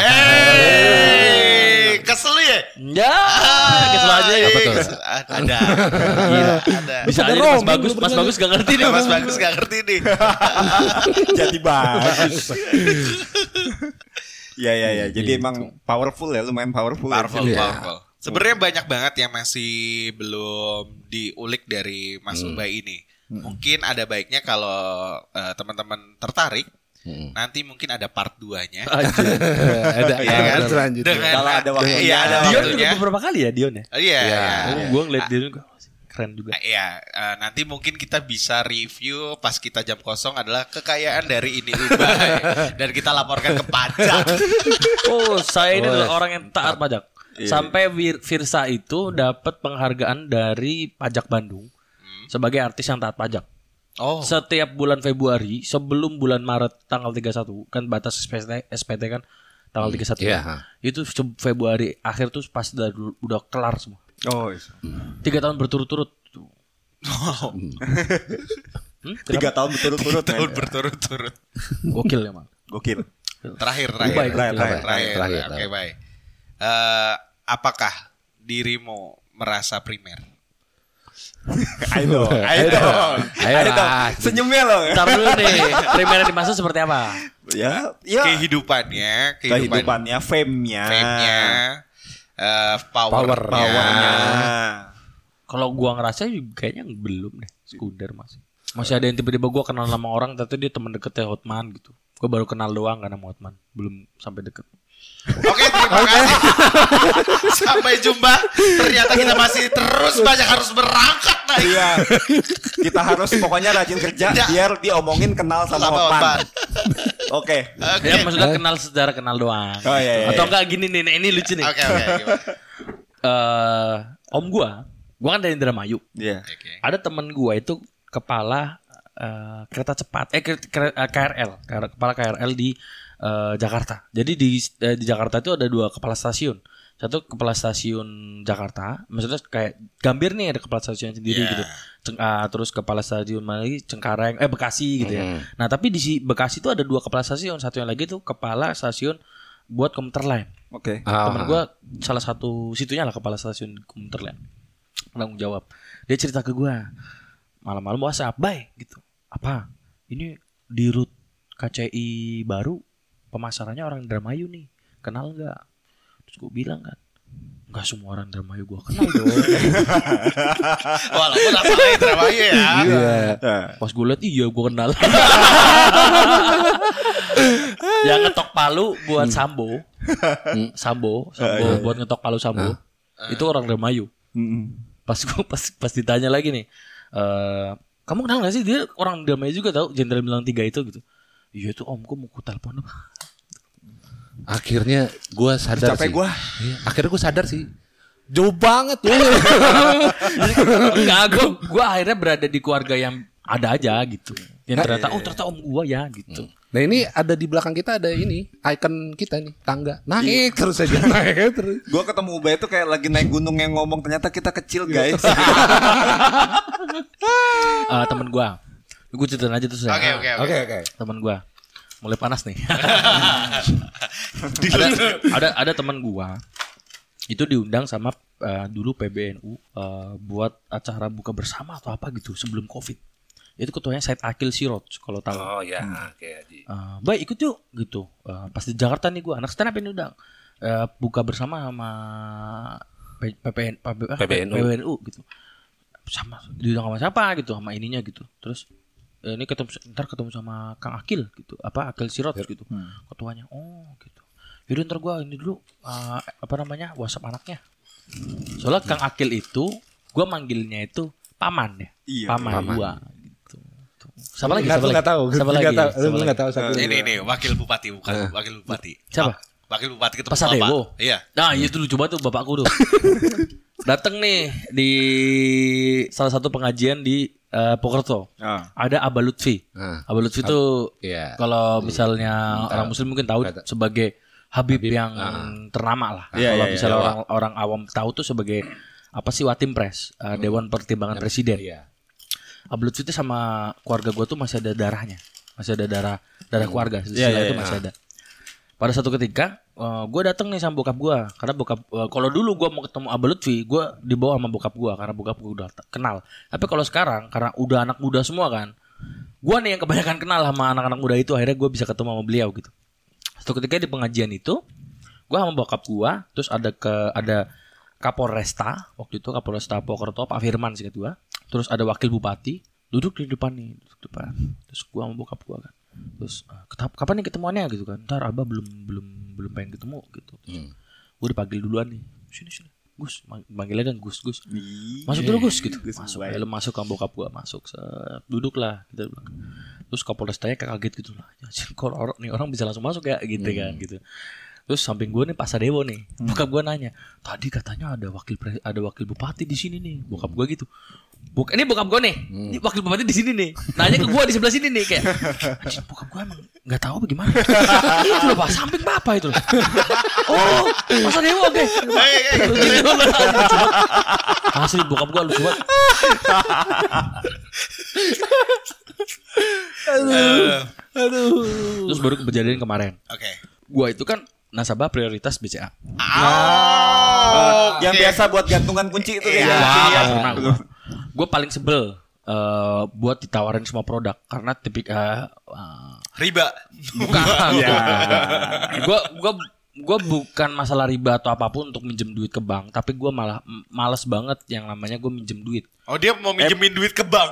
Eh, kesel ya? Ya, kesel aja ya. Apa tuh? Ada. Gila. Ada. Bisa aja nih, Mas Bagus, Mas Bagus gak ngerti nih. Mas Bagus gak ngerti nih. Jadi bagus. Ya ya ya. Jadi emang powerful ya, lumayan powerful. ya. Powerful, Iya. powerful. Sebenarnya banyak banget yang masih belum diulik dari Mas Hmm. Ubay ini. Mungkin ada baiknya kalau uh, teman-teman tertarik, Hmm. nanti mungkin ada part dua-nya. Ada Ya kan? selanjutnya. Dengan Kalau ada waktunya. Iya, ada Dion waktunya. juga beberapa kali ya Dion ya. Iya, Iya. iya. Gue ngeliat Dion juga keren juga. Nah, iya, eh, nanti mungkin kita bisa review pas kita jam kosong adalah kekayaan dari ini Ubay dan kita laporkan ke pajak. Oh, saya ini Oh, adalah iya. orang yang taat pajak. Sampai Wir- Virsa itu dapat penghargaan dari Pajak Bandung sebagai artis yang taat pajak. Oh, Setiap bulan Februari sebelum bulan Maret tanggal tiga puluh satu kan batas S P T, S P T kan tanggal tiga puluh satu. Iya. Itu se- Februari akhir tuh pasti udah, udah kelar semua. Oh, iya. Tiga tahun berturut-turut. Hmm? Tiga tahun berturut-turut. tahun men. berturut-turut. Gokil emang. Gokil. Terakhir, terakhir, Ubay, terakhir, terakhir, terakhir, terakhir, Oke, terakhir. baik. Eh, apakah dirimu merasa primer? Ayo dong, ayo dong, Ayo ayo dong. lah. Senyumnya loh. Ntar dulu nih, primer yang dimaksud seperti apa? Ya, ya. Kehidupannya, kehidupan, Kehidupannya, fame-nya, fame-nya, eh, power, Power. powernya. Kalau gua ngerasa juga kayaknya belum deh, sekedar masih. Masih ada yang tiba-tiba gua kenal sama orang tapi dia teman deketnya Hotman gitu. Gua baru kenal doang kan sama Hotman, belum sampai deket. Oke, terima kasih. Sampai jumpa. Ternyata kita masih terus banyak harus berangkat naik. Iya. Kita harus pokoknya rajin kerja Ya. biar diomongin kenal sama Sama Hotman. Hotman. Oke. Oke. Ya maksudnya kenal secara kenal doang. Oh, iya, iya, Atau iya. enggak gini nih, nah, ini lucu nih. Oke, oke. gimana? Eh, om gua, gua kan dari Indramayu. Iya. Oke. Ada temen gua itu kepala eh, kereta cepat, eh kere- kere- eh, K R L, Kar- kepala K R L di eh, Jakarta. Jadi di eh, di Jakarta itu ada dua kepala stasiun. Satu kepala stasiun Jakarta, maksudnya kayak Gambir nih ada kepala stasiun sendiri Yeah. gitu. Ceng- ah, terus kepala stasiun mana lagi Cengkareng, eh Bekasi gitu ya. Mhm. Nah tapi di si Bekasi itu ada dua kepala stasiun, satu yang lagi tuh kepala stasiun buat komuter lain. Oke. Ah. Temen gue salah satu situnya lah kepala stasiun komuter lain, penanggung jawab. Dia cerita ke gue malam-malam WhatsApp, "Bay," gitu. Apa? Ini di rute K C I baru pemasarannya orang Indramayu nih. Kenal nggak? Terus gue bilang kan, nggak semua orang Indramayu gue kenal dong. Walaupun asalnya Indramayu ya. Iya. Nah, Pas gue liat iya gue kenal. Yang ngetok palu buat Sambo, Sambo, Sambo buat ngetok palu Sambo, itu orang Indramayu. mm-mm. Pas gue pas pas ditanya lagi nih, eh kamu kenal gak sih dia orang Indramayu juga tahu Jenderal Bintang tiga itu gitu. Iya itu om, gue mau ku telepon apa? Akhirnya gue sadar Capek sih. gua. Iya, akhirnya gue sadar sih. Jauh banget loh. Enggak, gue gue akhirnya berada di keluarga yang ada aja gitu. Yang ternyata oh ternyata om gue ya gitu. Nah ini ada di belakang kita ada ini icon kita nih tangga naik terus aja naik terus. Gua ketemu Ubay itu kayak lagi naik gunung yang ngomong ternyata kita kecil guys. Eh temen gue, gue ceritain aja tuh saya. Oke, oke, oke. oke. Temen gue mulai panas nih. ada ada ada teman gue itu diundang sama eh, dulu P B N U eh, buat acara buka bersama atau apa gitu sebelum COVID. Itu ketuanya Said Akil Siroj kalau tahu. Oh ya, oke Haji. Eh, baik ikut yuk gitu. Eh, pas di Jakarta nih gue anak stand up ini udang Eh, buka bersama sama P- PPN, P- ah, P B N U. P B N U gitu. Sama diundang sama siapa gitu sama ininya gitu. Terus eh, ini ketemu ntar ketemu sama Kang Akil gitu. Apa Akil Siroj gitu. Ketuanya. Oh gitu. Yaudah ntar gue ini dulu eh, apa namanya WhatsApp anaknya. Soalnya Kang Akil itu gue manggilnya itu paman ya. Iya, paman, paman. gua gitu. Tuh. Siapa lagi? Nggak, Siapa lu lagi? nggak tahu. Siapa Lu lagi? nggak tahu. Siapa Lu lagi? nggak tahu satu. Ini ini wakil bupati bukan wakil bupati. Siapa? Ah, wakil bupati ketemu Pas bapak. Adewo. Iya. Nah, itu lucu banget tuh bapakku tuh. Dateng nih di salah satu pengajian di eh, Pokerto. Ah. Ada Aba Lutfi. Ah. Aba Lutfi itu Iya. kalau misalnya orang muslim mungkin tahu Kata- sebagai Habib, yang ah. ternama lah. Iya, Kalau iya, misalnya iya. orang orang awam tahu tuh sebagai apa sih Watim Pres, eh, Dewan Pertimbangan Presiden. Iya. Aba Lutfi itu sama keluarga gue tuh masih ada darahnya, masih ada darah darah keluarga. Iya, Setelah iya, itu iya. masih ada. Pada suatu ketika, gue datang nih sama bokap gue, karena bokap eh, kalau dulu gue mau ketemu Aba Lutfi, gue dibawa sama bokap gue karena bokap gue udah t- kenal. Tapi kalau sekarang karena udah anak muda semua kan, gue nih yang kebanyakan kenal sama anak-anak muda itu, akhirnya gue bisa ketemu sama beliau gitu. Suatu ketika di pengajian itu, gue sama bokap gue, terus ada ke ada Kapolresta, waktu itu Kapolresta Purwokerto Pak Firman singkat gua. Terus ada wakil bupati duduk di depan nih, duduk depan. Terus gua sama bokap gua kan. Terus kapan nih ketemuannya gitu kan? Ntar Abah belum belum belum pengen ketemu gitu. Hmm. Gua dipanggil duluan nih. Sini sini. Gus, manggilnya kan Gus, Gus. Masuk dulu Gus gitu. Masuk, lalu masuk ke bokap gua, masuk. Set, duduk lah gitu. Terus Kapolrestanya kaget gitu lah. Ya, kok orang nih orang bisa langsung masuk ya gitu hmm. kan gitu. Terus samping gue nih Pak Sadewo nih, hmm. bokap gue nanya, tadi katanya ada wakil pres- ada wakil bupati di sini nih, bokap gue gitu. Bok- ini bokap gue nih, hmm. ini wakil bupati di sini nih, nanya ke gue di sebelah sini nih kayak, anjing bokap gue emang nggak tahu bagaimana. Itu loh Pak, samping bapak itu. Oh, Pak Sadewo oke. Asli bokap gue lucu banget. Aduh, aduh. Terus baru kejadian kemarin. Oke. Okay. Gua itu kan nasabah prioritas B C A. Oh, oh yang okay. biasa buat gantungan kunci itu ya. Ya, ya. Gue paling sebel uh, buat ditawarin semua produk karena tipik uh, uh, riba. Bukan. Gue gue gue bukan masalah riba atau apapun untuk minjem duit ke bank, tapi gue malah malas banget yang namanya gue minjem duit. Oh dia mau minjemin eh. duit ke bank.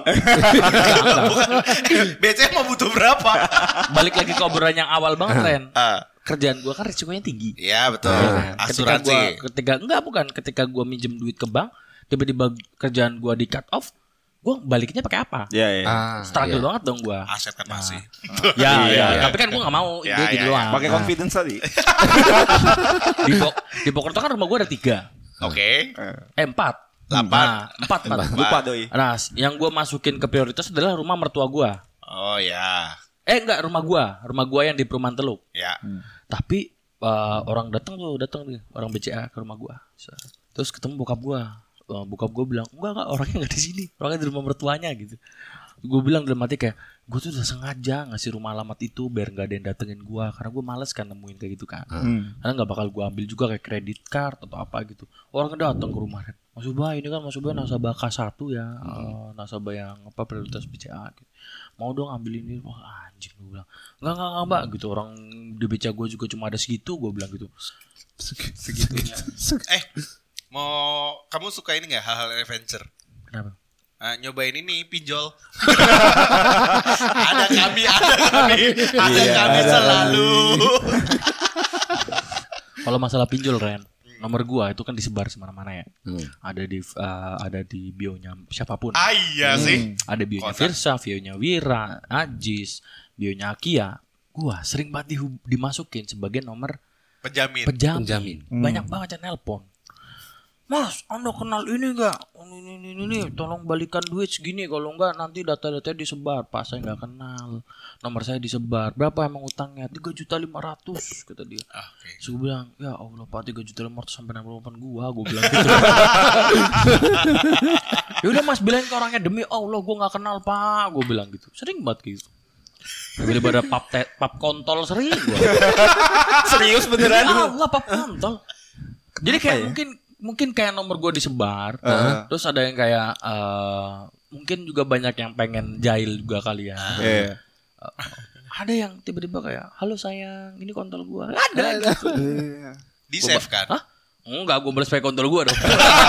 B C A mau butuh berapa? Balik lagi ke obrolan yang awal banget Ren. Uh. Kerjaan gue kan risikonya tinggi. Iya betul. Ya, kan? Ketika gue ketika enggak bukan ketika gue minjem duit ke bank, tiba-tiba kerjaan gue di cut off, gue baliknya pakai apa? Iya iya. Ah, struggle iya. banget dong gue. Aset kan masih. Nah. ya, ya, ya, tapi kan gue nggak mau ya, gitu ya, doang. ya. Pakai confidence tadi. di Bok di Purwokerto kan rumah gue ada tiga. Oke. Okay. Eh empat. Delapan. Nah, empat empat. Lupa doi. Nah, yang gue masukin ke prioritas adalah rumah mertua gue. Oh ya. Eh enggak rumah gue, rumah gue yang di Perumahan Teluk. Ya. Hmm. Tapi Uh, orang datang tuh datang nih orang B C A ke rumah gua, terus ketemu bokap gua, uh, bokap gua bilang enggak enggak orangnya nggak di sini, orangnya di rumah mertuanya gitu. Gua bilang dalam hati kayak gua tuh udah sengaja ngasih rumah alamat itu biar nggak ada yang datengin gua karena gua males kan nemuin kayak gitu kan, hmm. karena nggak bakal gua ambil juga kayak kredit card atau apa gitu. Orang datang ke rumah, Mas Ubay ini kan Mas Ubay nasabah K satu ya, hmm. uh, nasabah yang apa prioritas B C A gitu. Mau dong ambil ini. Wah anjing gue bilang enggak enggak enggak mbak gitu, orang di B C A gue juga cuma ada segitu, gue bilang gitu segitunya. Eh mau kamu suka ini nggak hal-hal adventure? Kenapa? Uh, nyobain ini pinjol. Ada kami ada kami ada iya, kami ada selalu. Kalau masalah pinjol Ren, nomor gua itu kan disebar semana-mana ya. Hmm. Ada di uh, ada di bio-nya siapapun. Ah iya hmm. sih. Ada bio-nya Firsa, bio-nya Wira, Ajis, bio-nya Akia. Gua sering banget di, dimasukin sebagai nomor penjamin. Penjamin. penjamin. Banyak hmm. banget yang nelpon. Mas, Anda kenal ini enggak? Ini, ini, ini, ini, tolong balikan duit segini. Kalau enggak nanti data-data disebar. Pak, saya enggak kenal. Nomor saya disebar. Berapa emang utangnya? tiga juta lima ratus kata dia. Ah, okay. So, gue bilang, ya Allah Pak, tiga juta lima ratus sampai enam puluh delapan gua. Gue bilang gitu. Yaudah Mas, bilangin ke orangnya, demi Allah gue enggak kenal Pak. Gue bilang gitu. Sering banget gitu. Daripada pap, te- pap kontol sering gue. Serius beneran? Ya Allah, pap kontol. Jadi kayak ya? mungkin mungkin kayak nomor gue disebar, uh-huh. terus ada yang kayak uh, mungkin juga banyak yang pengen jahil juga kali ya. Yeah. Uh, ada yang tiba-tiba kayak, halo sayang, ini kontol gue. Ada gitu. Di save kan? Hah? Enggak, gue balas pakai kontol gue dong.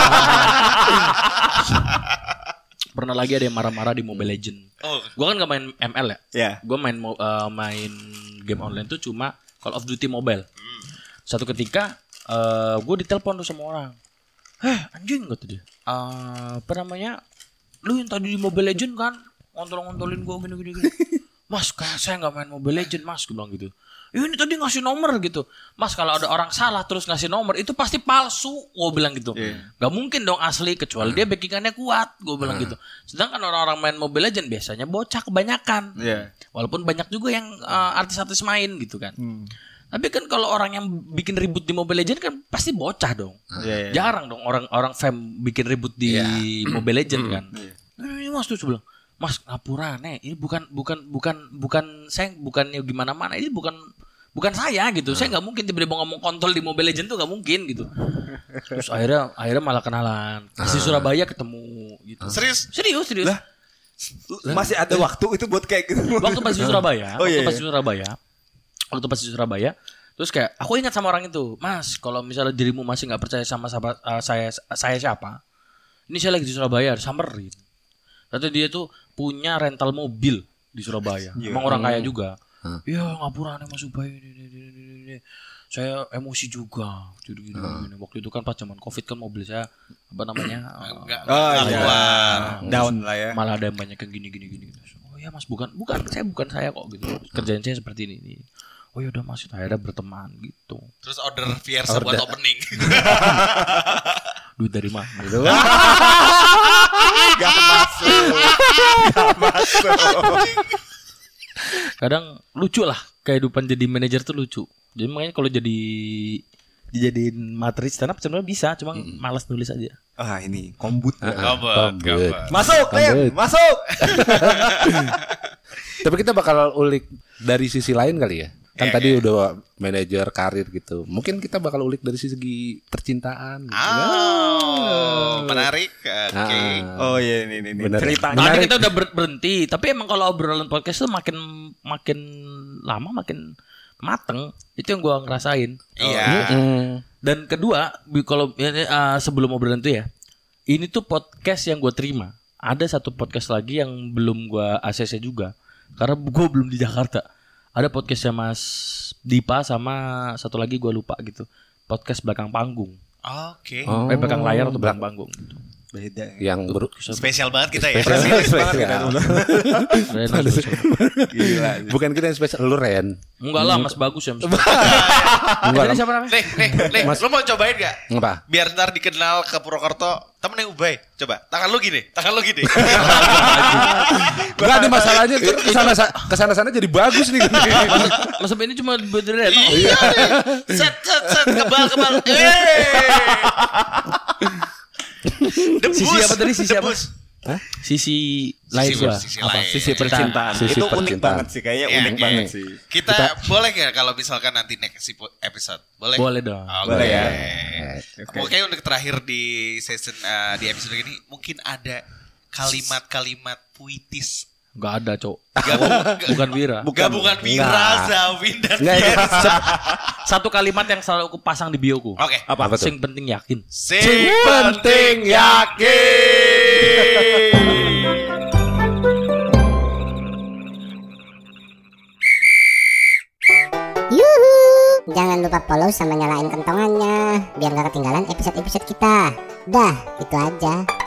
Pernah lagi ada yang marah-marah di Mobile Legend. Oh. Gue kan gak main M L ya. Yeah. Gue main uh, main game online tuh cuma Call of Duty Mobile. Hmm. Suatu ketika uh, gue ditelepon tuh sama orang. Eh anjing kata dia. Uh, apa namanya? Lu yang tadi di Mobile Legend kan ngontol-ngontolin gue gini-gini. Mas, kayak saya gak main Mobile Legend mas. Gue bilang gitu. Ya ini tadi ngasih nomor gitu. Mas, kalau ada orang salah terus ngasih nomor itu pasti palsu. Gue bilang gitu. Yeah. Gak mungkin dong asli kecuali dia backingannya kuat. Gue bilang uh. gitu. Sedangkan orang-orang main Mobile Legend biasanya bocah kebanyakan. Yeah. Walaupun banyak juga yang uh, artis-artis main gitu kan. Hmm. Tapi kan kalau orang yang bikin ribut di Mobile Legend kan pasti bocah dong. Yeah, yeah. Jarang dong orang-orang fam bikin ribut di yeah. Mobile Legend kan. Yeah. Ini mas tuh bilang, mas ngapura nih, ini bukan bukan bukan bukan saya bukannya gimana mana, ini bukan bukan saya gitu. Hmm. Saya nggak mungkin tiba-tiba ngomong kontol di Mobile Legend tuh nggak mungkin gitu. Terus akhirnya akhirnya malah kenalan. Di Surabaya ketemu gitu. Serius? Serius serius. Lah, masih ada waktu itu buat kayak gitu. Waktu pas di Surabaya. Oh, waktu iya, pas di Surabaya. Waktu pas di Surabaya, Terus kayak aku ingat sama orang itu, Mas, kalau misalnya dirimu masih nggak percaya sama sahabat, uh, saya saya siapa? Ini saya lagi di Surabaya, samperin. Ternyata dia tuh punya rental mobil di Surabaya. Yeah. Emang orang kaya juga. Iya, huh? Ngapura nih Mas Ubay ini, ini, ini, ini, ini. Saya emosi juga. Jadi gini, huh? gini. Waktu itu kan pas zaman Covid kan mobil saya apa namanya? Enggak. Oh iya. Nah, Down lah ya. Malah ada yang banyak yang gini gini gini. Oh ya Mas, bukan bukan saya bukan saya kok gitu. Kerjaan saya seperti ini. ini. Oh ya udah Mas, akhirnya berteman gitu. Terus order Fiersa buat opening. Duit dari mana gitu. Gak masuk. Gak masuk. Kadang lucu lah kehidupan jadi manajer tuh lucu. Jadi makanya kalau jadi dijadiin materi stand up sebenarnya bisa, cuma mm. malas nulis aja. Ah ini kombut. Uh, kombut, kombut. Masuk, Len, masuk. Tapi kita bakal ulik dari sisi lain kali ya. Kan yeah, tadi yeah. udah manajer karir gitu. Mungkin kita bakal ulik dari segi percintaan. Oh, ya. Menarik. Oke. Okay. Oh iya ini ini. Bener. Ceritanya. Nah, kita udah ber- berhenti, tapi emang kalau obrolan podcast tuh makin makin lama makin mateng. Itu yang gua ngerasain. Iya. Oh, dan kedua, kalau uh, sebelum obrolan itu ya, ini tuh podcast yang gua terima. Ada satu podcast lagi yang belum gua A C C juga, karena gua belum di Jakarta. Ada podcastnya Mas Dipa sama satu lagi gue lupa gitu. Podcast belakang panggung. Oke. Okay. Oh. Eh, belakang layar atau belakang panggung gitu. Beda. Yang ber- spesial banget kita ya. Spesial, Spesial banget kita. Gila. Bukan kita yang spesial, lu Ren. Enggak lah, Mas bagus ya. Mas. Enggak lah. Siapa namanya? Nih, nih, nih. Lu mau cobain gak? Apa? Biar ntar dikenal ke Purwokerto. Temennya Ubay. Coba, tangan lu gini. Tangan lu gini. Enggak ada masalahnya. Kesana kesana sana jadi bagus nih. Mas ini cuma beneran. Iya. Set, set, set. Kebal, kebal. Debus. Sisi apa tadi? Sisi apa? Debus. Hah? Sisi lain Sisi, gua. sisi Apa? lain. Sisi percintaan. Sisi Itu unik percintaan. banget sih, kayaknya Ya, unik ya. banget sih. Kita, Kita- boleh gak kalau misalkan nanti next episode? Boleh? Boleh dong. Oke. Boleh ya. Oke. Oke, untuk terakhir di season uh, di episode ini mungkin ada kalimat-kalimat puitis. Enggak ada, Cok. Gabung- Bukan Wira. Gabungan Wira, Zawin dan Enggak, itu Fiersa. Satu kalimat yang selalu aku pasang di bioku. Oke. Apa tuh? Sing penting yakin. Sing penting yakin. Yuhu! Jangan lupa follow sama nyalain kentongannya biar gak ketinggalan episode-episode kita. Dah, itu aja.